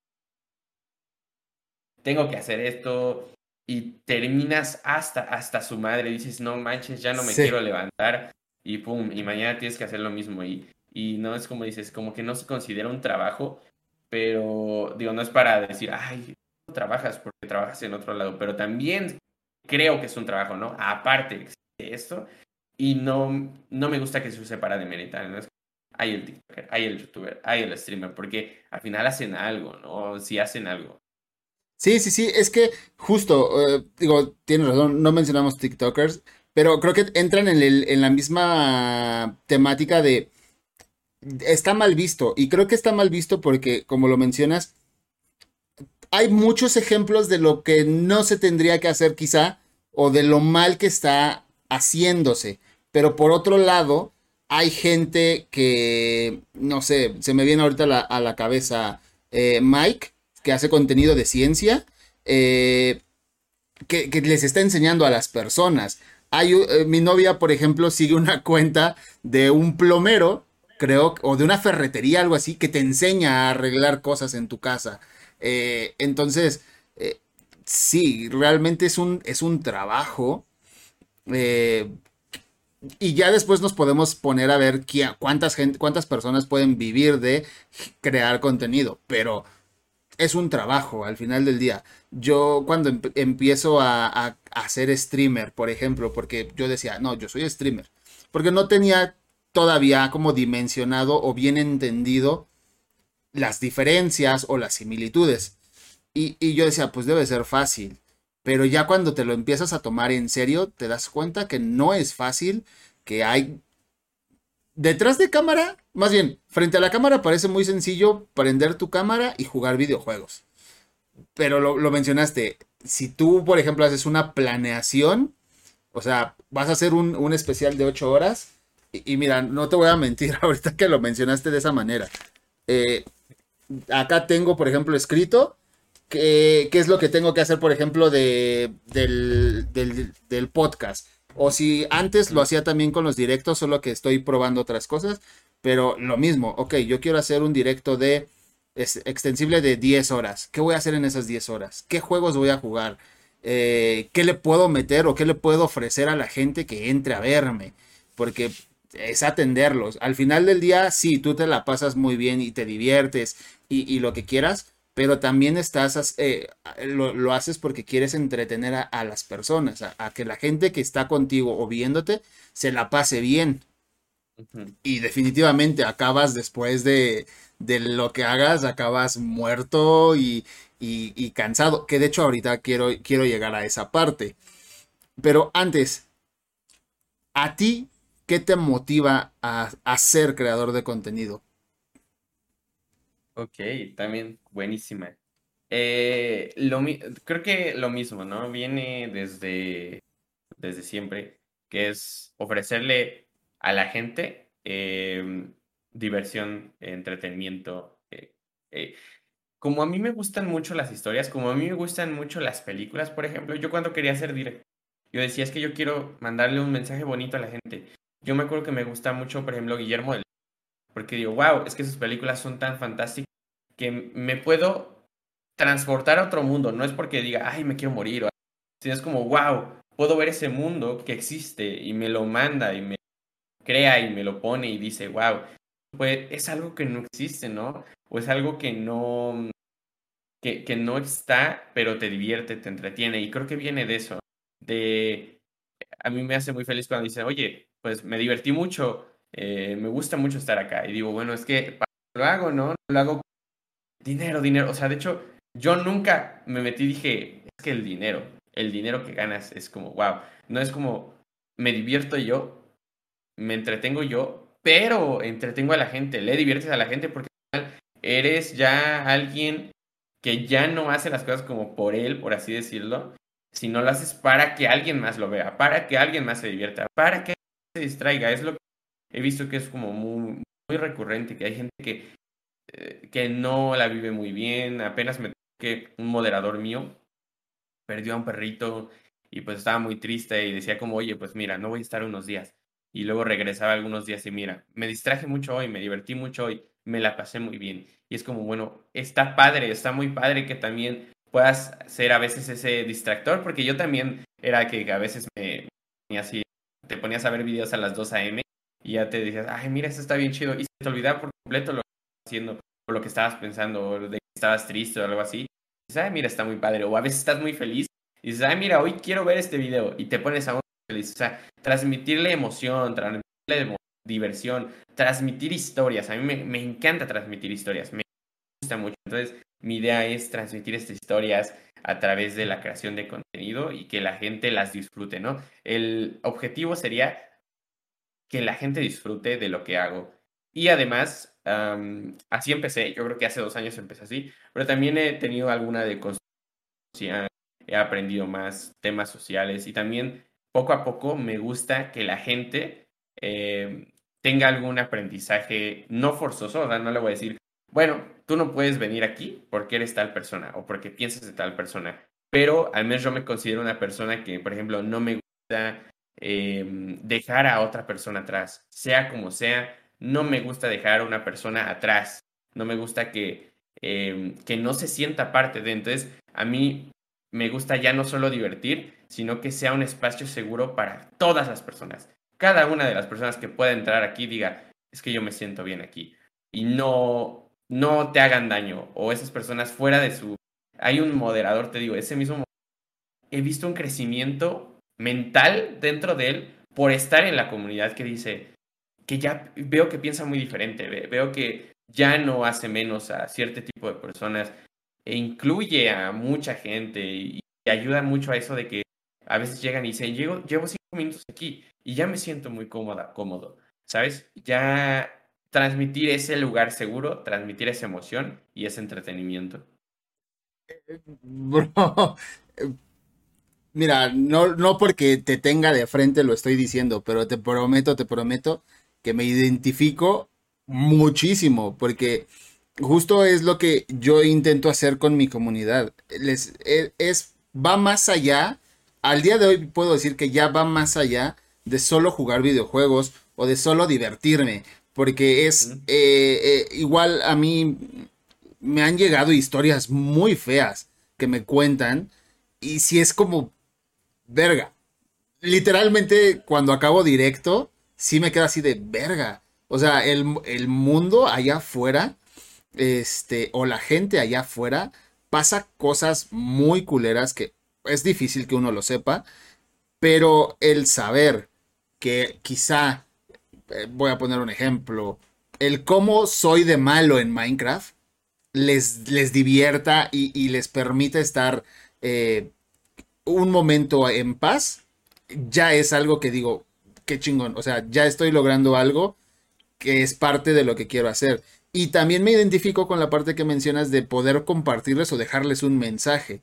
tengo que hacer esto y terminas hasta su madre, dices, no manches, ya no me Sí. quiero levantar y pum, y mañana tienes que hacer lo mismo y no es como dices, como que no se considera un trabajo, pero digo, no es para decir, ay, no trabajas porque trabajas en otro lado, pero también creo que es un trabajo, ¿no? Aparte de esto y no me gusta que se use para demeritar, ¿no? Hay el TikToker, hay el YouTuber, hay el streamer, porque al final hacen algo, ¿no? Si hacen algo. Sí, sí, sí, es que justo, digo, tienes razón, no mencionamos TikTokers, pero creo que entran en la misma temática de está mal visto, y creo que está mal visto porque, como lo mencionas, hay muchos ejemplos de lo que no se tendría que hacer quizá, o de lo mal que está haciéndose, pero por otro lado, hay gente que, no sé, se me viene ahorita a la cabeza Mike, que hace contenido de ciencia, eh, que les está enseñando a las personas. Mi novia, por ejemplo, sigue una cuenta de un plomero, creo, o de una ferretería, algo así, que te enseña a arreglar cosas en tu casa. Entonces, eh, sí, realmente es un trabajo. eh, y ya después nos podemos poner a ver cuántas personas pueden vivir de crear contenido. Pero es un trabajo al final del día. Yo cuando empiezo a ser streamer, por ejemplo, porque yo decía, no, yo soy streamer, porque no tenía todavía como dimensionado o bien entendido las diferencias o las similitudes. Y yo decía, pues debe ser fácil. Pero ya cuando te lo empiezas a tomar en serio, te das cuenta que no es fácil, que hay detrás de cámara, más bien, frente a la cámara parece muy sencillo prender tu cámara y jugar videojuegos. Pero lo mencionaste, si tú, por ejemplo, haces una planeación, o sea, vas a hacer un especial de 8 horas, y mira, no te voy a mentir ahorita que lo mencionaste de esa manera. Eh, Acá tengo, por ejemplo, escrito qué es lo que tengo que hacer, por ejemplo, del podcast. O si antes lo hacía también con los directos, solo que estoy probando otras cosas, pero lo mismo, ok, yo quiero hacer un directo de extensible de 10 horas. ¿Qué voy a hacer en esas 10 horas? ¿Qué juegos voy a jugar? ¿Qué le puedo meter o qué le puedo ofrecer a la gente que entre a verme? Porque es atenderlos. Al final del día, sí, tú te la pasas muy bien y te diviertes y lo que quieras, pero también lo haces porque quieres entretener a las personas, a que la gente que está contigo o viéndote se la pase bien. Ujú. Y definitivamente acabas después de lo que hagas, acabas muerto y cansado, que de hecho ahorita quiero llegar a esa parte. Pero antes, ¿a ti qué te motiva a ser creador de contenido? Ok, también buenísima. Creo que lo mismo, ¿no? Viene desde siempre, que es ofrecerle a la gente diversión, entretenimiento. Eh, Como a mí me gustan mucho las historias, como a mí me gustan mucho las películas, por ejemplo, yo cuando quería hacer directo, yo decía, es que yo quiero mandarle un mensaje bonito a la gente. Yo me acuerdo que me gusta mucho, por ejemplo, Guillermo del porque digo, wow, es que sus películas son tan fantásticas que me puedo transportar a otro mundo. No es porque diga, ay, me quiero morir, sino es como, wow, puedo ver ese mundo que existe y me lo manda y me crea y me lo pone y dice, wow, pues es algo que no existe, ¿no? O es algo que no está, pero te divierte, te entretiene. Y creo que viene de eso, de a mí me hace muy feliz cuando dicen, oye, pues me divertí mucho, me gusta mucho estar acá. Y digo, bueno, es que lo hago, ¿no? Lo hago dinero, dinero. O sea, de hecho, yo nunca me metí y dije, es que el dinero que ganas es como, wow. No es como, me divierto yo, me entretengo yo, pero entretengo a la gente, le diviertes a la gente porque eres ya alguien que ya no hace las cosas como por él, por así decirlo, sino lo haces para que alguien más lo vea, para que alguien más se divierta, para que se distraiga. Es lo que he visto que es como muy, muy recurrente, que hay gente que no la vive muy bien. Apenas me que un moderador mío perdió a un perrito y pues estaba muy triste y decía como, oye, pues mira, no voy a estar unos días. Y luego regresaba algunos días y mira, me distraje mucho hoy, me divertí mucho hoy, me la pasé muy bien. Y es como, bueno, está padre, está muy padre que también puedas ser a veces ese distractor, porque yo también era que a veces me ponía así, te ponías a ver videos a las 2 a.m. y ya te decías, ay, mira, esto está bien chido. Y se te olvidaba por completo lo que estabas haciendo, o lo que estabas pensando, o de que estabas triste o algo así. Y dices, ay, mira, está muy padre. O a veces estás muy feliz y dices, ay, mira, hoy quiero ver este video. Y te pones aún feliz. O sea, transmitirle emoción, transmitirle diversión, transmitir historias. A mí me encanta transmitir historias. Me gusta mucho. Entonces, mi idea es transmitir estas historias a través de la creación de contenido y que la gente las disfrute, ¿no? El objetivo sería que la gente disfrute de lo que hago. Y además, así empecé. Yo creo que hace 2 años empecé así. Pero también he tenido alguna de construcción, he aprendido más temas sociales y también poco a poco me gusta que la gente tenga algún aprendizaje no forzoso. O sea, no le voy a decir, bueno, tú no puedes venir aquí porque eres tal persona o porque piensas de tal persona, pero al menos yo me considero una persona que, por ejemplo, no me gusta dejar a otra persona atrás, sea como sea. No me gusta dejar a una persona atrás, no me gusta que no se sienta parte de. Entonces, a mí me gusta ya no solo divertir, sino que sea un espacio seguro para todas las personas. Cada una de las personas que pueda entrar aquí diga, es que yo me siento bien aquí. Y no te hagan daño. O esas personas fuera de su... Hay un moderador, te digo, ese mismo... He visto un crecimiento mental dentro de él por estar en la comunidad que dice que ya veo que piensa muy diferente, veo que ya no hace menos a cierto tipo de personas e incluye a mucha gente y ayuda mucho a eso de que a veces llegan y dicen, llevo 5 minutos aquí y ya me siento muy cómodo, ¿sabes? Ya transmitir ese lugar seguro, transmitir esa emoción y ese entretenimiento. Bro, mira, no porque te tenga de frente lo estoy diciendo, pero te prometo que me identifico muchísimo, porque justo es lo que yo intento hacer con mi comunidad. Va más allá, al día de hoy puedo decir que ya va más allá de solo jugar videojuegos o de solo divertirme, porque es Ujú. igual a mí me han llegado historias muy feas que me cuentan y si es como verga. Literalmente, cuando acabo directo, sí me queda así de verga. O sea, el mundo allá afuera, o la gente allá afuera, pasa cosas muy culeras que es difícil que uno lo sepa, pero el saber que quizá, voy a poner un ejemplo, el cómo soy de malo en Minecraft, les divierta y les permita estar eh, un momento en paz, ya es algo que digo, qué chingón, o sea, ya estoy logrando algo que es parte de lo que quiero hacer. Y también me identifico con la parte que mencionas de poder compartirles o dejarles un mensaje.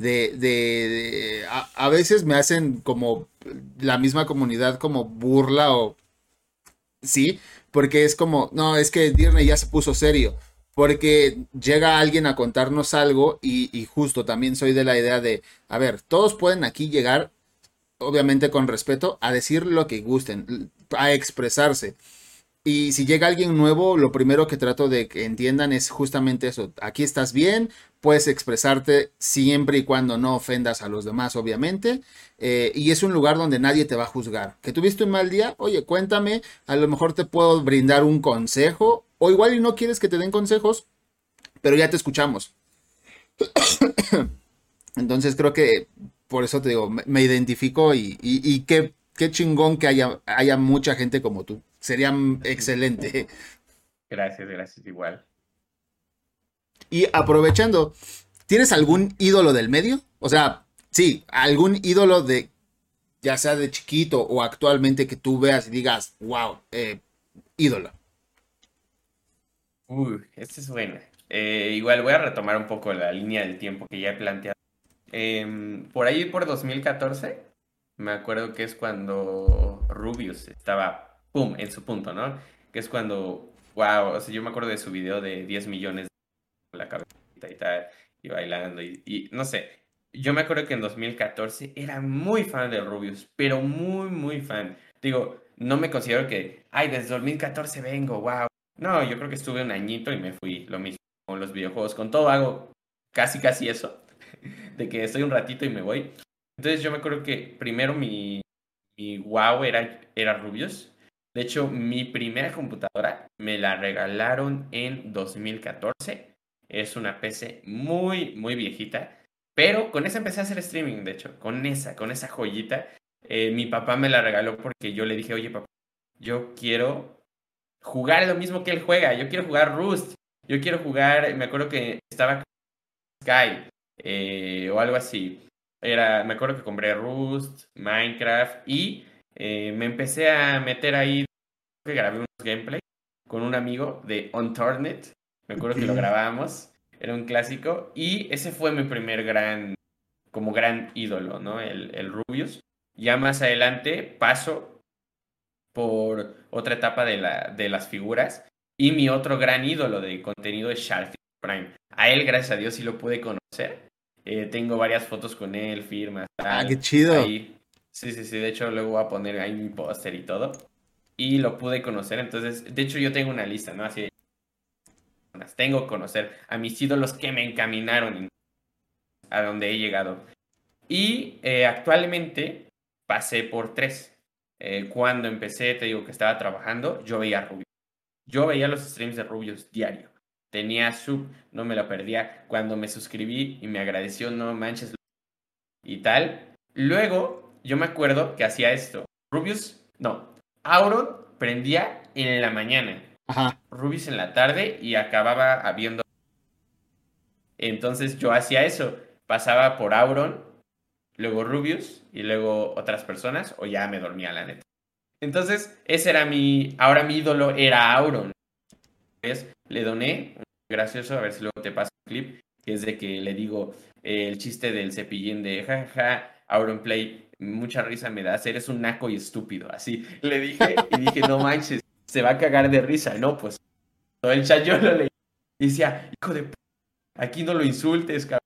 A veces me hacen como la misma comunidad como burla o sí, porque es como, no, es que Disney ya se puso serio, porque llega alguien a contarnos algo y justo también soy de la idea de, a ver, todos pueden aquí llegar, obviamente con respeto, a decir lo que gusten, a expresarse. Y si llega alguien nuevo, lo primero que trato de que entiendan es justamente eso. Aquí estás bien, puedes expresarte siempre y cuando no ofendas a los demás, obviamente. Y es un lugar donde nadie te va a juzgar. Que tuviste un mal día, oye, cuéntame, a lo mejor te puedo brindar un consejo. O igual y no quieres que te den consejos, pero ya te escuchamos. Entonces creo que por eso te digo, me identifico y qué chingón que haya mucha gente como tú. Sería excelente. Gracias, gracias, igual. Y aprovechando, ¿tienes algún ídolo del medio? O sea, sí, algún ídolo de, ya sea de chiquito o actualmente que tú veas y digas, wow, ídolo. Esta es buena. Igual voy a retomar un poco la línea del tiempo que ya he planteado. Por ahí por 2014, me acuerdo que es cuando Rubius estaba, pum, en su punto, ¿no? Que es cuando, wow, o sea, yo me acuerdo de su video de 10 millones con la cabecita y tal, y bailando, y no sé. Yo me acuerdo que en 2014 era muy fan de Rubius, pero muy, muy fan. Digo, no me considero que, ay, desde 2014 vengo, wow. No, yo creo que estuve un añito y me fui, lo mismo con los videojuegos, con todo hago casi, casi eso de que estoy un ratito y me voy. Entonces yo me acuerdo que primero mi wow era Rubius. De hecho, mi primera computadora me la regalaron en 2014. Es una PC muy, muy viejita. Pero con esa empecé a hacer streaming, de hecho, con esa joyita. Mi papá me la regaló porque yo le dije, oye papá, yo quiero jugar lo mismo que él juega. Yo quiero jugar Rust. Yo quiero jugar, me acuerdo que estaba Sky o algo así. Me acuerdo que compré Rust, Minecraft y me empecé a meter ahí, que grabé unos gameplay con un amigo de Unturned. Me acuerdo Ok. que lo grabábamos, era un clásico y ese fue mi primer como gran ídolo, ¿no? El Rubius. Ya más adelante paso por otra etapa de las figuras y mi otro gran ídolo de contenido es Shark Prime. A él, gracias a Dios, sí lo pude conocer. Tengo varias fotos con él, firmas, Ah, qué tal. chido. Ahí. Sí, sí, sí. De hecho, luego voy a poner ahí mi póster y todo. Y lo pude conocer. Entonces, de hecho, yo tengo una lista, ¿no? Así de personas. Tengo que conocer a mis ídolos que me encaminaron a donde he llegado. Y actualmente pasé por tres. Cuando empecé, te digo que estaba trabajando, yo veía Rubius. Yo veía los streams de Rubius diario. Tenía sub, no me lo perdía. Cuando me suscribí y me agradeció, no manches y tal. Luego, yo me acuerdo que hacía esto. Rubius, no, Auron prendía en la mañana. Ajá. Rubius en la tarde y acababa viendo. Entonces yo hacía eso. Pasaba por Auron, luego Rubius y luego otras personas o ya me dormía la neta. Entonces, ese era ahora mi ídolo era Auron. Le doné, gracioso, a ver si luego te paso el clip, que es de que le digo el chiste del cepillín de jajaja, Auronplay, mucha risa me das, eres un naco y estúpido. Así le dije y dije, no manches, se va a cagar de risa. No, pues todo el chat yo lo leí y decía, hijo de p, aquí no lo insultes, cabrón.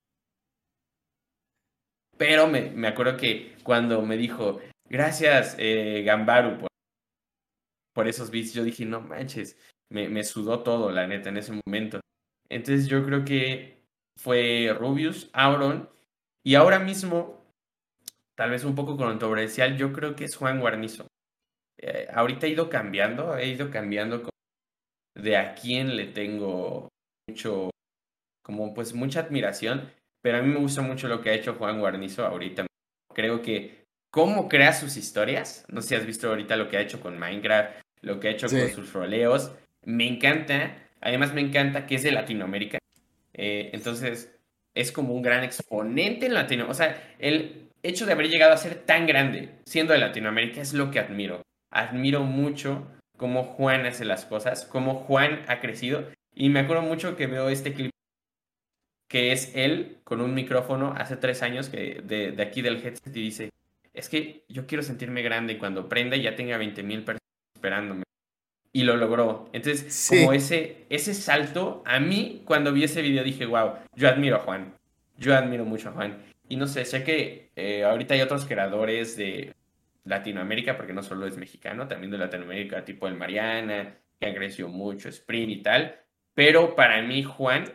Pero me acuerdo que cuando me dijo, gracias, Gambaru, por esos beats, yo dije, no manches, me sudó todo, la neta, en ese momento. Entonces yo creo que fue Rubius, Auron, y ahora mismo, tal vez un poco controversial, yo creo que es Juan Guarnizo. Ahorita he ido cambiando de a quién le tengo mucho, como pues mucha admiración, pero a mí me gusta mucho lo que ha hecho Juan Guarnizo ahorita. Creo que cómo crea sus historias, no sé si has visto ahorita lo que ha hecho con Minecraft, lo que ha hecho con Sí. sus roleos, me encanta, además me encanta que es de Latinoamérica, entonces es como un gran exponente en Latinoamérica, o sea, el hecho de haber llegado a ser tan grande siendo de Latinoamérica es lo que admiro, admiro mucho cómo Juan hace las cosas, cómo Juan ha crecido, y me acuerdo mucho que veo este clip que es él con un micrófono hace 3 años que de aquí del headset y dice, es que yo quiero sentirme grande y cuando prenda ya tenga 20,000 personas esperándome. Y lo logró. Entonces, como Sí. ese salto, a mí cuando vi ese video dije, wow, yo admiro a Juan. Yo admiro mucho a Juan. Y no sé que ahorita hay otros creadores de Latinoamérica, porque no solo es mexicano, también de Latinoamérica, tipo el Mariana, que han crecido mucho, Sprint y tal. Pero para mí, Juan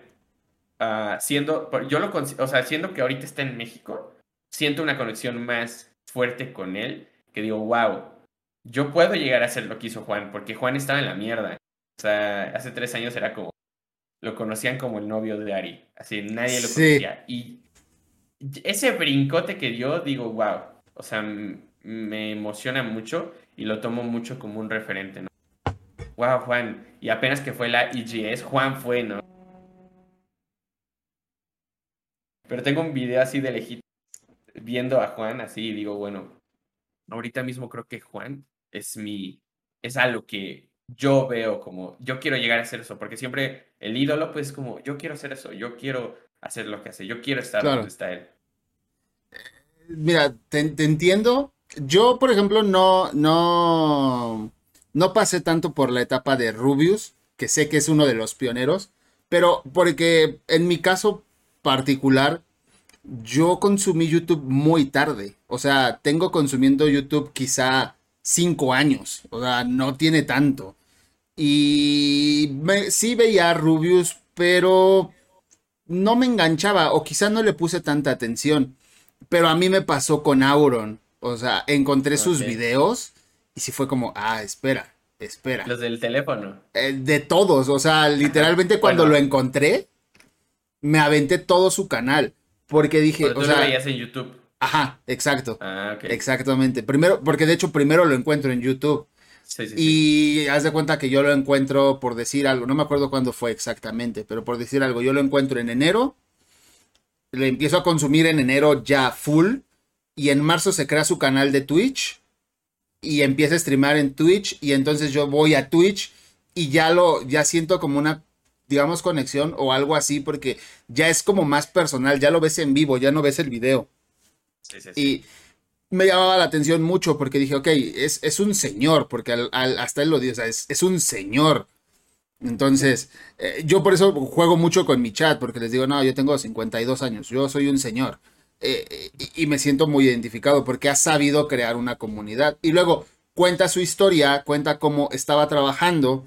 o sea, siendo que ahorita está en México, siento una conexión más fuerte con él, que digo, wow, yo puedo llegar a hacer lo que hizo Juan, porque Juan estaba en la mierda. O sea, hace 3 años era como, lo conocían como el novio de Ari. Así, nadie lo Sí, conocía. Y ese brincote que dio, digo, wow. O sea, me emociona mucho y lo tomo mucho como un referente, ¿no? Wow, Juan. Y apenas que fue la EGS, Juan fue, ¿no? Pero tengo un video así de lejito viendo a Juan así y digo, bueno, ahorita mismo creo que Juan es algo que yo veo como, yo quiero llegar a hacer eso, porque siempre el ídolo pues como, yo quiero hacer eso, yo quiero hacer lo que hace, yo quiero estar donde claro. está él. Mira, te entiendo. Yo, por ejemplo, no pasé tanto por la etapa de Rubius, que sé que es uno de los pioneros, pero porque en mi caso particular, yo consumí YouTube muy tarde. O sea, tengo consumiendo YouTube quizá 5 años. O sea, no tiene tanto. Y sí veía a Rubius, pero no me enganchaba o quizá no le puse tanta atención. Pero a mí me pasó con Auron. O sea, encontré sus Ok. videos y sí fue como, ah, espera, espera. Los del teléfono. De todos, o sea, literalmente cuando lo Bueno, encontré, me aventé todo su canal. Porque o dije, sea, o tú lo sea, veías en YouTube. ajá, exacto. Ah, ok. Exactamente. Primero, porque de hecho primero lo encuentro en YouTube. Sí, sí, sí. Y haz de cuenta que yo lo encuentro por decir algo, no me acuerdo cuándo fue exactamente, pero por decir algo, yo lo encuentro en enero, lo empiezo a consumir en enero ya full, y en marzo se crea su canal de Twitch y empieza a streamar en Twitch, y entonces yo voy a Twitch y ya siento como una, digamos, conexión o algo así, porque ya es como más personal, ya lo ves en vivo, ya no ves el video. Sí, sí, sí. Y me llamaba la atención mucho porque dije, ok, es un señor, porque hasta él lo dice, o sea, es un señor. Entonces, yo por eso juego mucho con mi chat, porque les digo, no, yo tengo 52 años, yo soy un señor. Y me siento muy identificado porque ha sabido crear una comunidad. Y luego cuenta su historia, cuenta cómo estaba trabajando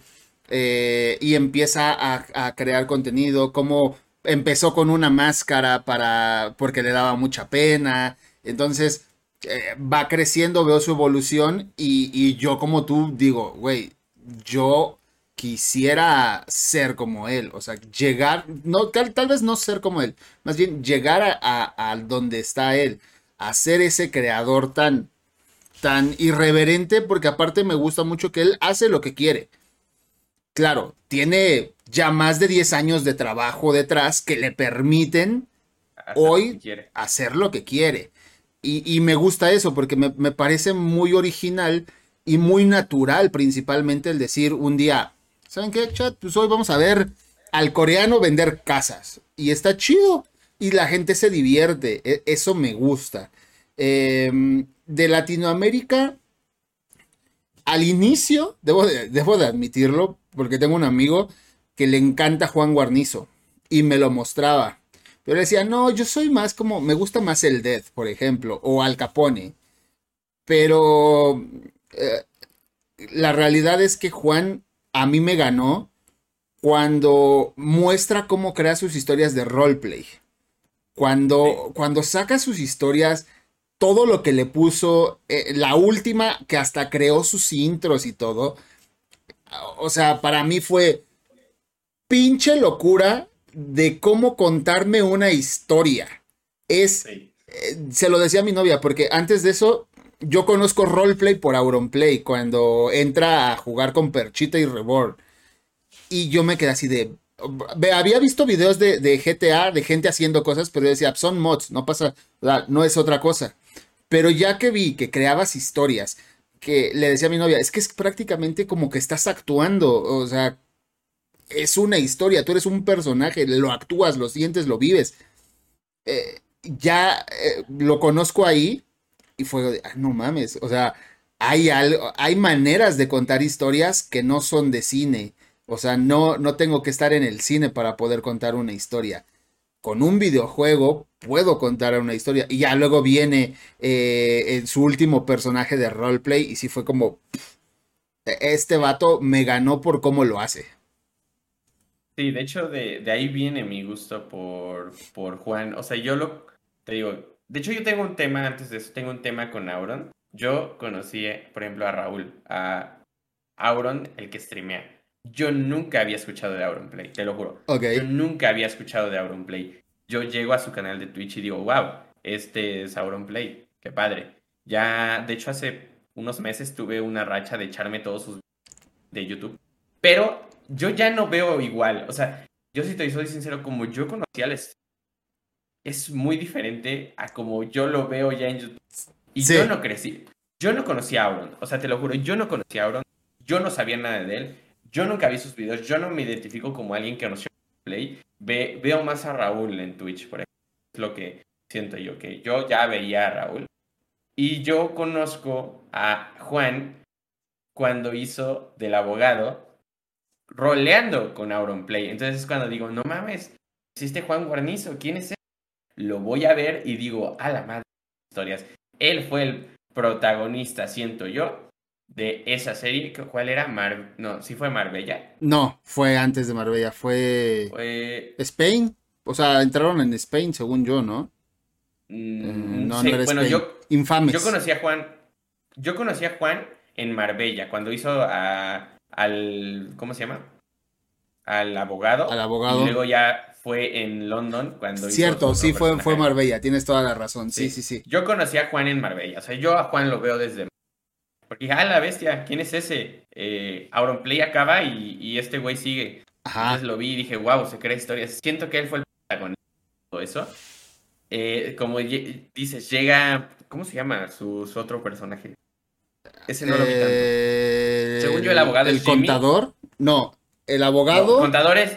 y empieza a crear contenido, cómo empezó con una máscara porque le daba mucha pena. Entonces, va creciendo, veo su evolución y yo como tú digo, güey, yo quisiera ser como él, o sea, llegar, no, tal vez no ser como él, más bien llegar a donde está él, a ser ese creador tan irreverente, porque aparte me gusta mucho que él hace lo que quiere. Claro, tiene ya más de 10 años de trabajo detrás que le permiten Hacer lo que hoy quiere. hacer lo que quiere. Y me gusta eso porque me parece muy original y muy natural, principalmente el decir un día, ¿saben qué, chat? Pues hoy vamos a ver al coreano vender casas. Y está chido. Y la gente se divierte. Eso me gusta. De Latinoamérica, al inicio, debo de admitirlo, porque tengo un amigo que le encanta Juan Guarnizo y me lo mostraba. Pero decía, no, yo soy más como, me gusta más el Death, por ejemplo, o Al Capone. Pero eh, la realidad es que Juan a mí me ganó cuando muestra cómo crea sus historias de roleplay. Sí. Cuando saca sus historias, todo lo que le puso, la última que hasta creó sus intros y todo, o sea, para mí fue pinche locura de cómo contarme una historia. Sí. Se lo decía a mi novia, porque antes de eso yo conozco roleplay por Auronplay, cuando entra a jugar con Perchita y Reborn. Y yo me quedé así de... Había visto videos de GTA, de gente haciendo cosas, pero yo decía, son mods, no pasa, no es otra cosa. Pero ya que vi que creabas historias, que le decía a mi novia, es que es prácticamente como que estás actuando, o sea, es una historia, tú eres un personaje, lo actúas, lo sientes, lo vives. Ya lo conozco ahí y fue de, no mames, o sea, hay maneras de contar historias que no son de cine. O sea, no tengo que estar en el cine para poder contar una historia. Con un videojuego puedo contar una historia. Y ya luego viene en su último personaje de roleplay y sí fue como, este vato me ganó por cómo lo hace. Sí, de hecho, de ahí viene mi gusto por Juan. O sea, te digo, de hecho yo tengo un tema, antes de eso, tengo un tema con Auron. Yo conocí, por ejemplo, a Raúl, a Auron, el que streamea. yo nunca había escuchado de Auronplay, te lo juro. Ok. Yo nunca había escuchado de Auronplay. Yo llego a su canal de Twitch y digo, wow, este es Auronplay, qué padre. Ya, de hecho, hace unos meses tuve una racha de echarme todos sus de YouTube, pero yo ya no veo igual. O sea, yo si te soy sincero, como yo conocí al es muy diferente a como yo lo veo ya en YouTube. Y yo Sí. no crecí. Yo no conocía a Auron. O sea, te lo juro, yo no conocía a Auron. Yo no sabía nada de él. Yo nunca vi sus videos. Yo no me identifico como alguien que conoció Play. Veo más a Raúl en Twitch, por ejemplo. Es lo que siento yo, que yo ya veía a Raúl. Y yo conozco a Juan cuando hizo del abogado roleando con Auronplay. Entonces es cuando digo, no mames, existe Juan Guarnizo, ¿quién es él? Lo voy a ver y digo, a la madre de historias. Él fue el protagonista, siento yo, de esa serie. ¿Cuál era? No, sí fue Marbella. No, fue antes de Marbella, fue Fue. Spain. O sea, entraron en Spain, según yo, ¿no? No, no Sí, era bueno, Spain. yo Infames. conocí a Juan. Yo conocí a Juan en Marbella, cuando hizo al. ¿Cómo se llama? Al Al abogado. Y abogado. luego ya fue en London cuando hizo su Cierto, otro sí, fue personaje. Marbella, tienes toda la razón. Sí, sí, Sí. sí. Yo conocí a Juan en Marbella. O sea, yo a Juan lo veo desde. Porque dije, ah, la bestia, ¿quién es ese? Auronplay acaba y este güey sigue. Entonces Ajá. lo vi y dije, wow, se crea historias. Siento que él fue el protagonista de todo eso. Como dices, llega. ¿Cómo se llama su otro personaje? Ese no lo vi tanto. Según yo, el abogado El es Jimmy. contador. No, el No, abogado. contadores.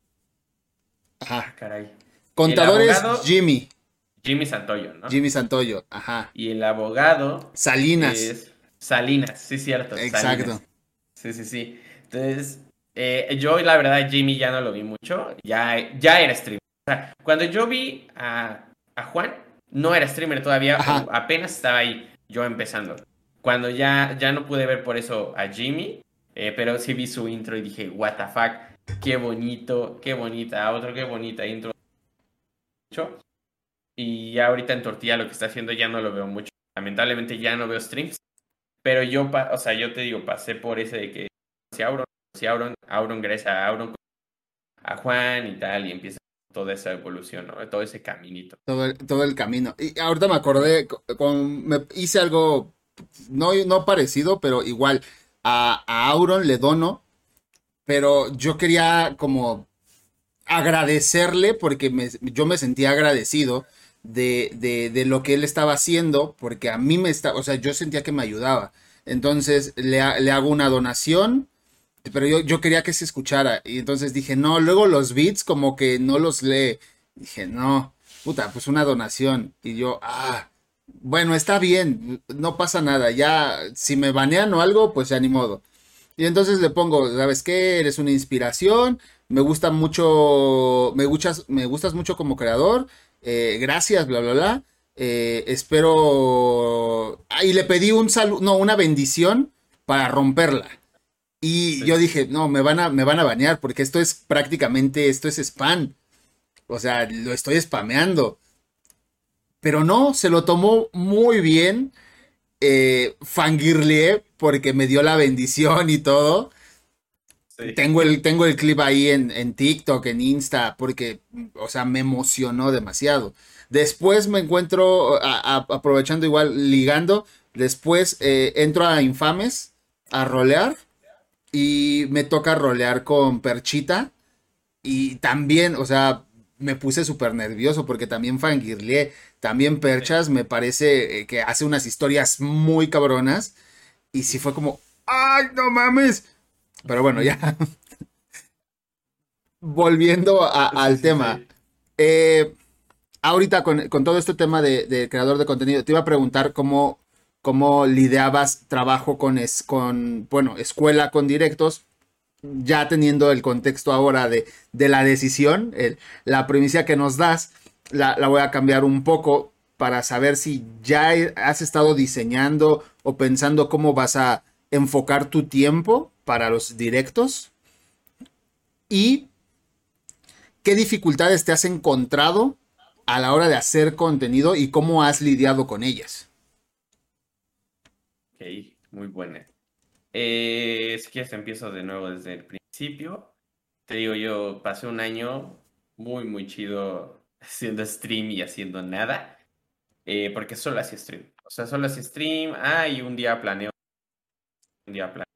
Ajá. Ah, caray. El Contador es abogado, Jimmy. Jimmy Santoyo, ¿no? Jimmy Santoyo. Ajá. Y el abogado Salinas. es Salinas, sí, cierto, Exacto. Salinas. Sí, sí, sí. Entonces, yo la verdad, Jimmy ya no lo vi mucho, ya era streamer. O sea, cuando yo vi a Juan, no era streamer todavía, o Ajá. apenas estaba ahí, yo empezando. Cuando ya no pude ver por eso a Jimmy, pero sí vi su intro y dije, what the fuck, qué bonito, qué bonita, otro qué bonita intro. Y ya ahorita en Tortilla lo que está haciendo ya no lo veo mucho. Lamentablemente ya no veo streams. Pero yo, o sea, yo te digo, pasé por ese de que si Auron, Auron gracias a Auron, a Juan y tal, y empieza toda esa evolución, ¿no? Todo ese caminito. Todo el camino. Y ahorita me acordé, me hice algo no parecido, pero igual. A Auron le dono, pero yo quería como agradecerle porque yo me sentía agradecido de lo que él estaba haciendo, porque a mí o sea, yo sentía que me ayudaba. Entonces le hago una donación, pero yo quería que se escuchara. Y entonces dije, no, luego los beats como que no los lee. Dije, no, puta, pues una donación. Y yo, bueno, está bien, no pasa nada. Ya, si me banean o algo, pues ya ni modo. Y entonces le pongo, ¿sabes qué? Eres una inspiración, me gusta mucho, me gustas mucho como creador, gracias, bla, bla, bla. Espero... y le pedí un saludo, no, una bendición para romperla. Y yo Sí. dije, no, me van a banear porque esto es prácticamente, esto es spam. O sea, lo estoy spameando. Pero no, se lo tomó muy bien. Fangirleé porque me dio la bendición y todo. Sí. Tengo el clip ahí en TikTok, en Insta, porque, o sea, me emocionó demasiado. Después me encuentro, aprovechando igual, ligando, después entro a Infames a rolear y me toca rolear con Perchita y también, o sea, me puse súper nervioso porque también fangirleé, también Sí. Perchas me parece que hace unas historias muy cabronas y sí fue como, ¡ay, no mames! Pero bueno, ya volviendo Sí, al sí, tema. sí. eh, Ahorita con todo este tema de creador de contenido, te iba a preguntar cómo lidiabas trabajo bueno, escuela con directos, ya teniendo el contexto ahora de la decisión, la primicia que nos das, la voy a cambiar un poco para saber si ya has estado diseñando o pensando cómo vas a enfocar tu tiempo para los directos y qué dificultades te has encontrado a la hora de hacer contenido y cómo has lidiado con ellas. Ok, muy buena. Si quieres empiezo de nuevo desde el principio. principio, te digo, yo pasé un año muy, muy chido haciendo stream y haciendo nada, porque solo hacía stream. O sea, solo hacía stream, y un día planeo,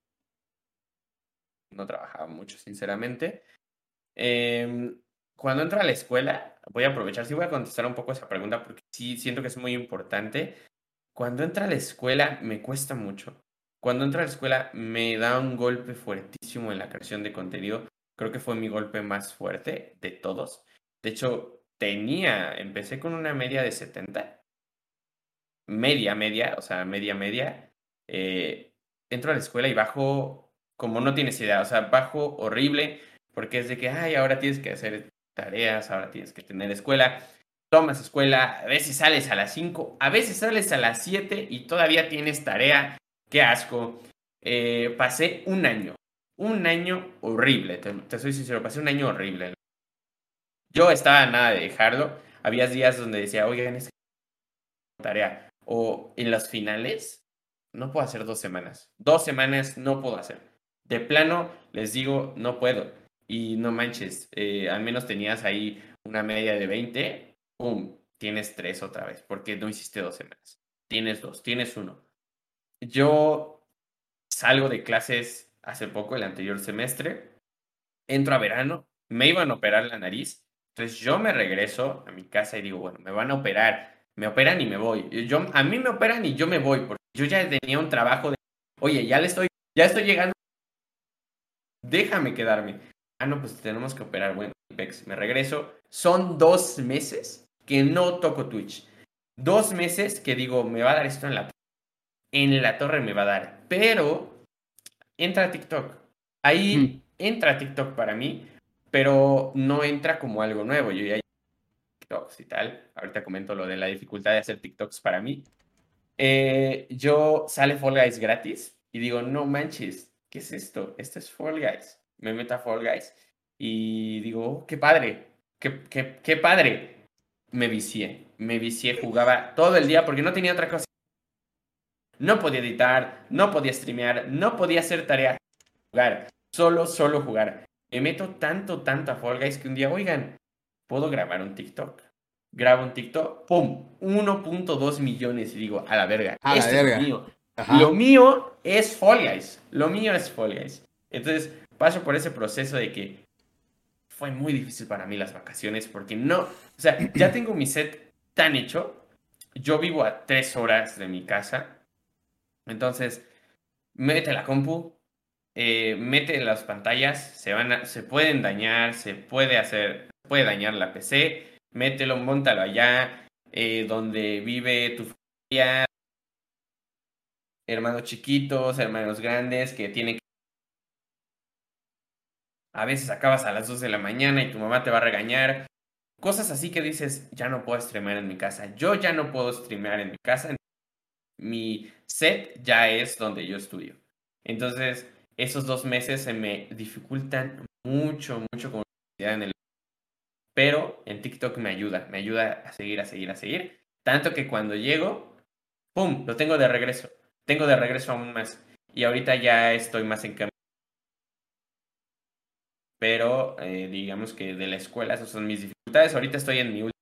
no trabajaba mucho, sinceramente. Em, Cuando entro a la escuela, voy a aprovechar, sí voy a contestar un poco esa pregunta porque sí siento que es muy importante. Cuando entro a la escuela me cuesta mucho. Cuando entro a la escuela me da un golpe fuertísimo en la creación de contenido. Creo que fue mi golpe más fuerte de todos. De hecho, empecé con una media de 70, media, o sea, media. Eh, Entro a la escuela y bajo como no tienes idea, o sea, bajo horrible, porque es de que, ahora tienes que hacer tareas, ahora tienes que tener escuela. Tomas escuela, a veces sales a las 5, a veces sales a las 7 y todavía tienes tarea. Qué asco. Pasé un año horrible, te soy sincero, pasé un año horrible. Yo estaba a nada de dejarlo. Había días donde decía, oigan, es tarea. O en las finales, no puedo hacer 2 semanas. 2 semanas no puedo hacer. De plano, les digo, no puedo. Y no manches, al menos tenías ahí una media de 20. ¡Pum! Tienes 3 otra vez, porque no hiciste 2 semanas. Tienes 2, tienes uno. Yo salgo de clases hace poco, el anterior semestre, entro a verano, me iban a operar la nariz, entonces yo me regreso a mi casa y digo, bueno, me van a operar, me operan y me voy. A mí me operan y yo me voy, porque yo ya tenía un trabajo de, oye, ya estoy llegando, déjame quedarme. No, pues tenemos que operar, bueno, Pex, me regreso. Son 2 meses que no toco Twitch. 2 meses que digo, me va a dar esto en la torre me va a dar, pero entra a TikTok. Mm. Ahí entra TikTok para mí, pero no entra como algo nuevo. Yo ya TikToks y tal. Ahorita comento lo de la dificultad de hacer TikToks para mí. Yo sale Fall Guys gratis y digo, no manches, ¿qué es esto? Esto es Fall Guys. Me meto a Fall Guys y digo, qué padre, qué padre. Me vicié, jugaba todo el día porque no tenía otra cosa. No podía editar, no podía streamear, no podía hacer tarea, jugar, solo jugar. Me meto tanto a Fall Guys que un día, oigan, puedo grabar un TikTok. Grabo un TikTok, ¡pum! 1.2 millones y digo, a la verga, A la esto es lo verga. mío. Lo Ajá. mío es Fall Guys. Lo mío es Fall Guys. Entonces paso por ese proceso de que fue muy difícil para mí las vacaciones porque no, o sea, ya tengo mi set tan hecho. Yo vivo a 3 horas de mi casa. Entonces, mete la compu, mete las pantallas, se pueden dañar, puede dañar la PC, mételo, móntalo allá, donde vive tu familia, hermanos chiquitos, hermanos grandes, que tienen que... A veces acabas a las 2 de la mañana y tu mamá te va a regañar. Cosas así que dices, ya no puedo streamear en mi casa. Yo ya no puedo streamear en mi casa. Mi set ya es donde yo estudio. Entonces, esos 2 meses se me dificultan mucho con la universidad pero en TikTok me ayuda a seguir. Tanto que cuando llego, ¡pum! Lo tengo de regreso aún más. Y ahorita ya estoy más en cambio. Pero digamos que de la escuela, esas son mis dificultades. Ahorita estoy en mi último.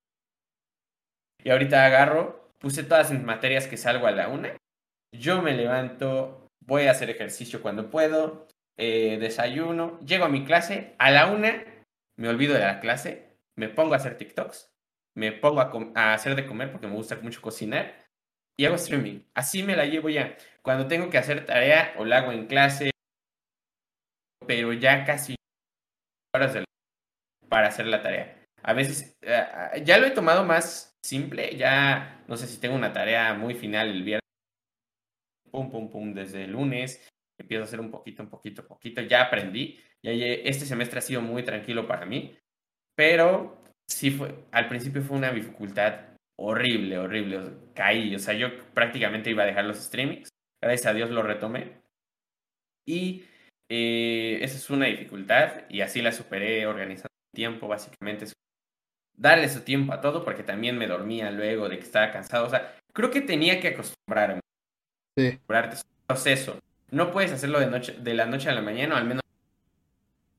Y ahorita puse todas mis materias que salgo a la 1. Yo me levanto, voy a hacer ejercicio cuando puedo, desayuno, llego a mi clase, a la 1 me olvido de la clase, me pongo a hacer TikToks, me pongo a hacer de comer porque me gusta mucho cocinar y hago streaming. Así me la llevo ya. Cuando tengo que hacer tarea o la hago en clase, pero ya casi horas para hacer la tarea. A veces ya lo he tomado más simple, ya no sé si tengo una tarea muy final el viernes. Pum, desde el lunes, empiezo a hacer un poquito, ya aprendí, este semestre ha sido muy tranquilo para mí, pero sí al principio fue una dificultad horrible, caí, o sea, yo prácticamente iba a dejar los streamings, gracias a Dios lo retomé, y esa es una dificultad, y así la superé organizando el tiempo, básicamente, darle su tiempo a todo, porque también me dormía luego de que estaba cansado, o sea, creo que tenía que acostumbrarme Sí. es un proceso. No puedes hacerlo de la noche a la mañana, o al menos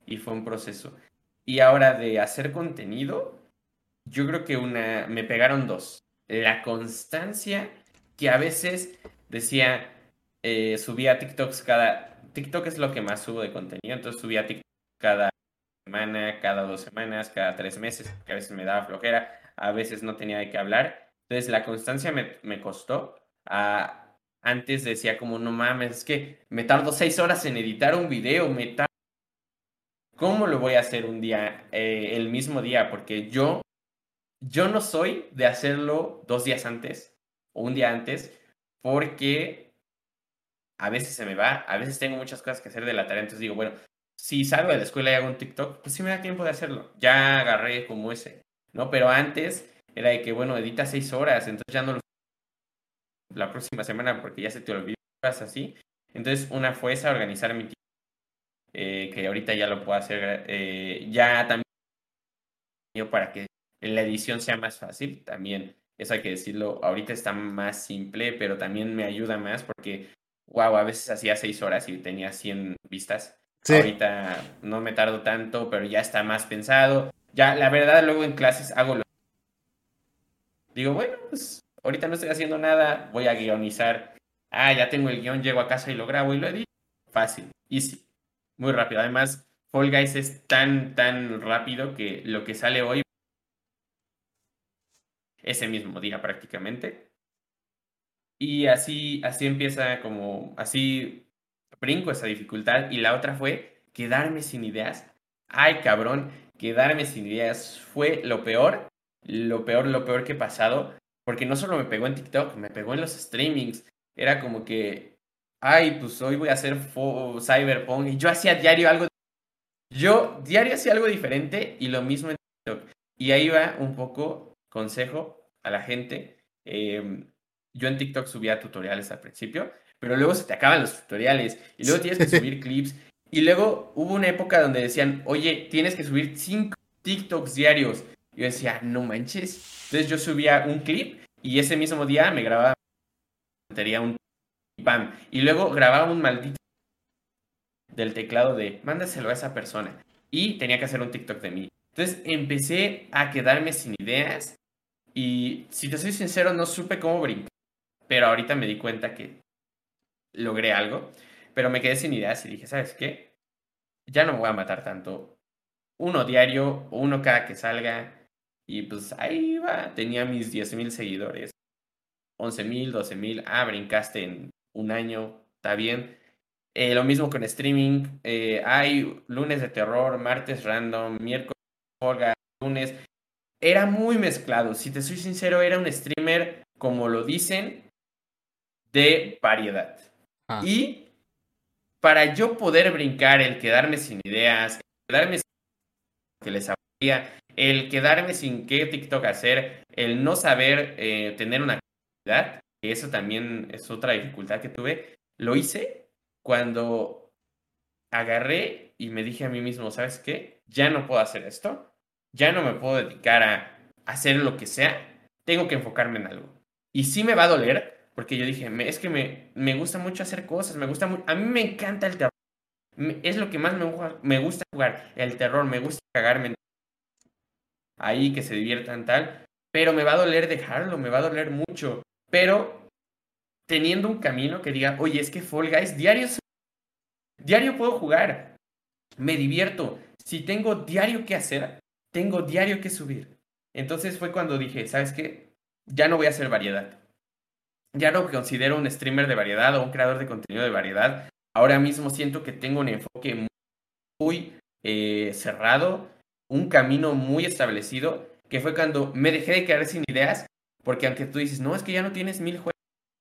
y fue un proceso. Y ahora de hacer contenido, yo creo que me pegaron dos. La constancia, que a veces decía, subía TikTok es lo que más subo de contenido, entonces subía TikTok cada semana, cada 2 semanas, cada 3 meses, que a veces me daba flojera, a veces no tenía de qué hablar. Entonces la constancia me costó. Antes decía como, no mames, es que me tardo 6 horas en editar un video, ¿cómo lo voy a hacer un día, el mismo día? Porque yo no soy de hacerlo 2 días antes o un día antes, porque a veces se me va, a veces tengo muchas cosas que hacer de la tarea, entonces digo, bueno, si salgo de la escuela y hago un TikTok, pues sí me da tiempo de hacerlo. Ya agarré como ese, ¿no? Pero antes era de que, bueno, edita 6 horas, entonces ya no lo la próxima semana porque ya se te olvidó, cosas así. Entonces, una fue esa, organizar mi tiempo, que ahorita ya lo puedo hacer, ya también para que la edición sea más fácil, también, eso hay que decirlo, ahorita está más simple, pero también me ayuda más porque, wow, a veces hacía 6 horas y tenía 100 vistas. Sí, Ahorita no me tardo tanto, pero ya está más pensado. Ya, la verdad, luego en clases digo, bueno, pues ahorita no estoy haciendo nada, voy a guionizar. Ah, ya tengo el guión, llego a casa y lo grabo y lo edito. Fácil, easy, muy rápido. Además, Fall Guys es tan, tan rápido que lo que sale hoy ese mismo día prácticamente. Y así empieza como, así brinco esa dificultad. Y la otra fue quedarme sin ideas. Ay, cabrón, quedarme sin ideas fue lo peor que he pasado. Porque no solo me pegó en TikTok, me pegó en los streamings. Era como que, ay, pues hoy voy a hacer Cyberpunk. Y yo diario hacía algo diferente y lo mismo en TikTok. Y ahí va un poco consejo a la gente. Yo en TikTok subía tutoriales al principio, pero luego se te acaban los tutoriales y luego tienes que subir clips. Y luego hubo una época donde decían, oye, tienes que subir 5 TikToks diarios. Y yo decía, no manches. Entonces yo subía un clip y ese mismo día me grababa, metería un pam. Y luego grababa un maldito del teclado de mándaselo a esa persona. Y tenía que hacer un TikTok de mí. Entonces empecé a quedarme sin ideas y si te soy sincero no supe cómo brincar, pero ahorita me di cuenta que logré algo, pero me quedé sin ideas y dije, ¿sabes qué? Ya no me voy a matar tanto. Uno diario, uno cada que salga. Y pues ahí va, tenía mis 10,000 seguidores, 11,000, 12,000. Ah, brincaste en un año, está bien. Lo mismo con streaming. Hay lunes de terror, martes random, miércoles Olga, lunes. Era muy mezclado. Si te soy sincero, era un streamer, como lo dicen, de variedad. ah, Y para yo poder brincar, el quedarme sin ideas, el quedarme sin que les aburría, el quedarme sin qué TikTok hacer, el no saber tener una actividad, que eso también es otra dificultad que tuve, lo hice cuando agarré y me dije a mí mismo, ¿sabes qué? Ya no puedo hacer esto, ya no me puedo dedicar a hacer lo que sea, tengo que enfocarme en algo. Y sí me va a doler, porque yo dije, es que me gusta mucho hacer cosas, a mí me encanta el terror, es lo que más me gusta jugar, el terror, me gusta cagarme ahí, que se diviertan tal, pero me va a doler dejarlo, me va a doler mucho, pero teniendo un camino que diga, oye, es que Fall Guys diario puedo jugar, me divierto. Si tengo diario que hacer, tengo diario que subir. Entonces fue cuando dije, ¿sabes qué? Ya no voy a hacer variedad. Ya no me considero un streamer de variedad o un creador de contenido de variedad. Ahora mismo siento que tengo un enfoque muy cerrado, un camino muy establecido, que fue cuando me dejé de quedar sin ideas, porque aunque tú dices, no, es que ya no tienes 1,000 juegos,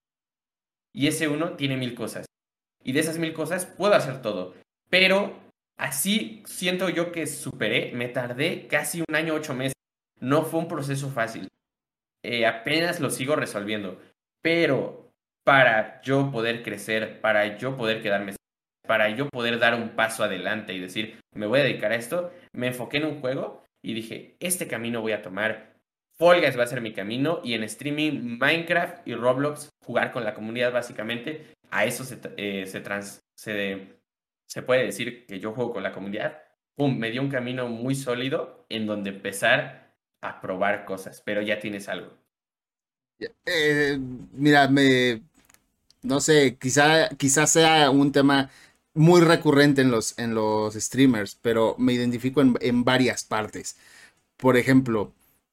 y ese uno tiene 1,000 cosas y de esas 1,000 cosas puedo hacer todo. Pero así siento yo que superé, me tardé casi un año, 8 meses. No fue un proceso fácil. Apenas lo sigo resolviendo. Pero para yo poder crecer, para yo poder quedarme, para yo poder dar un paso adelante y decir, me voy a dedicar a esto, me enfoqué en un juego y dije, este camino voy a tomar. Fall Guys va a ser mi camino y en streaming Minecraft y Roblox jugar con la comunidad básicamente. A eso se puede decir que yo juego con la comunidad. pum, me dio un camino muy sólido en donde empezar a probar cosas, pero ya tienes algo. Eh, mira, no sé, quizá sea un tema muy recurrente en los streamers, pero me identifico en varias partes. Por ejemplo,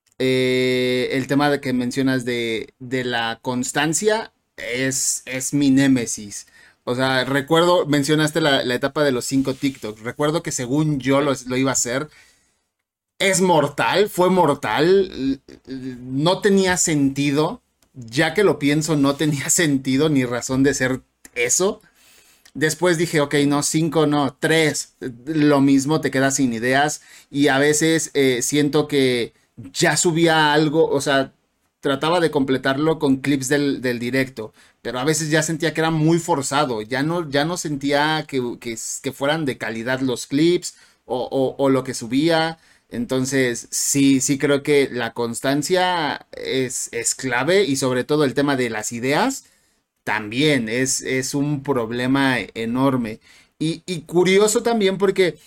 el tema de que mencionas de la constancia es mi némesis. O sea, recuerdo, mencionaste la etapa de los 5 TikToks. Recuerdo que según yo Sí, lo iba a hacer, es mortal, fue mortal, no tenía sentido, ya que lo pienso, no tenía sentido ni razón de ser eso. Después dije, ok, no, 5 no, 3 lo mismo, te quedas sin ideas y a veces siento que ya subía algo, o sea, trataba de completarlo con clips del directo, pero a veces ya sentía que era muy forzado, ya no sentía que fueran de calidad los clips o lo que subía. Entonces, sí creo que la constancia es clave y sobre todo el tema de las ideas también es un problema enorme. Y curioso también porque,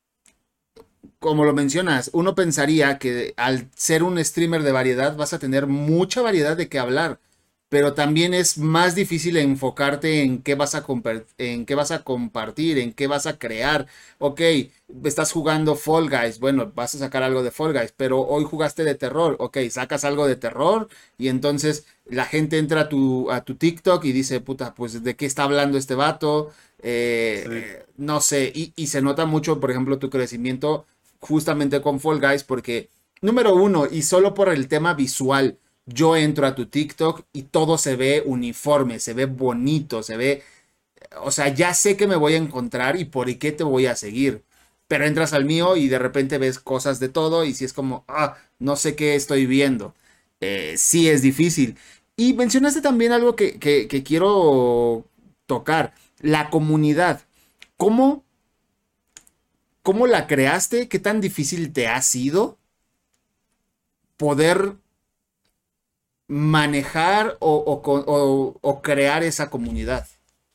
como lo mencionas, uno pensaría que al ser un streamer de variedad vas a tener mucha variedad de qué hablar, pero también es más difícil enfocarte en qué vas a en qué vas a compartir, en qué vas a crear. Ok, estás jugando Fall Guys, bueno, vas a sacar algo de Fall Guys, pero hoy jugaste de terror, ok, sacas algo de terror y entonces la gente entra a tu TikTok y dice, puta, pues de qué está hablando este vato. sí. No sé, y se nota mucho, por ejemplo, tu crecimiento justamente con Fall Guys porque, número uno, y solo por el tema visual, yo entro a tu TikTok y todo se ve uniforme, se ve bonito, se ve, o sea, ya sé que me voy a encontrar y por qué te voy a seguir. Pero entras al mío y de repente ves cosas de todo y si es como, no sé qué estoy viendo. Sí es difícil. Y mencionaste también algo que quiero tocar, la comunidad. ¿Cómo, ¿Cómo la creaste? ¿Qué tan difícil te ha sido poder manejar o crear esa comunidad?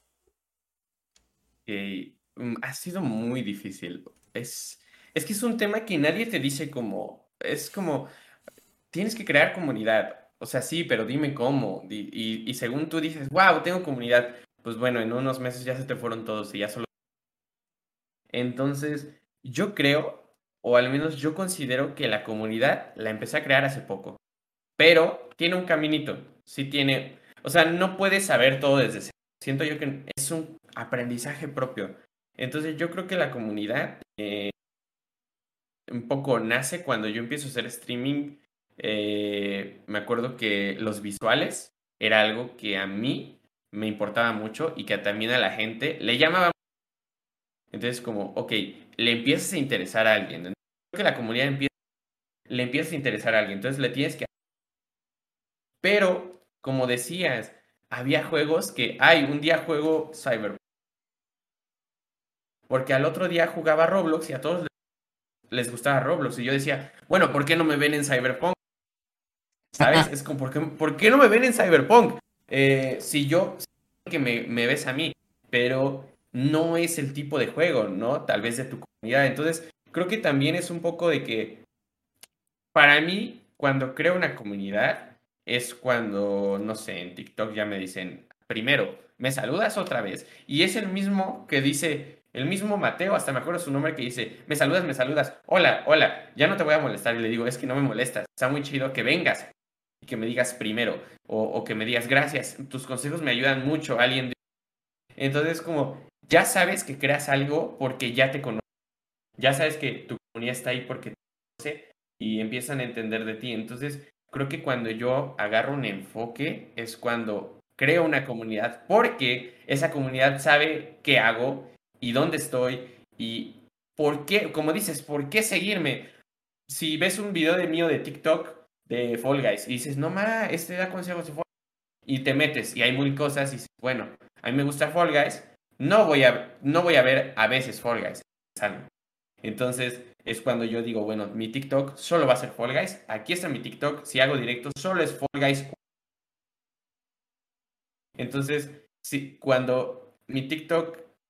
Ha sido muy difícil. Es que es un tema que nadie te dice como, es como, tienes que crear comunidad. O sea, sí, pero dime cómo. Y según tú dices, wow, tengo comunidad. Pues bueno, en unos meses ya se te fueron todos y ya solo. Entonces, yo creo, o al menos yo considero que la comunidad la empecé a crear hace poco. Pero tiene un caminito. Sí tiene. O sea, no puedes saber todo desde cero. Siento yo que es un aprendizaje propio. Entonces, yo creo que la comunidad un poco nace cuando yo empiezo a hacer streaming. Me acuerdo que los visuales era algo que a mí me importaba mucho y que también a la gente le llamaba. Entonces, como, ok, le empiezas a interesar a alguien. Creo que la comunidad le empieza a interesar a alguien. Entonces, le tienes que. Pero, como decías, había juegos que, ay, un día juego Cyberpunk. Porque al otro día jugaba Roblox y a todos les gustaba Roblox. Y yo decía, bueno, ¿por qué no me ven en Cyberpunk? ¿Sabes? Es como, ¿por qué no me ven en Cyberpunk? Si yo, sé que me ves a mí, pero no es el tipo de juego, ¿no? Tal vez de tu comunidad. Entonces, creo que también es un poco de que, para mí, cuando creo una comunidad, es cuando, no sé, en TikTok ya me dicen, primero, ¿me saludas otra vez? Y es el mismo que dice, el mismo Mateo, hasta me acuerdo su nombre, que dice, me saludas, hola, hola, ya no te voy a molestar. Y le digo, es que no me molestas, está muy chido que vengas y que me digas primero, o que me digas gracias, tus consejos me ayudan mucho, alguien. Entonces, como, ya sabes que creas algo porque ya te conoces, ya sabes que tu comunidad está ahí porque te conoce y empiezan a entender de ti. Entonces, creo que cuando yo agarro un enfoque es cuando creo una comunidad, porque esa comunidad sabe qué hago y dónde estoy y por qué, como dices, ¿por qué seguirme? Si ves un video de mío de TikTok de Fall Guys y dices, no, ma, este da consejos de Fall Guys, y te metes y hay mil cosas y dices, bueno, a mí me gusta Fall Guys, no voy a ver a veces Fall Guys. Entonces es cuando yo digo, bueno, mi TikTok solo va a ser Fall Guys. Aquí está mi TikTok. Si hago directo, solo es Fall Guys. Entonces, sí, cuando mi TikTok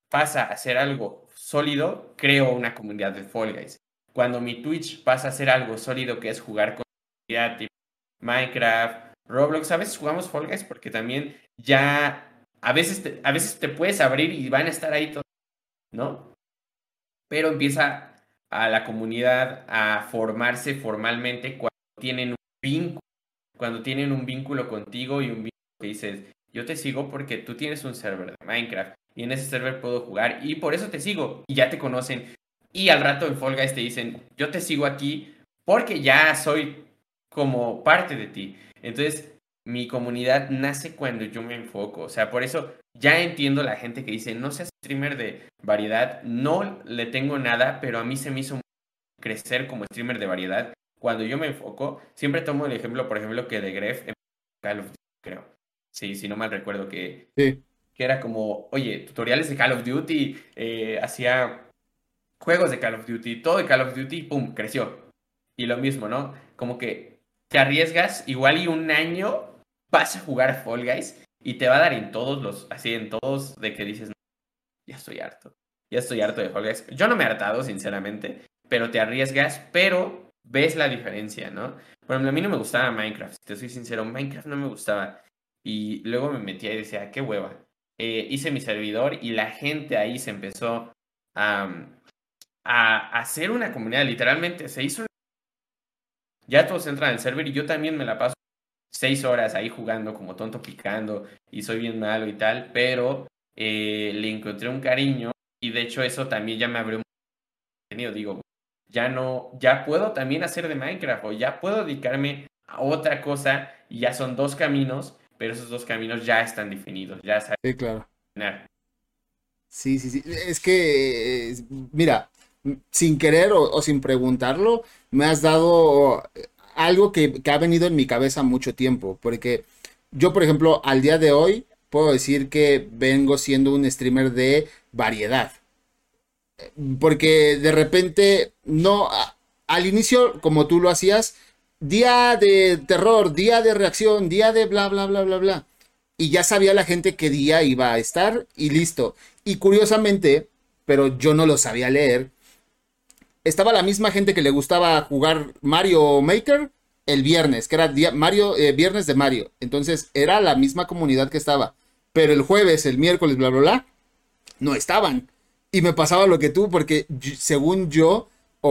pasa a ser algo sólido, creo una comunidad de Fall Guys. Cuando mi Twitch pasa a ser algo sólido, que es jugar con comunidad tipo Minecraft, Roblox, a veces jugamos Fall Guys porque también ya a veces te puedes abrir y van a estar ahí todos, ¿no? Pero empieza a la comunidad a formarse formalmente tienen un vínculo, cuando tienen un vínculo contigo y un vínculo que dices, yo te sigo porque tú tienes un server de Minecraft y en ese server puedo jugar y por eso te sigo y ya te conocen y al rato en Fall Guys te dicen, yo te sigo aquí porque ya soy como parte de ti. Entonces, mi comunidad nace cuando yo me enfoco, o sea, por eso ya entiendo la gente que dice, no seas streamer de variedad, no le tengo nada, pero a mí se me hizo crecer como streamer de variedad. Cuando yo me enfoco, siempre tomo el ejemplo, por ejemplo, que de Gref en Call of Duty, creo. Sí, si no mal recuerdo, Sí, que era como, oye, tutoriales de Call of Duty, hacía juegos de Call of Duty, todo de Call of Duty, pum, creció. Y lo mismo, ¿no? Como que te arriesgas, igual y un año vas a jugar Fall Guys y te va a dar en todos así en todos, de que dices, ya estoy harto. Ya estoy harto de Fall Guys. Yo no me he hartado, sinceramente, pero te arriesgas, pero ves la diferencia, ¿no? Por ejemplo, a mí no me gustaba Minecraft, si te soy sincero, Minecraft no me gustaba. Y luego me metía y decía, qué hueva. Hice mi servidor y la gente ahí se empezó a, a hacer una comunidad, literalmente se hizo. Ya todos entran al server y yo también me la paso 6 horas ahí jugando como tonto picando y soy bien malo y tal, pero le encontré un cariño y de hecho eso también ya me abrió un contenido, digo, ya no, ya puedo también hacer de Minecraft o ya puedo dedicarme a otra cosa y ya son dos caminos, pero esos dos caminos ya están definidos, ya sabes. sí, claro. Sí, sí, sí. Es que, mira, sin querer o sin preguntarlo, me has dado algo que ha venido en mi cabeza mucho tiempo. Porque yo, por ejemplo, al día de hoy, puedo decir que vengo siendo un streamer de variedad. Porque de repente, no, al inicio, como tú lo hacías, día de terror, día de reacción, día de bla, bla, bla, bla, bla. Y ya sabía la gente qué día iba a estar y listo. Y curiosamente, pero yo no lo sabía leer, estaba la misma gente que le gustaba jugar Mario Maker el viernes, que era día, Mario, viernes de Mario. Entonces era la misma comunidad que estaba. Pero el jueves, el miércoles, bla, bla, bla, no estaban. Y me pasaba lo que tú, porque según yo,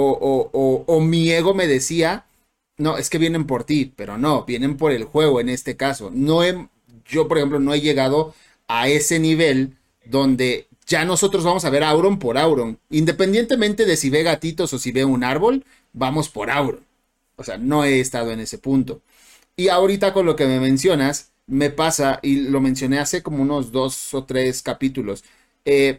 o mi ego me decía, no, es que vienen por ti, pero no, vienen por el juego en este caso. Yo, por ejemplo, no he llegado a ese nivel donde ya nosotros vamos a ver Auron por Auron. Independientemente de si ve gatitos o si ve un árbol, vamos por Auron. O sea, no he estado en ese punto. Y ahorita con lo que me mencionas, me pasa, y lo mencioné hace como unos 2 o 3 capítulos, eh,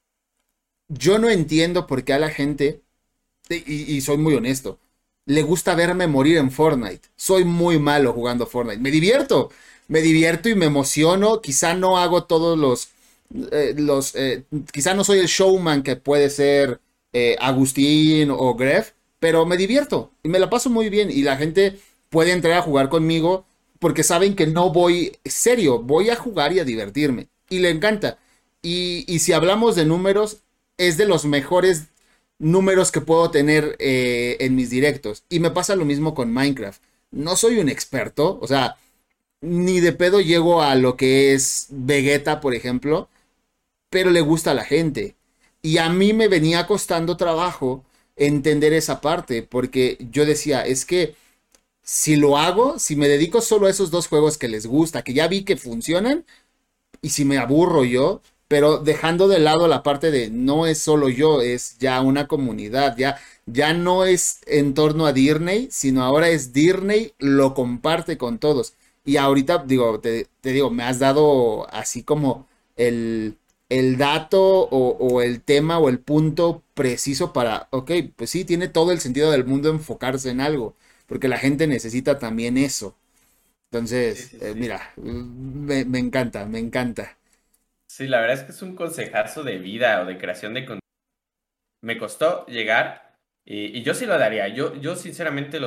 yo no entiendo por qué a la gente, y soy muy honesto, le gusta verme morir en Fortnite. Soy muy malo jugando Fortnite. Me divierto y me emociono. Quizá no hago todos quizá no soy el showman que puede ser Agustín o Gref, pero me divierto y me la paso muy bien. Y la gente puede entrar a jugar conmigo porque saben que no voy serio, voy a jugar y a divertirme. Y le encanta. Y si hablamos de números, es de los mejores números que puedo tener en mis directos. Y me pasa lo mismo con Minecraft. No soy un experto, o sea, ni de pedo llego a lo que es Vegeta, por ejemplo, pero le gusta a la gente. Y a mí me venía costando trabajo entender esa parte, porque yo decía, es que si lo hago, si me dedico solo a esos dos juegos que les gusta, que ya vi que funcionan, y si me aburro yo, pero dejando de lado la parte de no es solo yo, es ya una comunidad, ya no es en torno a Disney, sino ahora es Disney, lo comparte con todos. Y ahorita, digo, te digo, me has dado así como el, el dato o el tema o el punto preciso para, ok, pues sí, tiene todo el sentido del mundo enfocarse en algo, porque la gente necesita también eso. Sí, Entonces, sí, sí. mira, me encanta, me encanta. Sí, la verdad es que es un consejazo de vida o de creación de contenido. Me costó llegar y yo sí lo daría. Yo sinceramente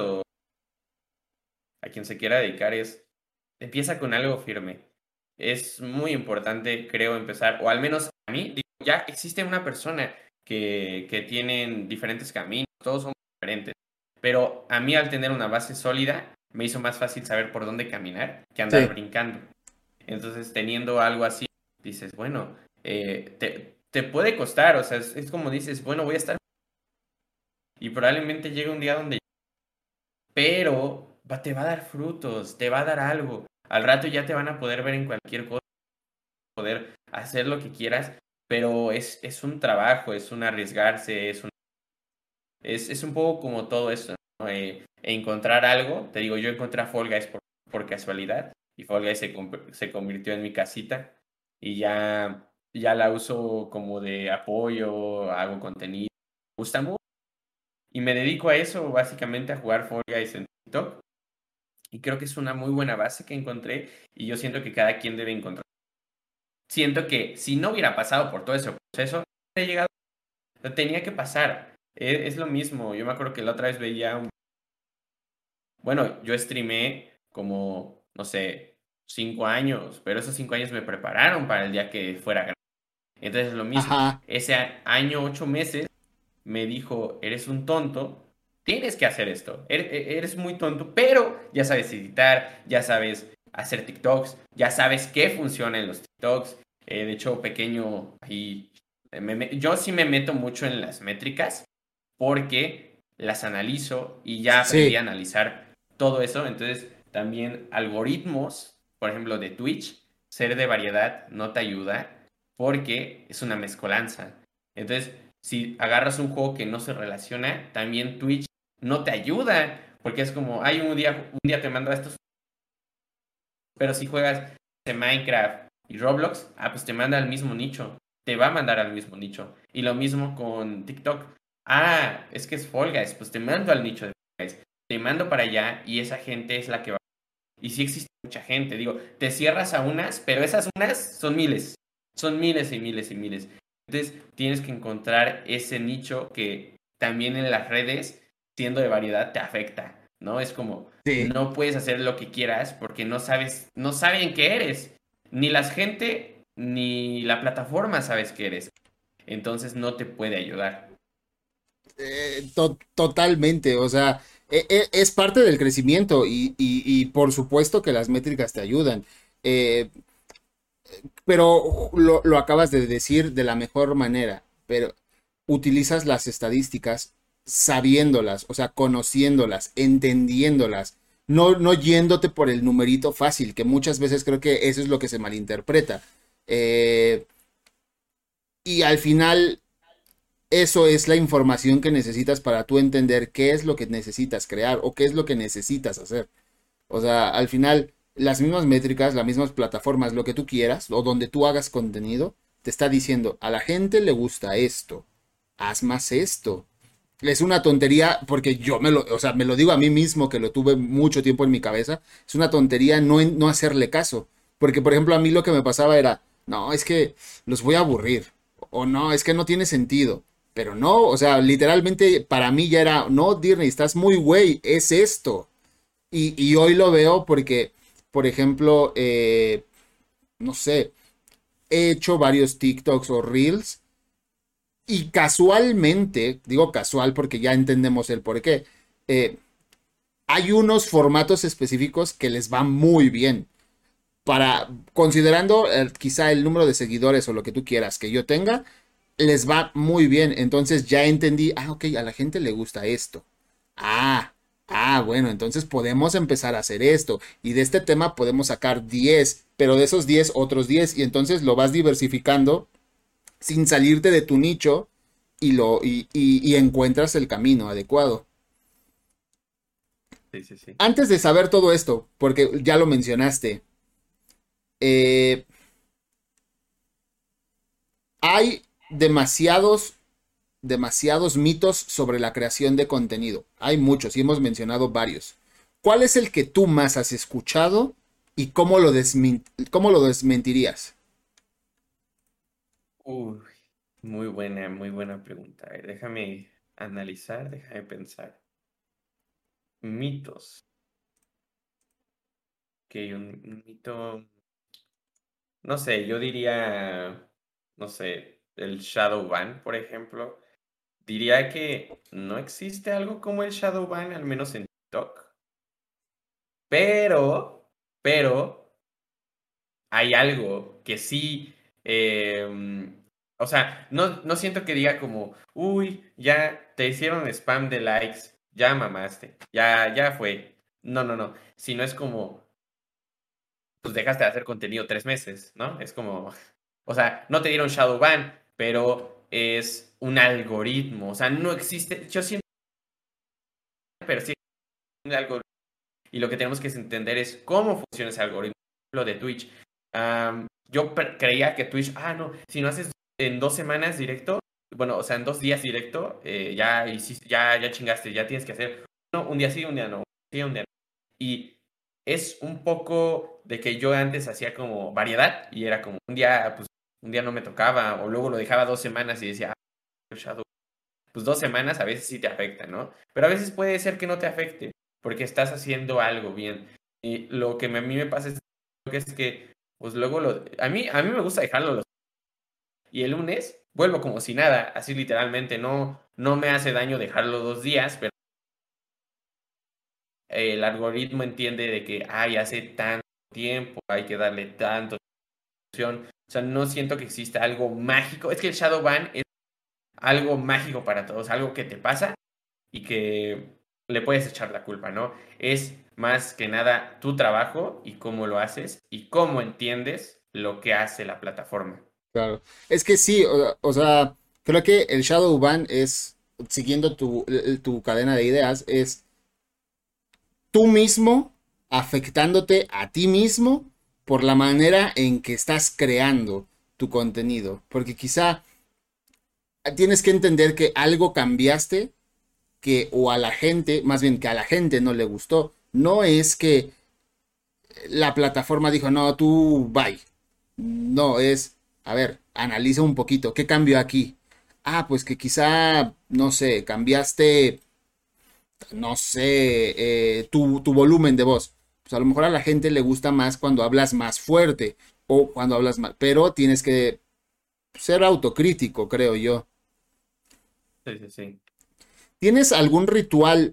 a quien se quiera dedicar empieza con algo firme. Es muy importante, creo, empezar, o al menos a mí, ya existe una persona que tienen diferentes caminos, todos son diferentes, pero a mí al tener una base sólida me hizo más fácil saber por dónde caminar que andar Sí, brincando. Entonces, teniendo algo así, dices, bueno, te puede costar, o sea, es como dices, bueno, voy a estar y probablemente llegue un día donde, pero te va a dar frutos, te va a dar algo. Al rato ya te van a poder ver en cualquier cosa, poder hacer lo que quieras, pero es un trabajo, es un arriesgarse, es un poco como todo esto, ¿no? Encontrar algo, te digo, yo encontré a Fall Guys por casualidad y Fall Guys se convirtió en mi casita y ya la uso como de apoyo, hago contenido, me gusta mucho y me dedico a eso, básicamente a jugar Fall Guys en TikTok y creo que es una muy buena base que encontré y yo siento que cada quien debe encontrar. Siento que si no hubiera pasado por todo ese proceso, no hubiera llegado, tenía que pasar. Es lo mismo, yo me acuerdo que la otra vez veía bueno, yo streamé como, no sé, 5 años, pero esos 5 años me prepararon para el día que fuera grande. Entonces, lo mismo, ajá, ese año, 8 meses, me dijo, eres un tonto, tienes que hacer esto, eres muy tonto, pero ya sabes editar, ya sabes hacer TikToks, ya sabes qué funciona en los TikToks. De hecho, pequeño, ahí, yo sí me meto mucho en las métricas porque las analizo y ya aprendí a sí. analizar todo eso. Entonces, también algoritmos, por ejemplo, de Twitch, ser de variedad no te ayuda porque es una mezcolanza. Entonces, si agarras un juego que no se relaciona, también Twitch no te ayuda, porque es como, hay un día te manda estos, pero si juegas de Minecraft y Roblox, pues te manda al mismo nicho, te va a mandar al mismo nicho. Y lo mismo con TikTok. Es que es Fall Guys, pues te mando al nicho de Fall Guys, te mando para allá y esa gente es la que va. Y sí existe mucha gente, digo, te cierras a unas, pero esas unas son miles y miles y miles. Entonces tienes que encontrar ese nicho que también en las redes, siendo de variedad, te afecta, ¿no? Es como, Sí. no puedes hacer lo que quieras porque no sabes, no saben qué eres. Ni la gente, ni la plataforma sabes qué eres. Entonces no te puede ayudar. Totalmente, o sea, es parte del crecimiento y por supuesto que las métricas te ayudan, eh, pero lo acabas de decir de la mejor manera, pero utilizas las estadísticas sabiéndolas, o sea, conociéndolas, entendiéndolas, no yéndote por el numerito fácil, que muchas veces creo que eso es lo que se malinterpreta. Eh, y al final eso es la información que necesitas para tú entender qué es lo que necesitas crear o qué es lo que necesitas hacer. O sea, al final, las mismas métricas, las mismas plataformas, lo que tú quieras o donde tú hagas contenido, te está diciendo, a la gente le gusta esto, haz más esto. Es una tontería porque o sea, me lo digo a mí mismo que lo tuve mucho tiempo en mi cabeza. Es una tontería no hacerle caso. Porque, por ejemplo, a mí lo que me pasaba era, no, es que los voy a aburrir. O no, es que no tiene sentido. Pero no, o sea, literalmente para mí ya era, no, Disney, estás muy güey, es esto. Y hoy lo veo porque, por ejemplo, no sé, he hecho varios TikToks o Reels y casualmente, digo casual porque ya entendemos el por qué, eh, hay unos formatos específicos que les va muy bien. Considerando quizá el número de seguidores o lo que tú quieras que yo tenga, les va muy bien. Entonces ya entendí, ok, a la gente le gusta esto. Ah, bueno, entonces podemos empezar a hacer esto. Y de este tema podemos sacar 10, pero de esos 10 otros 10. Y entonces lo vas diversificando sin salirte de tu nicho y encuentras el camino adecuado. Sí, sí, sí. Antes de saber todo esto, porque ya lo mencionaste, eh, hay demasiados mitos sobre la creación de contenido. Hay muchos y hemos mencionado varios. ¿Cuál es el que tú más has escuchado y cómo lo desmentirías? Uy, muy buena pregunta. A ver, déjame analizar, déjame pensar. Mitos. Que un mito, no sé, yo diría, no sé, el shadow ban, por ejemplo, diría que no existe algo como el shadow ban, al menos en TikTok, pero, pero hay algo que sí, o sea, no siento que diga como, uy, ya te hicieron spam de likes, ya mamaste, ya fue. No, no, no, sino es como, pues dejaste de hacer contenido 3 meses, ¿no? Es como, o sea, no te dieron shadow ban, pero es un algoritmo, o sea, no existe, yo siento, pero sí un algoritmo. Y lo que tenemos que entender es cómo funciona ese algoritmo. Lo de Twitch. Yo creía que Twitch, no, si no haces en 2 semanas directo, bueno, o sea, en 2 días directo, ya, ya chingaste, ya tienes que hacer un día sí, un día no, un día, un día no. Y es un poco de que yo antes hacía como variedad y era como un día, pues, un día no me tocaba, o luego lo dejaba 2 semanas y decía, Shadow, pues 2 semanas a veces sí te afecta, ¿no? Pero a veces puede ser que no te afecte, porque estás haciendo algo bien. Y lo que a mí me pasa es que, pues luego a mí me gusta dejarlo y el lunes vuelvo como si nada, así literalmente, no me hace daño dejarlo 2 días, pero el algoritmo entiende de que, hace tanto tiempo, hay que darle tanto atención. O sea, no siento que exista algo mágico. Es que el shadow ban es algo mágico para todos, algo que te pasa y que le puedes echar la culpa, ¿no? Es más que nada tu trabajo y cómo lo haces y cómo entiendes lo que hace la plataforma. Claro. Es que sí, o sea, creo que el shadow ban es, siguiendo tu cadena de ideas, es tú mismo afectándote a ti mismo por la manera en que estás creando tu contenido. Porque quizá tienes que entender que algo cambiaste que o a la gente, más bien que a la gente no le gustó. No es que la plataforma dijo, no, tú bye. No, es, a ver, analiza un poquito, ¿qué cambió aquí? Ah, pues que quizá, no sé, cambiaste, no sé, tu volumen de voz. Pues a lo mejor a la gente le gusta más cuando hablas más fuerte o cuando hablas más, pero tienes que ser autocrítico, creo yo. Sí, sí, sí. ¿Tienes algún ritual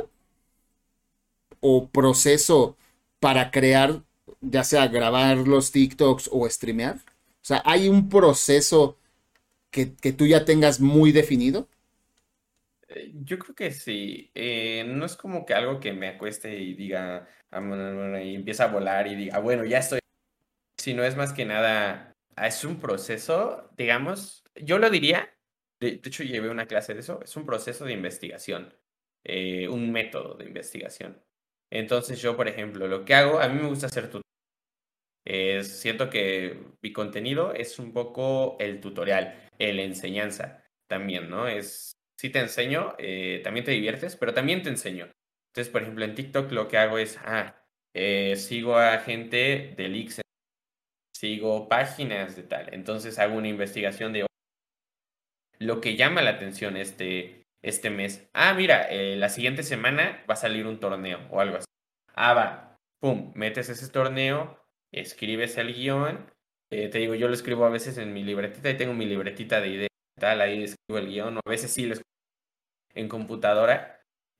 o proceso para crear, ya sea grabar los TikToks o streamear? O sea, ¿hay un proceso que tú ya tengas muy definido? Yo creo que sí. No es como que algo que me acueste y diga, bueno, y empieza a volar y diga, bueno, ya estoy. Sino es más que nada, es un proceso, digamos, yo lo diría, de hecho llevé una clase de eso, es un proceso de investigación, un método de investigación. Entonces yo, por ejemplo, lo que hago, a mí me gusta hacer tutoriales. Siento que mi contenido es un poco el tutorial, el enseñanza también, ¿no? Si te enseño, también te diviertes, pero también te enseño. Entonces, por ejemplo, en TikTok lo que hago es, sigo a gente de leaks, sigo páginas de tal. Entonces hago una investigación de lo que llama la atención este mes. Mira, la siguiente semana va a salir un torneo o algo así. Va. Pum, metes ese torneo, escribes el guión. Te digo, yo lo escribo a veces en mi libretita y tengo mi libretita de ideas y tal, ahí escribo el guión, o a veces sí lo escribo en computadora.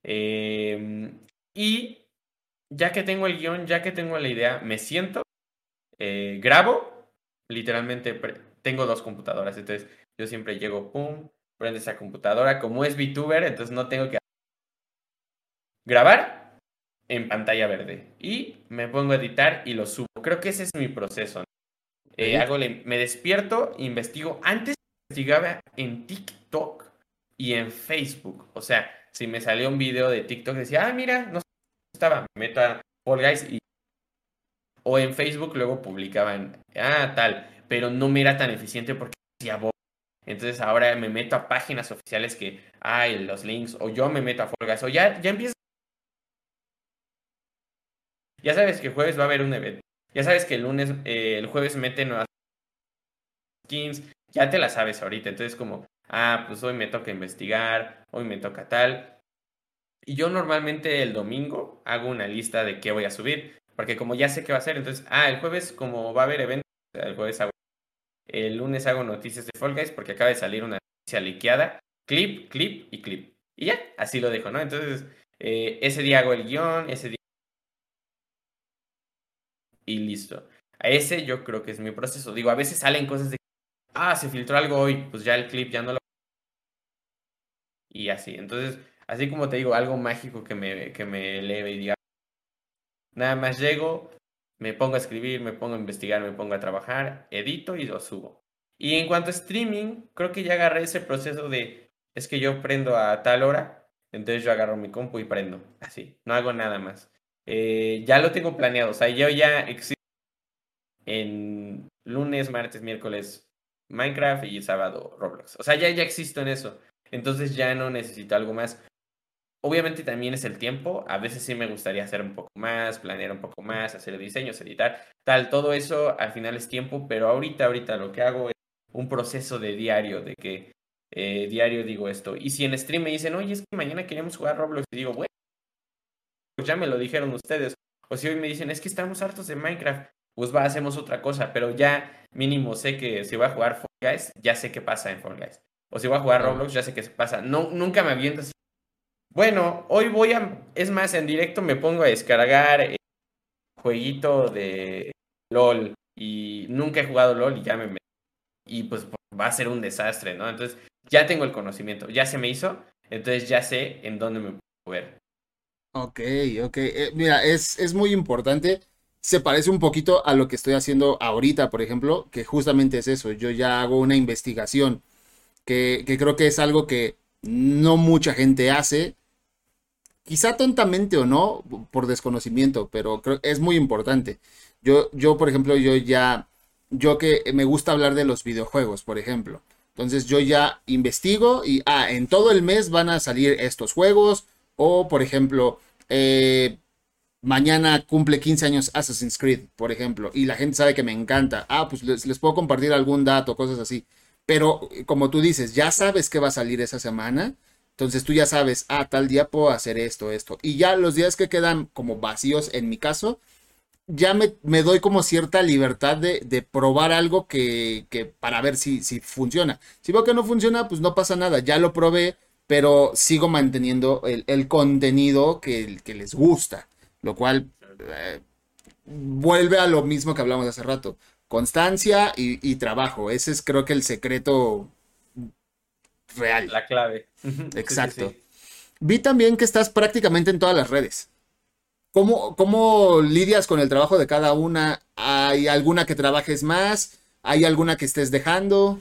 Y ya que tengo el guión, ya que tengo la idea, me siento, grabo, literalmente tengo 2 computadoras, entonces yo siempre llego, pum, prendo esa computadora, como es VTuber, entonces no tengo que grabar en pantalla verde y me pongo a editar y lo subo. Creo que ese es mi proceso, ¿no? Ok. Me despierto, investigo, antes investigaba en TikTok y en Facebook, o sea, si me salió un video de TikTok decía, mira, no estaba, me meto a Fall Guys o en Facebook luego publicaban, tal, pero no me era tan eficiente porque hacía bot. Entonces ahora me meto a páginas oficiales que hay los links, o yo me meto a Folgas, o ya empieza. Ya sabes que el jueves va a haber un evento. Ya sabes que el jueves mete nuevas skins. Ya te la sabes ahorita. Entonces, como, pues hoy me toca investigar, hoy me toca tal. Y yo normalmente el domingo hago una lista de qué voy a subir. Porque como ya sé qué va a ser, entonces, el jueves, como va a haber eventos, el jueves hago. el lunes hago noticias de Fall Guys porque acaba de salir una noticia liqueada, clip, clip y clip. Y ya, así lo dejo, ¿no? Entonces, ese día hago el guión, ese día y listo. A ese yo creo que es mi proceso. Digo, a veces salen cosas de, se filtró algo hoy, pues ya el clip ya no lo... Y así. Entonces, así como te digo, algo mágico que me eleve y diga, nada más llego, me pongo a escribir, me pongo a investigar, me pongo a trabajar, edito y lo subo. Y en cuanto a streaming, creo que ya agarré ese proceso de, es que yo prendo a tal hora, entonces yo agarro mi compu y prendo, así, no hago nada más. Ya lo tengo planeado, o sea, yo ya existo en lunes, martes, miércoles Minecraft y sábado Roblox. O sea, ya existo en eso. Entonces ya no necesito algo más. Obviamente también es el tiempo. A veces sí me gustaría hacer un poco más, planear un poco más, hacer diseños, editar, tal. Todo eso al final es tiempo, pero ahorita lo que hago es un proceso de diario, de que diario digo esto. Y si en stream me dicen, oye, es que mañana queremos jugar Roblox, y digo, bueno, pues ya me lo dijeron ustedes. O si hoy me dicen, es que estamos hartos de Minecraft, pues va, hacemos otra cosa, pero ya mínimo sé que si voy a jugar Fall Guys, ya sé qué pasa en Fall Guys. O si voy a jugar Claro. Roblox, ya sé qué pasa. No, nunca me aviento así. Bueno, hoy voy a, es más, en directo me pongo a descargar el jueguito de LOL y nunca he jugado LOL y ya me metí. Y pues va a ser un desastre, ¿no? Entonces ya tengo el conocimiento, ya se me hizo, entonces ya sé en dónde me puedo mover. Ok, ok. Mira, es muy importante. Se parece un poquito a lo que estoy haciendo ahorita, por ejemplo, que justamente es eso. Yo ya hago una investigación que creo que es algo que no mucha gente hace, quizá tontamente o no, por desconocimiento, pero creo que es muy importante. Por ejemplo, yo que me gusta hablar de los videojuegos, por ejemplo. Entonces yo ya investigo y, en todo el mes van a salir estos juegos, o por ejemplo, mañana cumple 15 años Assassin's Creed, por ejemplo, y la gente sabe que me encanta. Pues les puedo compartir algún dato, cosas así. Pero como tú dices, ya sabes que va a salir esa semana. Entonces tú ya sabes, tal día puedo hacer esto, esto. Y ya los días que quedan como vacíos, en mi caso, ya me doy como cierta libertad de probar algo que para ver si funciona. Si veo que no funciona, pues no pasa nada, ya lo probé, pero sigo manteniendo el contenido que les gusta, lo cual vuelve a lo mismo que hablamos hace rato. Constancia y trabajo, ese es creo que el secreto real. La clave. Sí, sí, Exacto. sí. Vi también que estás prácticamente en todas las redes. ¿Cómo lidias con el trabajo de cada una? ¿Hay alguna que trabajes más? ¿Hay alguna que estés dejando?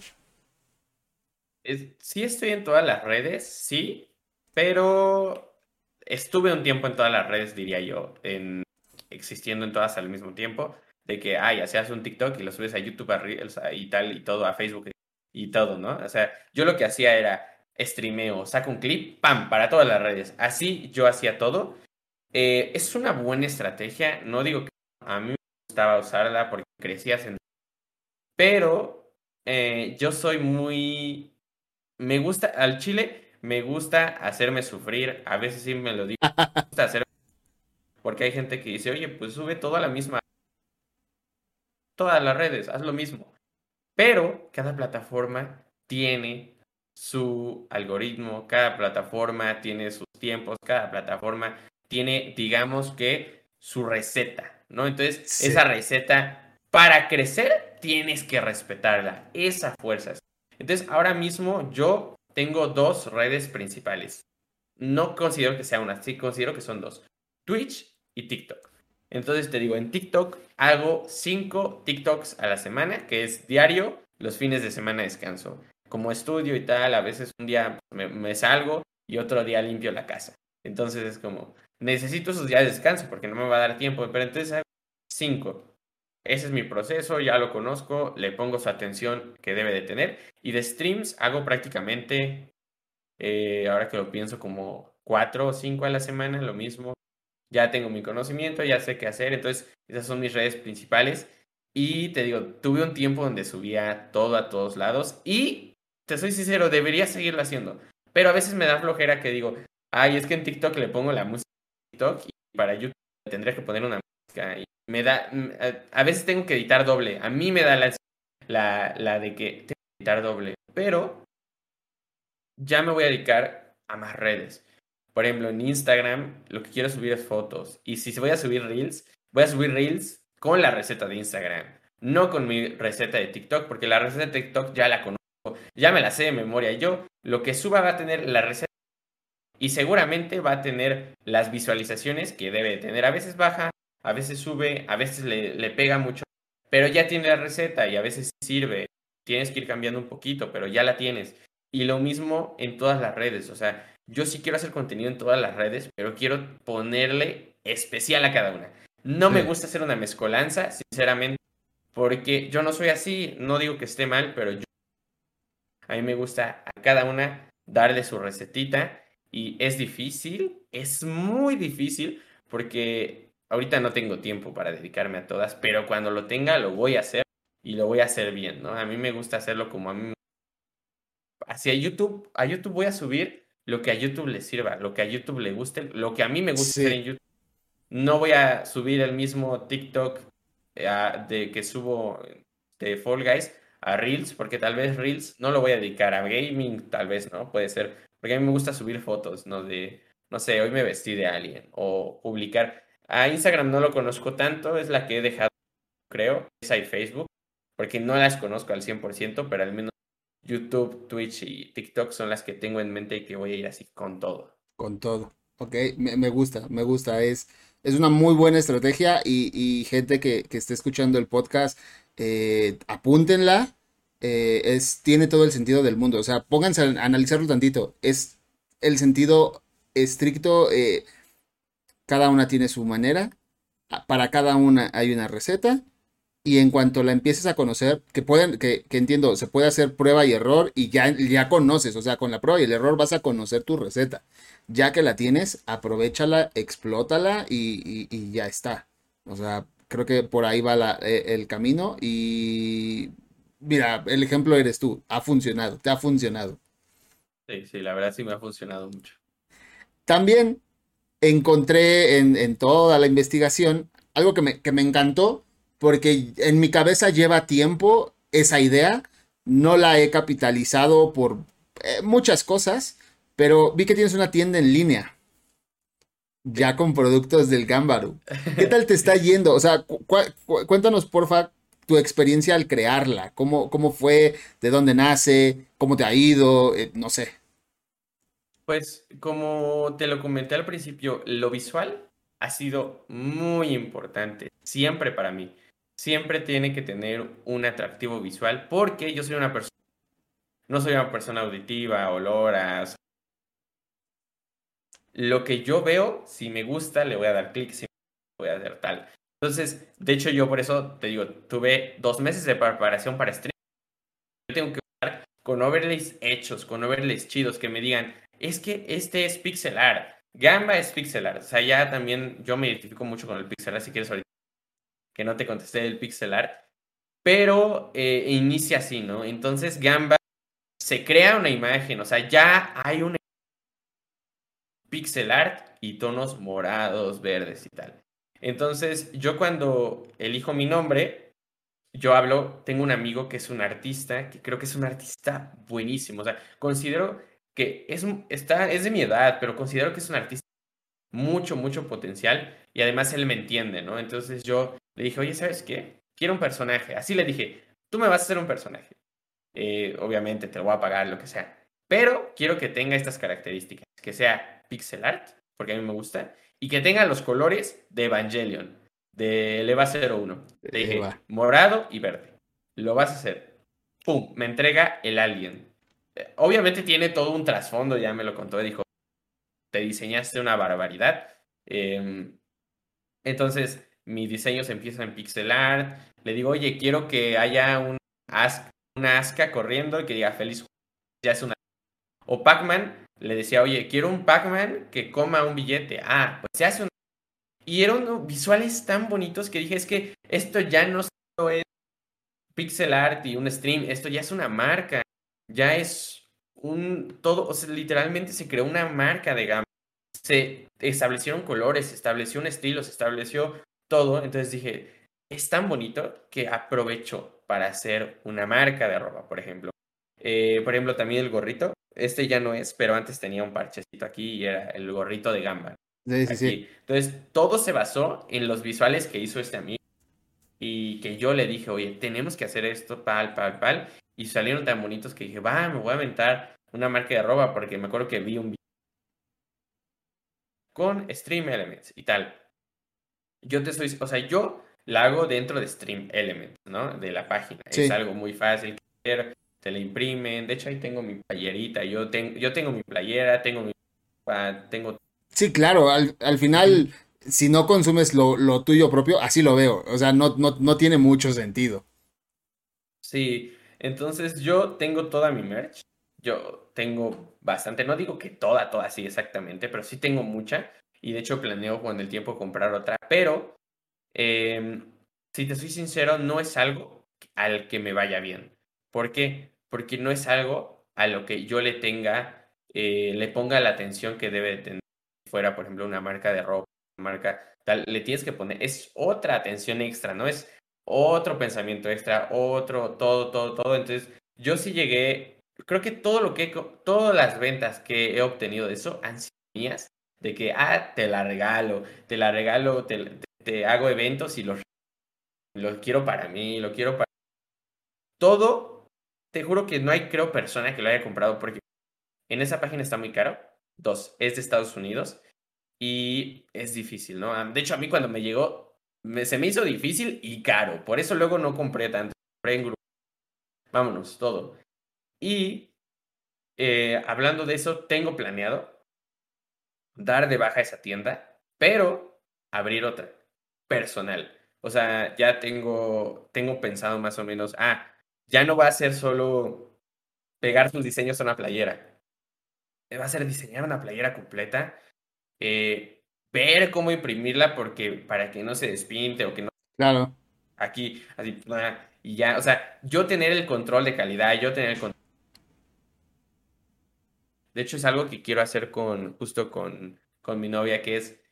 Sí estoy en todas las redes, sí, pero estuve un tiempo en todas las redes, diría yo, existiendo en todas al mismo tiempo, de que, ya se hace un TikTok y lo subes a YouTube a Reels y tal, y todo, a Facebook y todo, ¿no? O sea, yo lo que hacía era streameo, saco un clip, ¡pam!, para todas las redes. Así yo hacía todo. Es una buena estrategia, no digo que a mí me gustaba usarla porque crecías en... Pero yo soy muy... Me gusta, al chile, me gusta hacerme sufrir, a veces sí me lo digo, me gusta hacer, porque hay gente que dice, oye, pues sube toda la misma, todas las redes, haz lo mismo. Pero cada plataforma tiene su algoritmo, cada plataforma tiene sus tiempos, cada plataforma tiene, digamos que, su receta, ¿no? Entonces, esa Sí. receta, para crecer, tienes que respetarla, esa fuerza. Entonces, ahora mismo yo tengo dos redes principales. No considero que sea una, sí considero que son dos. Twitch y TikTok. Entonces te digo, en TikTok hago 5 TikToks a la semana, que es diario, los fines de semana descanso. Como estudio y tal, a veces un día me salgo y otro día limpio la casa. Entonces es como, necesito esos días de descanso porque no me va a dar tiempo, pero entonces hago 5. Ese es mi proceso, ya lo conozco, le pongo su atención que debe de tener. Y de streams hago prácticamente, ahora que lo pienso, como 4 o 5 a la semana, lo mismo. Ya tengo mi conocimiento, ya sé qué hacer, entonces esas son mis redes principales. Y te digo, tuve un tiempo donde subía todo a todos lados y te soy sincero, debería seguirlo haciendo. Pero a veces me da flojera que digo, es que en TikTok le pongo la música de TikTok y para YouTube tendría que poner una música. Y me da, a veces tengo que editar doble. A mí me da la de que tengo que editar doble, pero ya me voy a dedicar a más redes. Por ejemplo, en Instagram lo que quiero subir es fotos. Y si voy a subir Reels, voy a subir Reels con la receta de Instagram. No con mi receta de TikTok, porque la receta de TikTok ya la conozco, ya me la sé de memoria. Yo lo que suba va a tener la receta y seguramente va a tener las visualizaciones que debe de tener. A veces baja, a veces sube, a veces le pega mucho, pero ya tiene la receta y a veces sirve. Tienes que ir cambiando un poquito, pero ya la tienes. Y lo mismo en todas las redes. O sea, yo sí quiero hacer contenido en todas las redes, pero quiero ponerle especial a cada una. No me Sí, gusta hacer una mezcolanza, sinceramente, porque yo no soy así. No digo que esté mal, pero a mí me gusta a cada una darle su recetita y es difícil, es muy difícil porque ahorita no tengo tiempo para dedicarme a todas, pero cuando lo tenga lo voy a hacer y lo voy a hacer bien, ¿no? A mí me gusta hacerlo como a mí. Hacia YouTube, a YouTube voy a subir lo que a YouTube le sirva, lo que a YouTube le guste, lo que a mí me gusta hacer en sí, YouTube. No voy a subir el mismo TikTok de que subo de Fall Guys a Reels, porque tal vez Reels no lo voy a dedicar a gaming, tal vez, ¿no? Puede ser, porque a mí me gusta subir fotos, ¿no? De, no sé, hoy me vestí de alien o publicar. A Instagram no lo conozco tanto, es la que he dejado, creo, esa y Facebook, porque no las conozco al 100%, pero al menos YouTube, Twitch y TikTok son las que tengo en mente y que voy a ir así con todo. con todo. Ok, me gusta, me gusta. Es una muy buena estrategia y gente que esté escuchando el podcast, apúntenla. Tiene todo el sentido del mundo. O sea, pónganse a analizarlo tantito. Es el sentido estricto. Cada una tiene su manera. Para cada una hay una receta. Y en cuanto la empieces a conocer, que entiendo, se puede hacer prueba y error y ya conoces, o sea, con la prueba y el error vas a conocer tu receta. Ya que la tienes, aprovéchala, explótala y ya está. O sea, creo que por ahí va el camino y mira, el ejemplo eres tú, ha funcionado, te ha funcionado. Sí, sí, la verdad sí me ha funcionado mucho. También encontré en toda la investigación algo que me encantó porque en mi cabeza lleva tiempo esa idea, no la he capitalizado por muchas cosas, pero vi que tienes una tienda en línea ya Sí. con productos del Gámbaro. ¿Qué tal te está yendo? O sea, cuéntanos porfa tu experiencia al crearla, cómo fue, de dónde nace, cómo te ha ido, no sé. Pues como te lo comenté al principio, lo visual ha sido muy importante, siempre para mí. Siempre tiene que tener un atractivo visual porque yo soy una persona, no soy una persona auditiva, oloras. Lo que yo veo, si me gusta, le voy a dar clic, si me voy a dar tal. Entonces, de hecho, yo por eso te digo, tuve 2 meses de preparación para stream. Yo tengo que con overlays hechos, con overlays chidos, que me digan, es que este es pixel art, Gamba es pixel art. O sea, ya también yo me identifico mucho con el pixel art, si quieres ahorita que no te contesté el pixel art, pero inicia así, ¿no? Entonces Gamba se crea una imagen, o sea, ya hay un pixel art y tonos morados, verdes y tal. Entonces, yo cuando elijo mi nombre, yo hablo, tengo un amigo que es un artista, que creo que es un artista buenísimo. O sea, considero que es de mi edad, pero considero que es un artista mucho, mucho potencial y además él me entiende, ¿no? Entonces yo le dije, oye, ¿sabes qué? Quiero un personaje. Así le dije, tú me vas a hacer un personaje. Obviamente te lo voy a pagar, lo que sea. Pero quiero que tenga estas características, que sea pixel art, porque a mí me gusta, y que tenga los colores de Evangelion, de EVA 01. Le Va. dije, morado y verde. Lo vas a hacer. ¡Pum! Me entrega el alien. Obviamente tiene todo un trasfondo, ya me lo contó, dijo, te diseñaste una barbaridad. Eh, entonces, mi diseño se empieza en pixel art. Le digo, oye, quiero que haya una Aska corriendo y que diga feliz. Ya es una. O Pac-Man, le decía, oye, quiero un Pac-Man que coma un billete. Ah, pues se hace un. Y eran visuales tan bonitos que dije, es que esto ya no solo es pixel art y un stream, esto ya es una marca. Ya es un todo, o sea, literalmente se creó una marca de gama. Se establecieron colores, se estableció un estilo, se estableció todo. Entonces dije, es tan bonito que aprovecho para hacer una marca de ropa, por ejemplo. También el gorrito, este ya no es, pero antes tenía un parchecito aquí y era el gorrito de gamba. Sí, sí, sí. Aquí. Entonces, todo se basó en los visuales que hizo este amigo y que yo le dije, oye, tenemos que hacer esto, pal, pal, pal. Y salieron tan bonitos que dije, va, me voy a aventar una marca de ropa porque me acuerdo que vi un video con Stream Elements y tal. O sea, yo la hago dentro de Stream Elements, ¿no? De la página. Es Sí. algo muy fácil que hacer, te la imprimen. De hecho, ahí tengo mi playerita. Yo tengo mi playera, tengo mi... tengo... Sí, claro, al Ujú. final, si no consumes lo tuyo propio, así lo veo. O sea, no tiene mucho sentido. Sí, entonces yo tengo toda mi merch. Yo tengo bastante, no digo que toda, sí exactamente, pero sí tengo mucha. Y de hecho planeo con el tiempo comprar otra. Pero, si te soy sincero, no es algo al que me vaya bien. ¿Por qué? Porque no es algo a lo que yo le ponga la atención que debe de tener. Si fuera, por ejemplo, una marca de ropa, una marca tal, le tienes que poner, es otra atención extra, ¿no? Es otro pensamiento extra, otro, todo, todo, todo. Entonces, yo sí llegué, creo que todas las ventas que he obtenido de eso han sido mías, de que, te la regalo, te hago eventos y los quiero para mí, lo quiero para... Todo, te juro que no hay, creo, persona que lo haya comprado porque en esa página está muy caro. Dos, es de Estados Unidos y es difícil, ¿no? De hecho, a mí cuando me llegó, se me hizo difícil y caro. Por eso luego no compré tanto. Compré en grupo. Vámonos, todo. Y hablando de eso, tengo planeado dar de baja esa tienda, pero abrir otra, personal. O sea, ya tengo pensado más o menos, ya no va a ser solo pegar sus diseños a una playera. Va a ser diseñar una playera completa, ver cómo imprimirla porque para que no se despinte o que no Claro, aquí, así, y ya, o sea, yo tener el control de calidad, yo tener el control. De hecho, es algo que quiero hacer justo con mi novia, que es,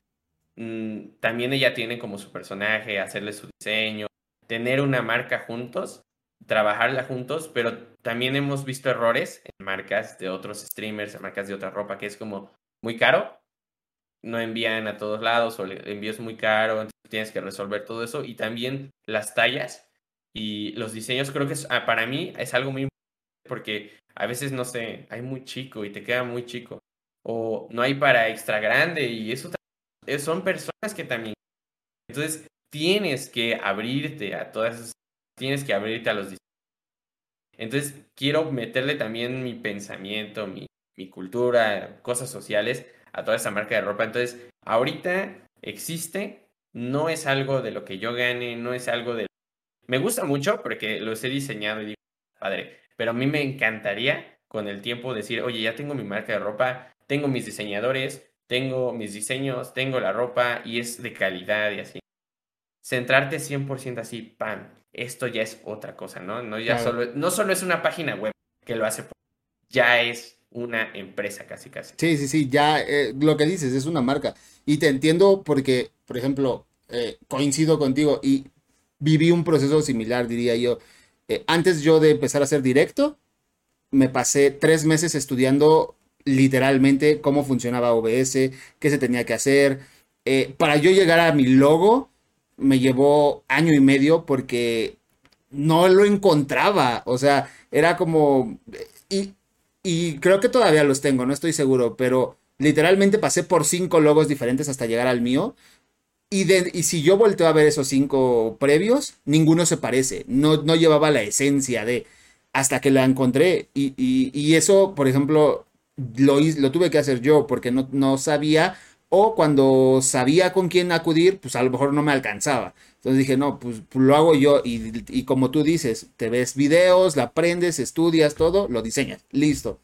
también ella tiene como su personaje, hacerle su diseño, tener una marca juntos, trabajarla juntos, pero también hemos visto errores en marcas de otros streamers, en marcas de otra ropa, que es como muy caro, no envían a todos lados o el envío es muy caro, entonces tienes que resolver todo eso y también las tallas y los diseños creo que para mí es algo muy importante porque a veces no sé, hay muy chico y te queda muy chico o no hay para extra grande y eso son personas que también, entonces tienes que abrirte a todas esas, tienes que abrirte a los diseños. Entonces quiero meterle también mi pensamiento, mi cultura, cosas sociales a toda esa marca de ropa. Entonces, ahorita existe, no es algo de lo que yo gane, no es algo de... Me gusta mucho porque los he diseñado y digo, padre, pero a mí me encantaría con el tiempo decir, oye, ya tengo mi marca de ropa, tengo mis diseñadores, tengo mis diseños, tengo la ropa y es de calidad y así centrarte 100% así, ¡pam! Esto ya es otra cosa, ¿no? claro. No solo es una página web que lo hace, ya es una empresa casi casi. Sí, sí, sí, ya lo que dices es una marca. Y te entiendo porque, por ejemplo, coincido contigo y viví un proceso similar, diría yo. Antes yo de empezar a hacer directo, me pasé 3 meses estudiando literalmente cómo funcionaba OBS, qué se tenía que hacer. Para yo llegar a mi logo, me llevó año y medio porque no lo encontraba. O sea, era como... Y, y creo que todavía los tengo, no estoy seguro, pero literalmente pasé por 5 logos diferentes hasta llegar al mío. Y si yo volteo a ver esos 5 previos, ninguno se parece. No llevaba la esencia de hasta que la encontré. Y eso, por ejemplo, lo tuve que hacer yo porque no sabía. O cuando sabía con quién acudir, pues a lo mejor no me alcanzaba. Entonces dije, no, pues lo hago yo. Y como tú dices, te ves videos, la aprendes, estudias todo, lo diseñas. Listo.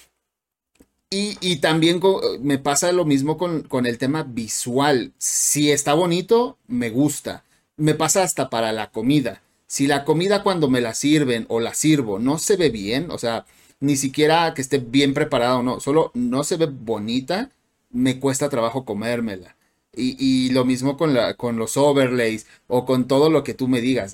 Y también me pasa lo mismo con el tema visual. Si está bonito, me gusta. Me pasa hasta para la comida. Si la comida cuando me la sirven o la sirvo no se ve bien, o sea, ni siquiera que esté bien preparada o no, solo no se ve bonita, me cuesta trabajo comérmela. Y lo mismo con los overlays o con todo lo que tú me digas.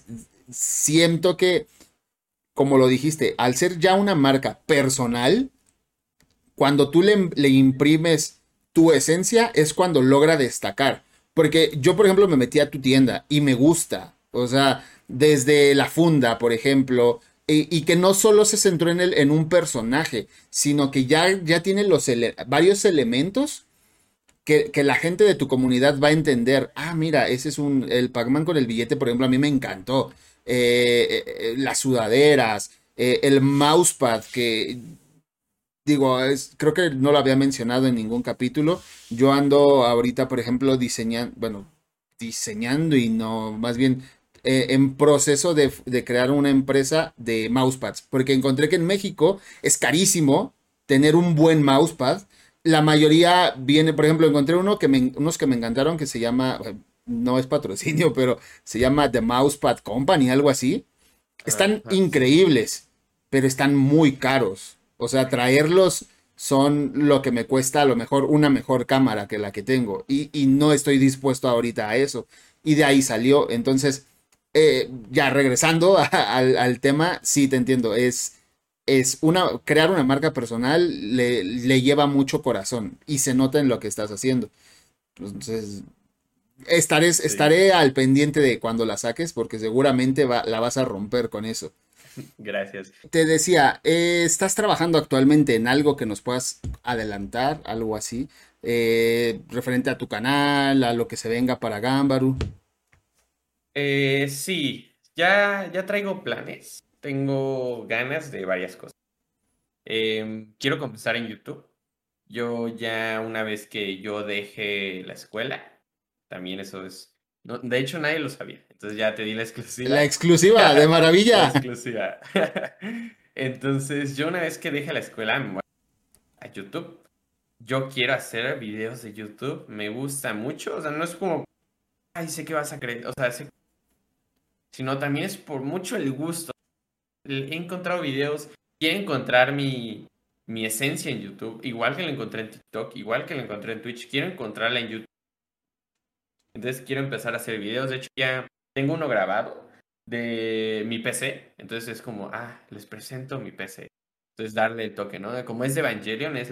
siento que, como lo dijiste, al ser ya una marca personal, cuando tú le imprimes tu esencia es cuando logra destacar. Porque yo, por ejemplo, me metí a tu tienda y me gusta. O sea, desde la funda, por ejemplo, y que no solo se centró en un personaje, sino que ya tiene varios elementos que la gente de tu comunidad va a entender. Ah, mira, ese es el Pac-Man con el billete, por ejemplo, a mí me encantó. Las sudaderas, el mousepad, que digo, creo que no lo había mencionado en ningún capítulo. Yo ando ahorita, por ejemplo, diseñando y no, más bien en proceso de crear una empresa de mousepads, porque encontré que en México es carísimo tener un buen mousepad. La mayoría viene, por ejemplo, encontré unos que me encantaron que se llama, no es patrocinio, pero se llama The Mousepad Company, algo así. Están Ajá, sí. increíbles, pero están muy caros. O sea, traerlos son lo que me cuesta a lo mejor una mejor cámara que la que tengo. Y no estoy dispuesto ahorita a eso. Y de ahí salió. Entonces, ya regresando al tema, sí te entiendo. Crear una marca personal le lleva mucho corazón y se nota en lo que estás haciendo. Entonces, Sí, estaré al pendiente de cuando la saques porque seguramente la vas a romper con eso. gracias. Te decía, ¿estás trabajando actualmente en algo que nos puedas adelantar, algo así, referente a tu canal, a lo que se venga para Gambaru? Sí, ya traigo planes. Tengo ganas de varias cosas. Quiero comenzar en YouTube. Yo ya una vez que yo deje la escuela, también eso es... No, de hecho, nadie lo sabía. Entonces ya te di la La exclusiva. exclusiva, de La maravilla. exclusiva. Entonces, yo una vez que deje la escuela, me voy a YouTube. Yo quiero hacer videos de YouTube. Me gusta mucho. O sea, no es como, ay, sé que vas a creer. O sea, sino también es por mucho el gusto. He encontrado videos, quiero encontrar mi esencia en YouTube, igual que la encontré en TikTok, igual que la encontré en Twitch, quiero encontrarla en YouTube. Entonces quiero empezar a hacer videos. De hecho, ya tengo uno grabado de mi PC. Entonces es como, les presento mi PC. Entonces darle el toque, ¿no? Como es de Evangelion, es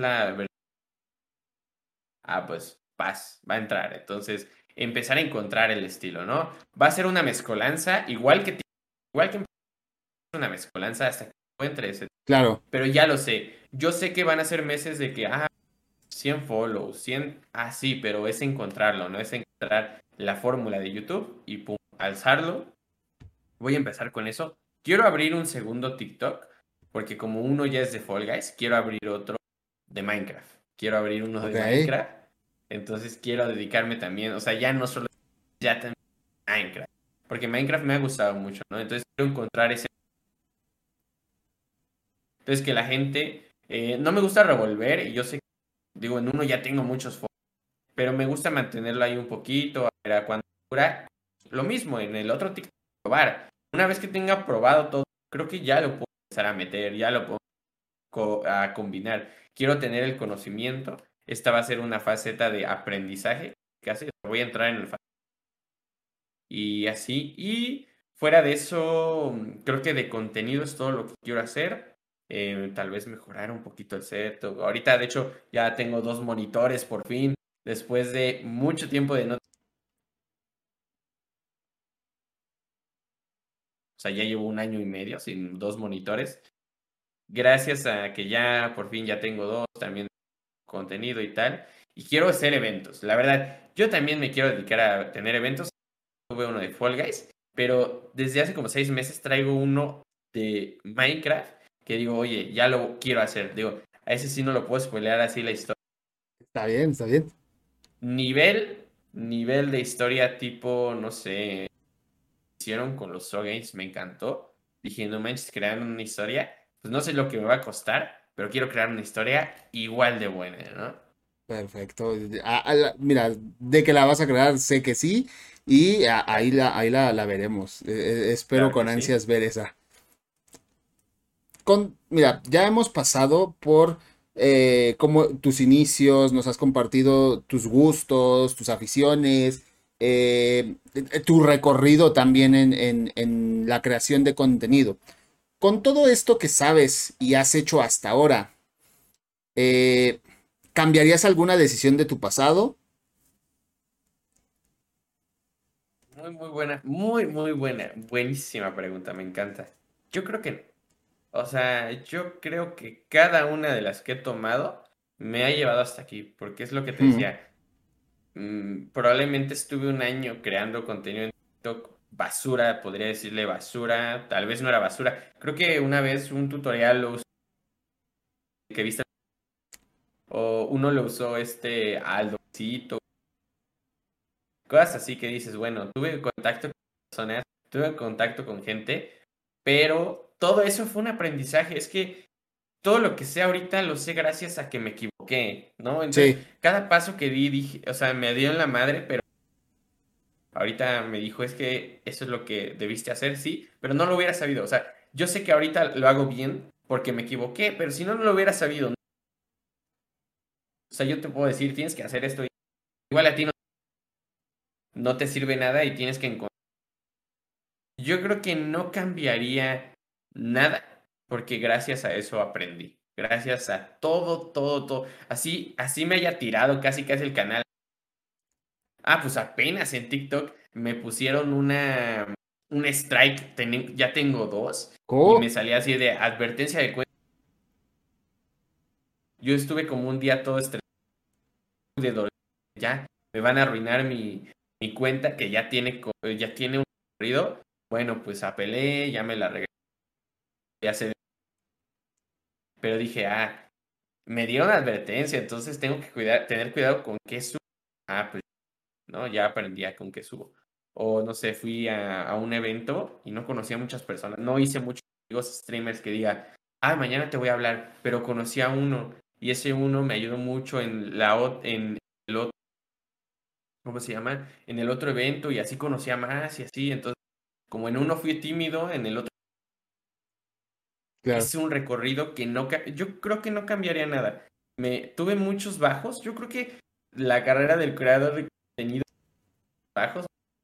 pues paz, va a entrar. Entonces empezar a encontrar el estilo, ¿no? Va a ser una mezcolanza, igual que una mezcolanza hasta que encuentre ese. Claro, Pero ya lo sé. Yo sé que van a ser meses de que, 100 follows, 100, sí, pero es encontrarlo, ¿no? Es encontrar la fórmula de YouTube y pum, alzarlo. Voy a empezar con eso. Quiero abrir un segundo TikTok, porque como uno ya es de Fall Guys, quiero abrir otro de Minecraft. Quiero abrir uno de ok. Minecraft. Entonces quiero dedicarme también, o sea, ya no solo, ya también Minecraft. Porque Minecraft me ha gustado mucho, ¿no? Entonces quiero encontrar ese. Entonces que la gente, no me gusta revolver, y yo sé, digo, en uno ya tengo muchos follows, pero me gusta mantenerlo ahí un poquito, a ver a cuánto dura. Lo mismo en el otro TikTok, probar. Una vez que tenga probado todo, creo que ya lo puedo empezar a meter, ya lo puedo a combinar. Quiero tener el conocimiento. Esta va a ser una faceta de aprendizaje. Casi voy a entrar en el y así. Y fuera de eso, creo que de contenido es todo lo que quiero hacer. Tal vez mejorar un poquito el set. Ahorita, de hecho, ya tengo 2 monitores por fin. Después de mucho tiempo de no. O sea, ya llevo un año y medio sin 2 monitores. Gracias a que ya por fin ya tengo dos, también contenido y tal. Y quiero hacer eventos. La verdad, yo también me quiero dedicar a tener eventos. Tuve uno de Fall Guys, pero desde hace como 6 meses traigo uno de Minecraft que digo, oye, ya lo quiero hacer. Digo, a ese sí no lo puedo spoilear así la historia. Está bien, está bien. Nivel de historia tipo, no sé, hicieron con los Saw Games, me encantó. Dije, no manches, crearon una historia. Pues no sé lo que me va a costar, pero quiero crear una historia igual de buena, ¿no? Perfecto. Mira, de que la vas a crear, sé que sí. Y ahí la veremos. Espero Claro que con sí. ansias ver esa. Mira, ya hemos pasado por como tus inicios, nos has compartido tus gustos, tus aficiones, tu recorrido también en la creación de contenido. Con todo esto que sabes y has hecho hasta ahora, eh, ¿cambiarías alguna decisión de tu pasado? Muy buena, muy buena, buenísima pregunta, me encanta. Yo creo que, o sea, yo creo que cada una de las que he tomado me ha llevado hasta aquí, porque es lo que te Hmm, decía. Probablemente estuve un año creando contenido en TikTok, basura, podría decirle basura, tal vez no era basura. Creo que una vez un tutorial lo usé, que viste, o uno lo usó Aldocito, cosas así que dices, bueno, tuve contacto con personas, tuve contacto con gente, pero todo eso fue un aprendizaje. Es que todo lo que sé ahorita lo sé gracias a que me equivoqué, ¿no? Entonces, sí, cada paso que di, dije, o sea, me dio en la madre, pero ahorita me dijo, es que eso es lo que debiste hacer, sí, pero no lo hubiera sabido. O sea, yo sé que ahorita lo hago bien porque me equivoqué, pero si no, no lo hubiera sabido. O sea, yo te puedo decir, tienes que hacer esto. Igual a ti no te sirve nada y tienes que encontrar. Yo creo que no cambiaría nada porque gracias a eso aprendí. Gracias a todo. Así me haya tirado casi el canal. Ah, pues apenas en TikTok me pusieron un strike, ya tengo dos, y me oh, salía así de advertencia de cuenta. Yo estuve como un día todo estresado de dolor. Ya me van a arruinar mi cuenta que ya tiene un recorrido. Bueno, pues apelé, ya me la regresé, ya sé, pero dije, me dieron advertencia, entonces tengo que tener cuidado con qué subo. Pues no, ya aprendí a con qué subo. O no sé, fui a un evento y no conocía a muchas personas. No hice muchos amigos streamers que diga, mañana te voy a hablar, pero conocí a uno y ese uno me ayudó mucho en el otro, ¿cómo se llama? En el otro evento y así conocía más y así. Entonces, como en uno fui tímido, en el otro claro. hice un recorrido que yo creo que no cambiaría nada. Tuve muchos bajos. Yo creo que la carrera del creador de contenido bajos,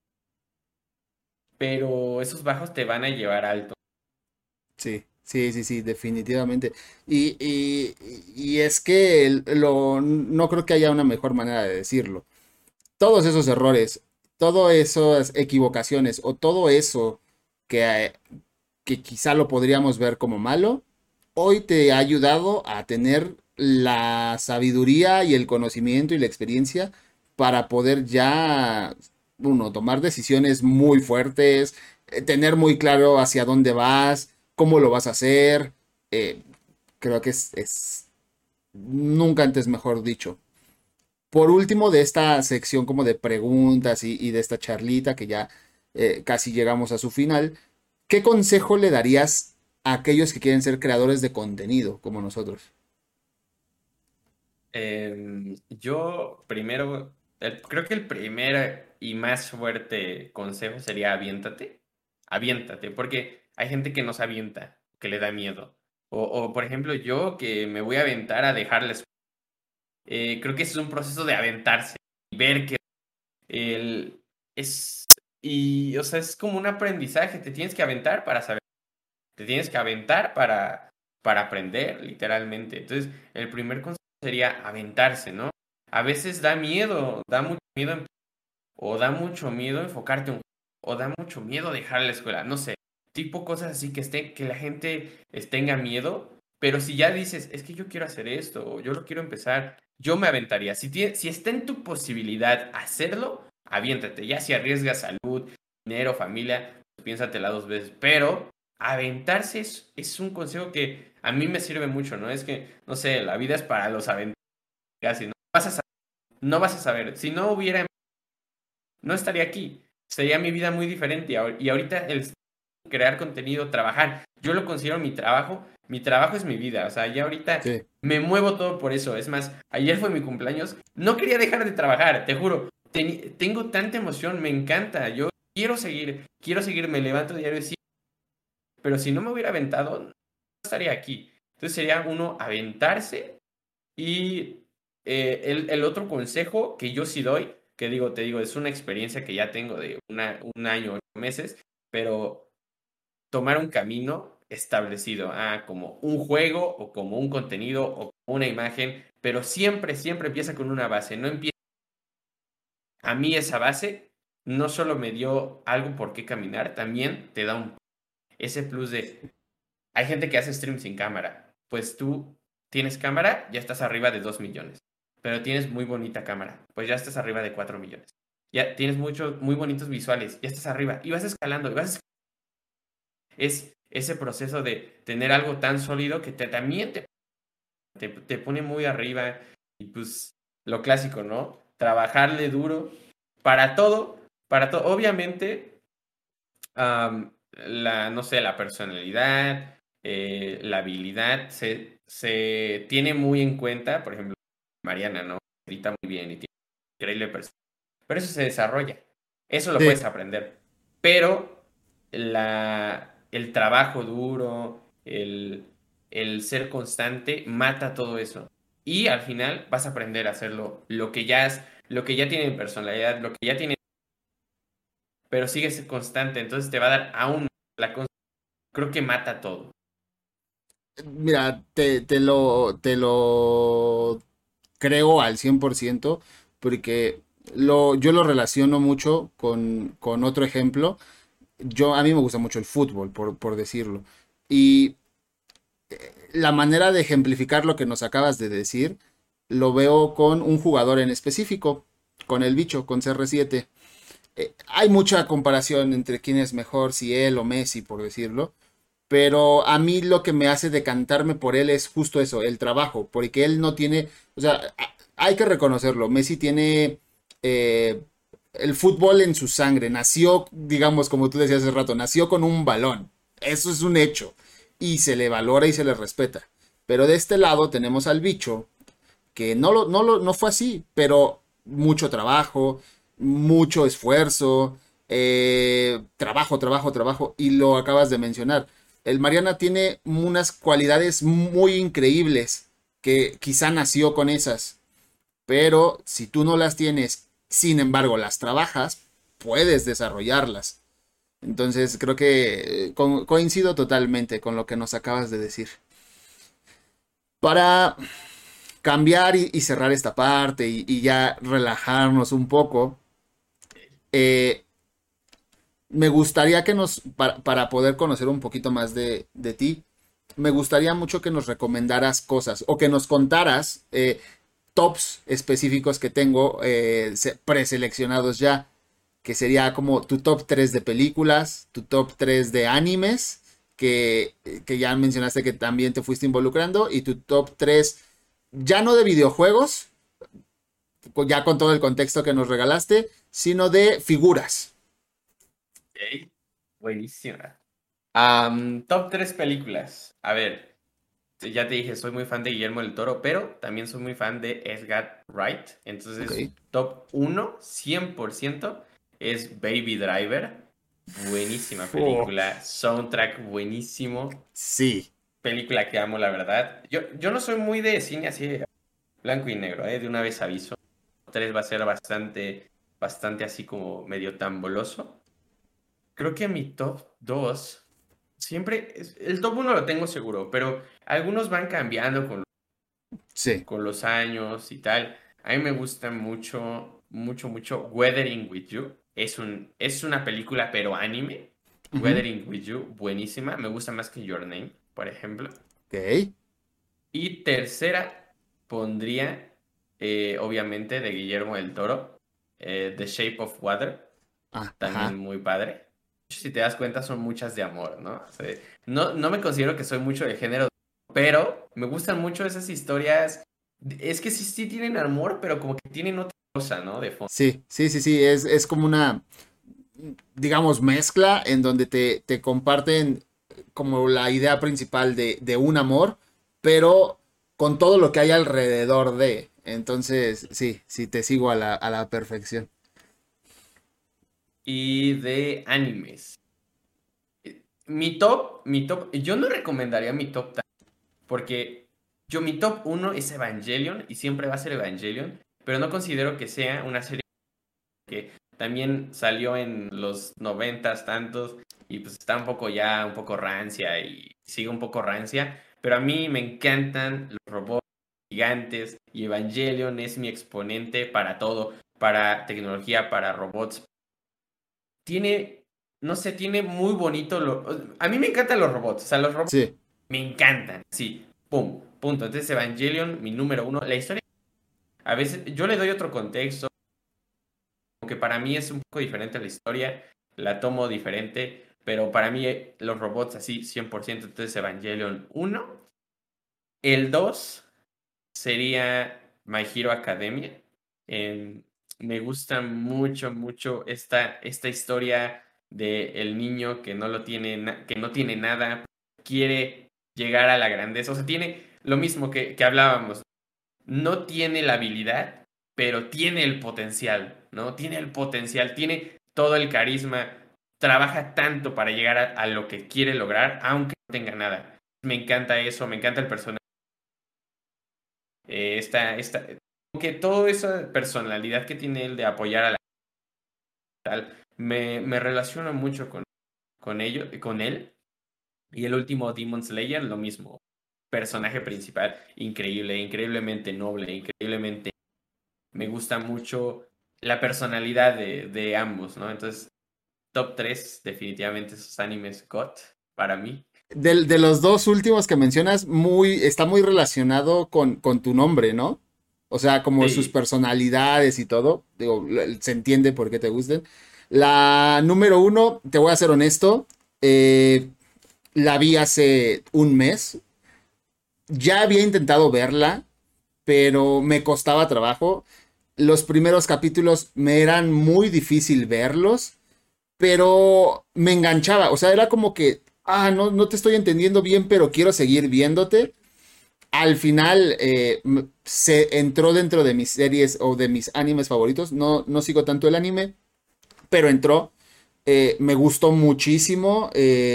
pero esos bajos te van a llevar alto. Sí, sí, definitivamente. Y es que no creo que haya una mejor manera de decirlo. Todos esos errores, todas esas equivocaciones o todo eso que, que quizá lo podríamos ver como malo, hoy te ha ayudado a tener la sabiduría y el conocimiento y la experiencia para poder ya, uno, tomar decisiones muy fuertes, tener muy claro hacia dónde vas, cómo lo vas a hacer. eh, Creo que es nunca antes mejor dicho. Por último, de esta sección como de preguntas y de esta charlita que ya casi llegamos a su final, ¿qué consejo le darías a aquellos que quieren ser creadores de contenido como nosotros? Yo primero, creo que el primer y más fuerte consejo sería aviéntate. Aviéntate, porque hay gente que no se avienta, que le da miedo. Por ejemplo, yo que me voy a aventar a dejarles. Creo que ese es un proceso de aventarse y ver que el, es, o sea, es como un aprendizaje. Te tienes que aventar para saber, te tienes que aventar para aprender, literalmente. Entonces, el primer consejo sería aventarse, ¿no? A veces da miedo, da mucho miedo, o da mucho miedo enfocarte o da mucho miedo dejar la escuela, no sé, tipo cosas así que la gente tenga miedo, pero si ya dices, es que yo quiero hacer esto, o yo lo quiero empezar, yo me aventaría. Si está en tu posibilidad hacerlo, aviéntate, ya si arriesgas salud, dinero, familia, pues piénsatela dos veces, pero aventarse es un consejo que a mí me sirve mucho, ¿no? Es que, no sé, la vida es para los aventados, casi, no vas a saber, si no hubiera no estaría aquí. Sería mi vida muy diferente. Y ahorita el crear contenido, trabajar, yo lo considero mi trabajo es mi vida. O sea, ya ahorita Sí, me muevo todo por eso. Es más, ayer fue mi cumpleaños, no quería dejar de trabajar, te juro. Tengo tanta emoción, me encanta. Yo quiero seguir, me levanto diario, sí, pero si no me hubiera aventado, no estaría aquí. Entonces sería uno aventarse y el otro consejo que yo sí doy, que digo, te digo, es una experiencia que ya tengo de un año, 8 meses, pero tomar un camino establecido, como un juego o como un contenido o como una imagen, pero siempre, siempre empieza con una base, no empieza. A mí esa base no solo me dio algo por qué caminar, también te da ese plus de, hay gente que hace stream sin cámara, pues tú tienes cámara, ya estás arriba de 2 millones, pero tienes muy bonita cámara, pues ya estás arriba de 4 millones. Ya tienes muchos, muy bonitos visuales, ya estás arriba y vas escalando, es ese proceso de tener algo tan sólido que también te pone muy arriba y pues lo clásico, ¿no? Trabajarle duro para todo, para todo. Obviamente, no sé, la personalidad, la habilidad se tiene muy en cuenta, por ejemplo, Mariana, ¿no? Edita muy bien y tiene increíble personalidad, pero eso se desarrolla, eso lo Sí, puedes aprender, pero el trabajo duro, el ser constante mata todo eso. Y al final vas a aprender a hacerlo lo que ya tiene personalidad, lo que ya tiene, pero sigues constante, entonces te va a dar aún creo que mata todo. mira, te lo creo al 100% porque yo lo relaciono mucho con otro ejemplo. A mí me gusta mucho el fútbol, por decirlo. Y la manera de ejemplificar lo que nos acabas de decir, lo veo con un jugador en específico, con el bicho, con CR7. Hay mucha comparación entre quién es mejor, si él o Messi, por decirlo. Pero a mí lo que me hace decantarme por él es justo eso, el trabajo, porque él no tiene, o sea, hay que reconocerlo, Messi tiene eh, el fútbol en su sangre, nació, digamos, como tú decías hace rato, nació con un balón, eso es un hecho, y se le valora y se le respeta. Pero de este lado tenemos al bicho, que no fue así, pero mucho trabajo, mucho esfuerzo, trabajo, trabajo, trabajo, y lo acabas de mencionar. El Mariana tiene unas cualidades muy increíbles que quizá nació con esas, pero si tú no las tienes, sin embargo las trabajas, puedes desarrollarlas. Entonces creo que coincido totalmente con lo que nos acabas de decir. Para cambiar y cerrar esta parte y ya relajarnos un poco, eh, me gustaría para poder conocer un poquito más de ti, me gustaría mucho que nos recomendaras cosas o que nos contaras tops específicos que tengo preseleccionados ya, que sería como tu top 3 de películas, tu top 3 de animes, que ya mencionaste que también te fuiste involucrando, y tu top 3 ya no de videojuegos, ya con todo el contexto que nos regalaste, sino de figuras. Ok, buenísima. Top 3 películas. A ver, ya te dije, soy muy fan de Guillermo del Toro, pero también soy muy fan de Edgar Wright. Ok. Entonces, top 1, 100%, es Baby Driver. Buenísima Oh, película, soundtrack buenísimo, sí. película que amo, la verdad. Yo no soy muy de cine así blanco y negro, de una vez aviso. 3 va a ser bastante, bastante así como medio tamboloso. Creo que mi top 2 siempre, el top 1 lo tengo seguro, pero algunos van cambiando Sí. con los años y tal. A mí me gusta mucho, mucho, mucho Weathering with You. Es una película, pero anime. Ujú. Weathering with You, buenísima. Me gusta más que Your Name, por ejemplo. Ok. Y tercera, pondría, obviamente, de Guillermo del Toro, The Shape of Water. Ah, También ajá. muy padre. Si te das cuenta, son muchas de amor, ¿no? O sea, no me considero que soy mucho de género, pero me gustan mucho esas historias. Es que sí, sí tienen amor, pero como que tienen otra cosa, ¿no? De fondo. Sí, sí, sí, sí. Es como una, digamos, mezcla en donde te comparten como la idea principal de un amor, pero con todo lo que hay alrededor de. Entonces, sí, sí, te sigo a la perfección. Y de animes. Yo no recomendaría mi top porque mi top uno es Evangelion y siempre va a ser Evangelion, pero no considero que sea una serie. que también salió en los noventas tantos y pues está un poco rancia y sigue un poco rancia, pero a mí me encantan los robots gigantes y Evangelion es mi exponente para todo, para tecnología, para robots. Tiene, no sé, tiene muy bonito a mí me encantan los robots, o sea, los robots Sí, me encantan, sí, pum, punto. Entonces Evangelion, mi número uno, la historia, a veces yo le doy otro contexto aunque para mí es un poco diferente la historia, la tomo diferente, pero para mí los robots así 100%, entonces Evangelion uno. El 2 sería My Hero Academia. Em, Me gusta mucho, mucho esta historia de el niño que no lo tiene, que no tiene nada, quiere llegar a la grandeza, o sea, tiene lo mismo que hablábamos, no tiene la habilidad, pero tiene el potencial, ¿no? Tiene el potencial, tiene todo el carisma, trabaja tanto para llegar a lo que quiere lograr, aunque no tenga nada. Me encanta eso, me encanta el personaje. Que toda esa personalidad que tiene él de apoyar a la tal, me relaciono mucho con él. Y el último Demon Slayer, lo mismo. Personaje principal, increíble, increíblemente noble, increíblemente me gusta mucho la personalidad de ambos, ¿no? Entonces, top 3 definitivamente esos animes GOT para mí. de los dos últimos que mencionas, está muy relacionado con tu nombre, ¿no? O sea, como sus Sí, personalidades y todo. Digo, se entiende por qué te gusten. La número uno, te voy a ser honesto, la vi hace un mes. Ya había intentado verla, pero me costaba trabajo. Los primeros capítulos me eran muy difícil verlos, pero me enganchaba. O sea, era como que, no, no te estoy entendiendo bien, pero quiero seguir viéndote. Al final se entró dentro de mis series o de mis animes favoritos. No, no sigo tanto el anime, pero entró. Me gustó muchísimo.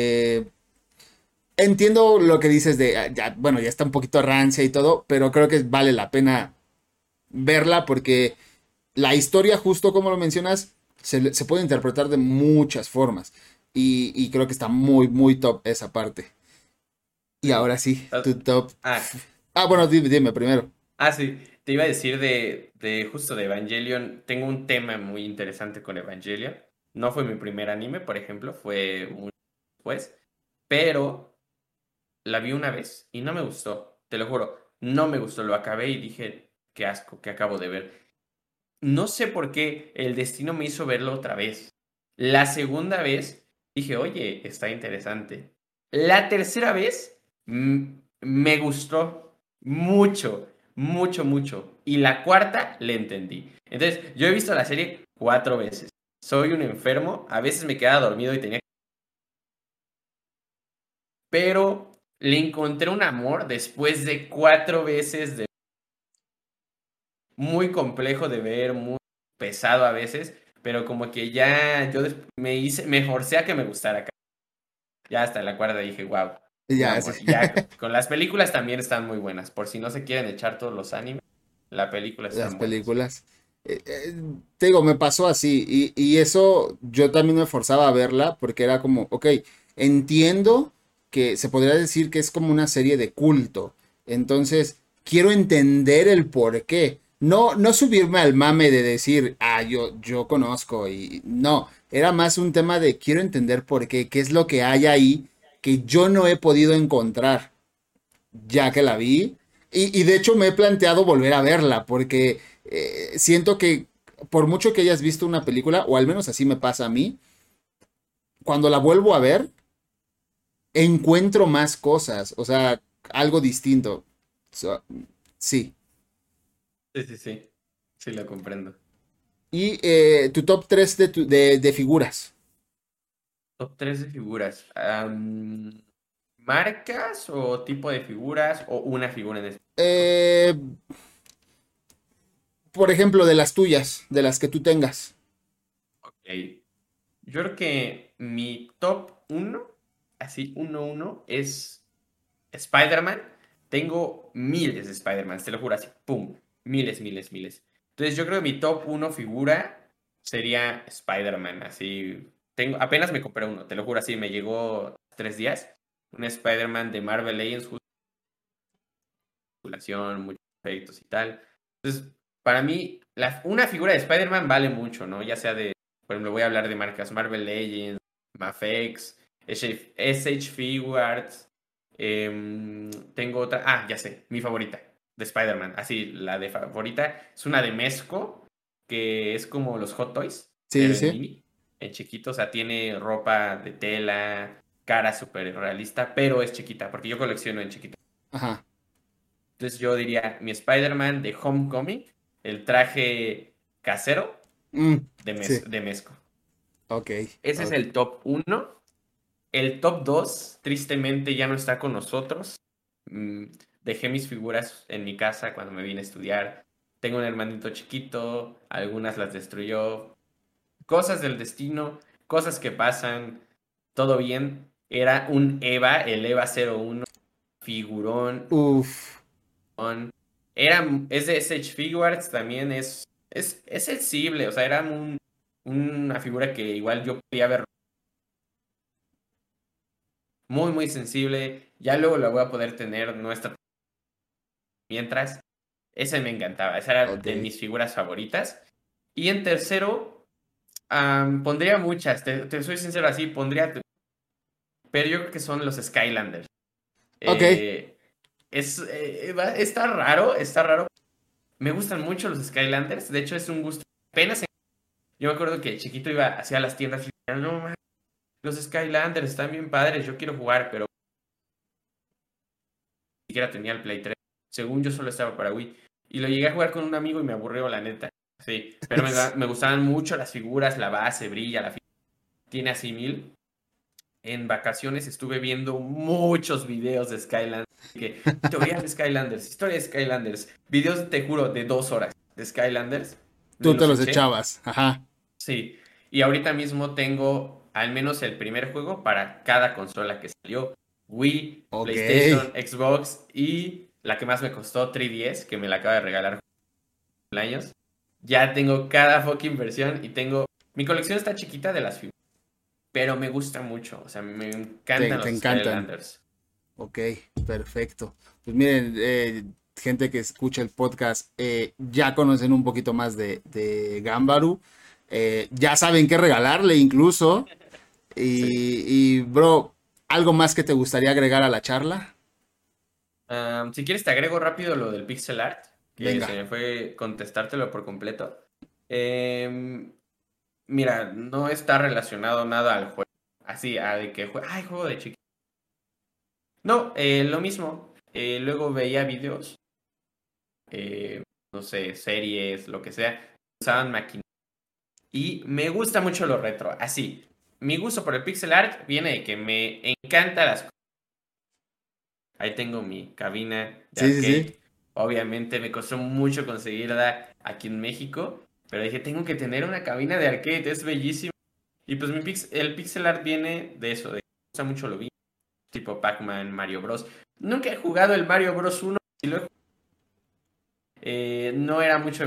Entiendo lo que dices de, bueno, ya está un poquito rancia y todo, pero creo que vale la pena verla porque la historia, justo como lo mencionas, se puede interpretar de muchas formas. Y creo que está muy, muy top esa parte. Y sí. ahora sí, Ah, tu top. ah, Bueno, dime primero. sí, te iba a decir de justo de Evangelion, tengo un tema muy interesante con Evangelion. No fue mi primer anime, por ejemplo, fue muy después, pero la vi una vez y no me gustó, te lo juro, no me gustó, lo acabé y dije, qué asco, qué acabo de ver. No sé por qué el destino me hizo verlo otra vez. La segunda vez dije, oye, está interesante. La tercera vez me gustó mucho, mucho, mucho. Y la cuarta le entendí. Entonces, yo he visto la serie 4 veces. Soy un enfermo, a veces me quedaba dormido y tenía... Pero le encontré un amor después de 4 veces de muy complejo de ver, muy pesado a veces, pero como que ya yo me forcé a que me gustara. Ya hasta la cuarta dije, wow, un Ya, sí. amor. Y ya con las películas también están muy buenas, por si no se quieren echar todos los animes, la película Las están buenas. películas. Te digo, me pasó así. Y eso yo también me forzaba a verla porque era como, ok, entiendo que se podría decir que es como una serie de culto. Entonces, quiero entender el por qué. No, no subirme al mame de decir, yo conozco y no, era más un tema de quiero entender por qué es lo que hay ahí que yo no he podido encontrar ya que la vi. Y de hecho me he planteado volver a verla porque siento que por mucho que hayas visto una película, o al menos así me pasa a mí, cuando la vuelvo a ver, encuentro más cosas, o sea, algo distinto. So, sí. Sí, sí, sí, sí lo comprendo. Y tu top 3 de figuras. Top 3 de figuras. ¿Marcas o tipo de figuras o una figura en específico? Eh, por ejemplo, de las tuyas, de las que tú tengas. Ok. Yo creo que mi top uno así uno es Spider-Man. Tengo miles de Spider-Man, te lo juro, así, pum, miles, miles, miles. Entonces yo creo que mi top uno figura sería Spider-Man. Así, apenas me compré uno, te lo juro, así me llegó 3 días. Un Spider-Man de Marvel Legends, muchos efectos y tal. Entonces, para mí, una figura de Spider-Man vale mucho, ¿no? Ya sea por ejemplo, voy a hablar de marcas Marvel Legends, Mafex, SH Figuarts. Tengo otra, ya sé, mi favorita de Spider-Man. Así, la de favorita es una de Mezco, que es como los Hot Toys, Sí, pero sí, en sí. mini, en chiquito. O sea, tiene ropa de tela, cara súper realista, pero es chiquita, porque yo colecciono en chiquito. Ajá. Entonces yo diría mi Spider-Man de Homecoming, el traje casero Mm, sí. De Mezco. Ok. Ese es Ok. el top uno. El top 2 tristemente, ya no está con nosotros. Mm, Dejé mis figuras en mi casa cuando me vine a estudiar. Tengo un hermanito chiquito, algunas las destruyó. Cosas del destino, cosas que pasan, todo bien. Era un EVA, el EVA 01, figurón. Uf. Es de SH Figuarts, también es sensible, o sea, era una figura que igual yo podía ver muy, muy sensible. Ya luego la voy a poder tener, no está mientras. Ese me encantaba, esa era de Ok. mis figuras favoritas. Y en tercero, pondría muchas, te soy sincero así, pero yo creo que son los Skylanders. Ok. Eh, está raro. Me gustan mucho los Skylanders, de hecho es un gusto. Apenas yo me acuerdo que chiquito iba hacia las tiendas y decía, no, man, los Skylanders están bien padres, yo quiero jugar, pero ni siquiera tenía el Play 3. Según yo solo estaba para Wii. Y lo llegué a jugar con un amigo y me aburrió, la neta. Sí, pero me gustaban mucho las figuras, la base, brilla, la figura. Tiene así mil. En vacaciones estuve viendo muchos videos de Skylanders. Que, teorías de Skylanders, historia de Skylanders. Videos, te juro, de 2 horas de Skylanders. Me Tú te los los eché. echabas. Ajá. Sí, y ahorita mismo tengo al menos el primer juego para cada consola que salió. Wii, Ok. PlayStation, Xbox y la que más me costó, 3DS, que me la acaba de regalar cumpleaños. Ya tengo cada fucking versión y tengo... Mi colección está chiquita de las figuras, pero me gusta mucho. O sea, me encantan Te los encantan. Skylanders. Ok, perfecto. Pues miren, gente que escucha el podcast, ya conocen un poquito más de Gambaru. Ya saben qué regalarle incluso. Sí. Bro, ¿algo más que te gustaría agregar a la charla? Si quieres te agrego rápido lo del pixel art, que Venga. se me fue contestártelo por completo. Em, Mira, no está relacionado nada al juego. Así, a de que, ay, juego de chiquito. No, lo mismo. Luego veía videos, no sé, series, lo que sea. Usaban máquinas. Y me gusta mucho lo retro. Así, mi gusto por el pixel art viene de que me encanta las cosas. Ahí tengo mi cabina de Sí, sí, sí. arcade. Obviamente me costó mucho conseguirla aquí en México. Pero dije, tengo que tener una cabina de arcade, es bellísimo. Y pues el pixel art viene de eso, de que me gusta mucho lo vi, tipo Pac-Man, Mario Bros. Nunca he jugado el Mario Bros. 1, y no era mucho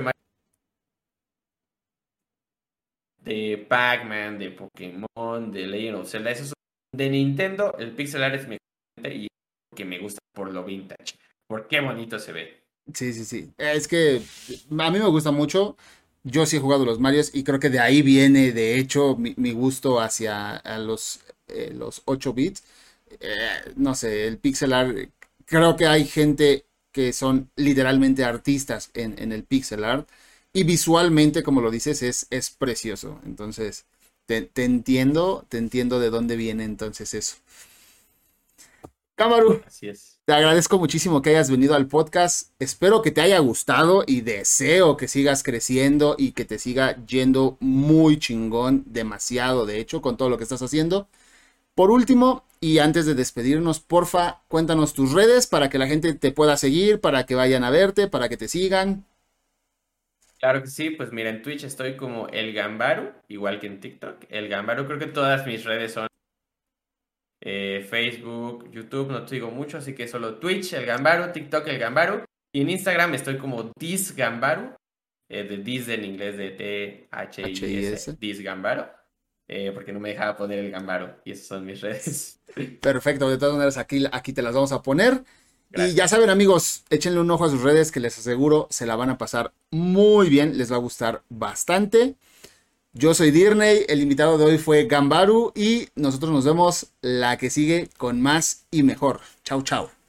de Pac-Man, de Pokémon, de Legend of Zelda. De Nintendo, el pixel art es mi favorito y que me gusta por lo vintage, por qué bonito se ve. Sí, sí, sí. Es que a mí me gusta mucho. Yo sí he jugado los Marios y creo que de ahí viene, de hecho, mi gusto hacia los 8 bits. No sé, el pixel art. Creo que hay gente que son literalmente artistas en el pixel art. Y visualmente, como lo dices, es precioso. Entonces, te entiendo de dónde viene entonces eso. Cámara, Así es. te agradezco muchísimo que hayas venido al podcast. Espero que te haya gustado y deseo que sigas creciendo y que te siga yendo muy chingón, demasiado de hecho, con todo lo que estás haciendo. Por último, y antes de despedirnos, porfa, cuéntanos tus redes para que la gente te pueda seguir, para que vayan a verte, para que te sigan. Claro que sí, pues mira, en Twitch estoy como El Gambaru, igual que en TikTok. El Gambaru, creo que todas mis redes son Facebook, YouTube, no te digo mucho, así que solo Twitch, El Gambaru, TikTok, El Gambaru. Y en Instagram estoy como Gambaru. de Dis en inglés de HIS. THIS, Dis Gambaro, porque no me dejaba poner el Gambaro y esas son mis redes. Perfecto, de todas maneras aquí te las vamos a poner. Y ya Gracias. saben, amigos, échenle un ojo a sus redes que les aseguro se la van a pasar muy bien, les va a gustar bastante. Yo soy Dirney, el invitado de hoy fue Gambaru y nosotros nos vemos la que sigue con más y mejor. Chau, chau.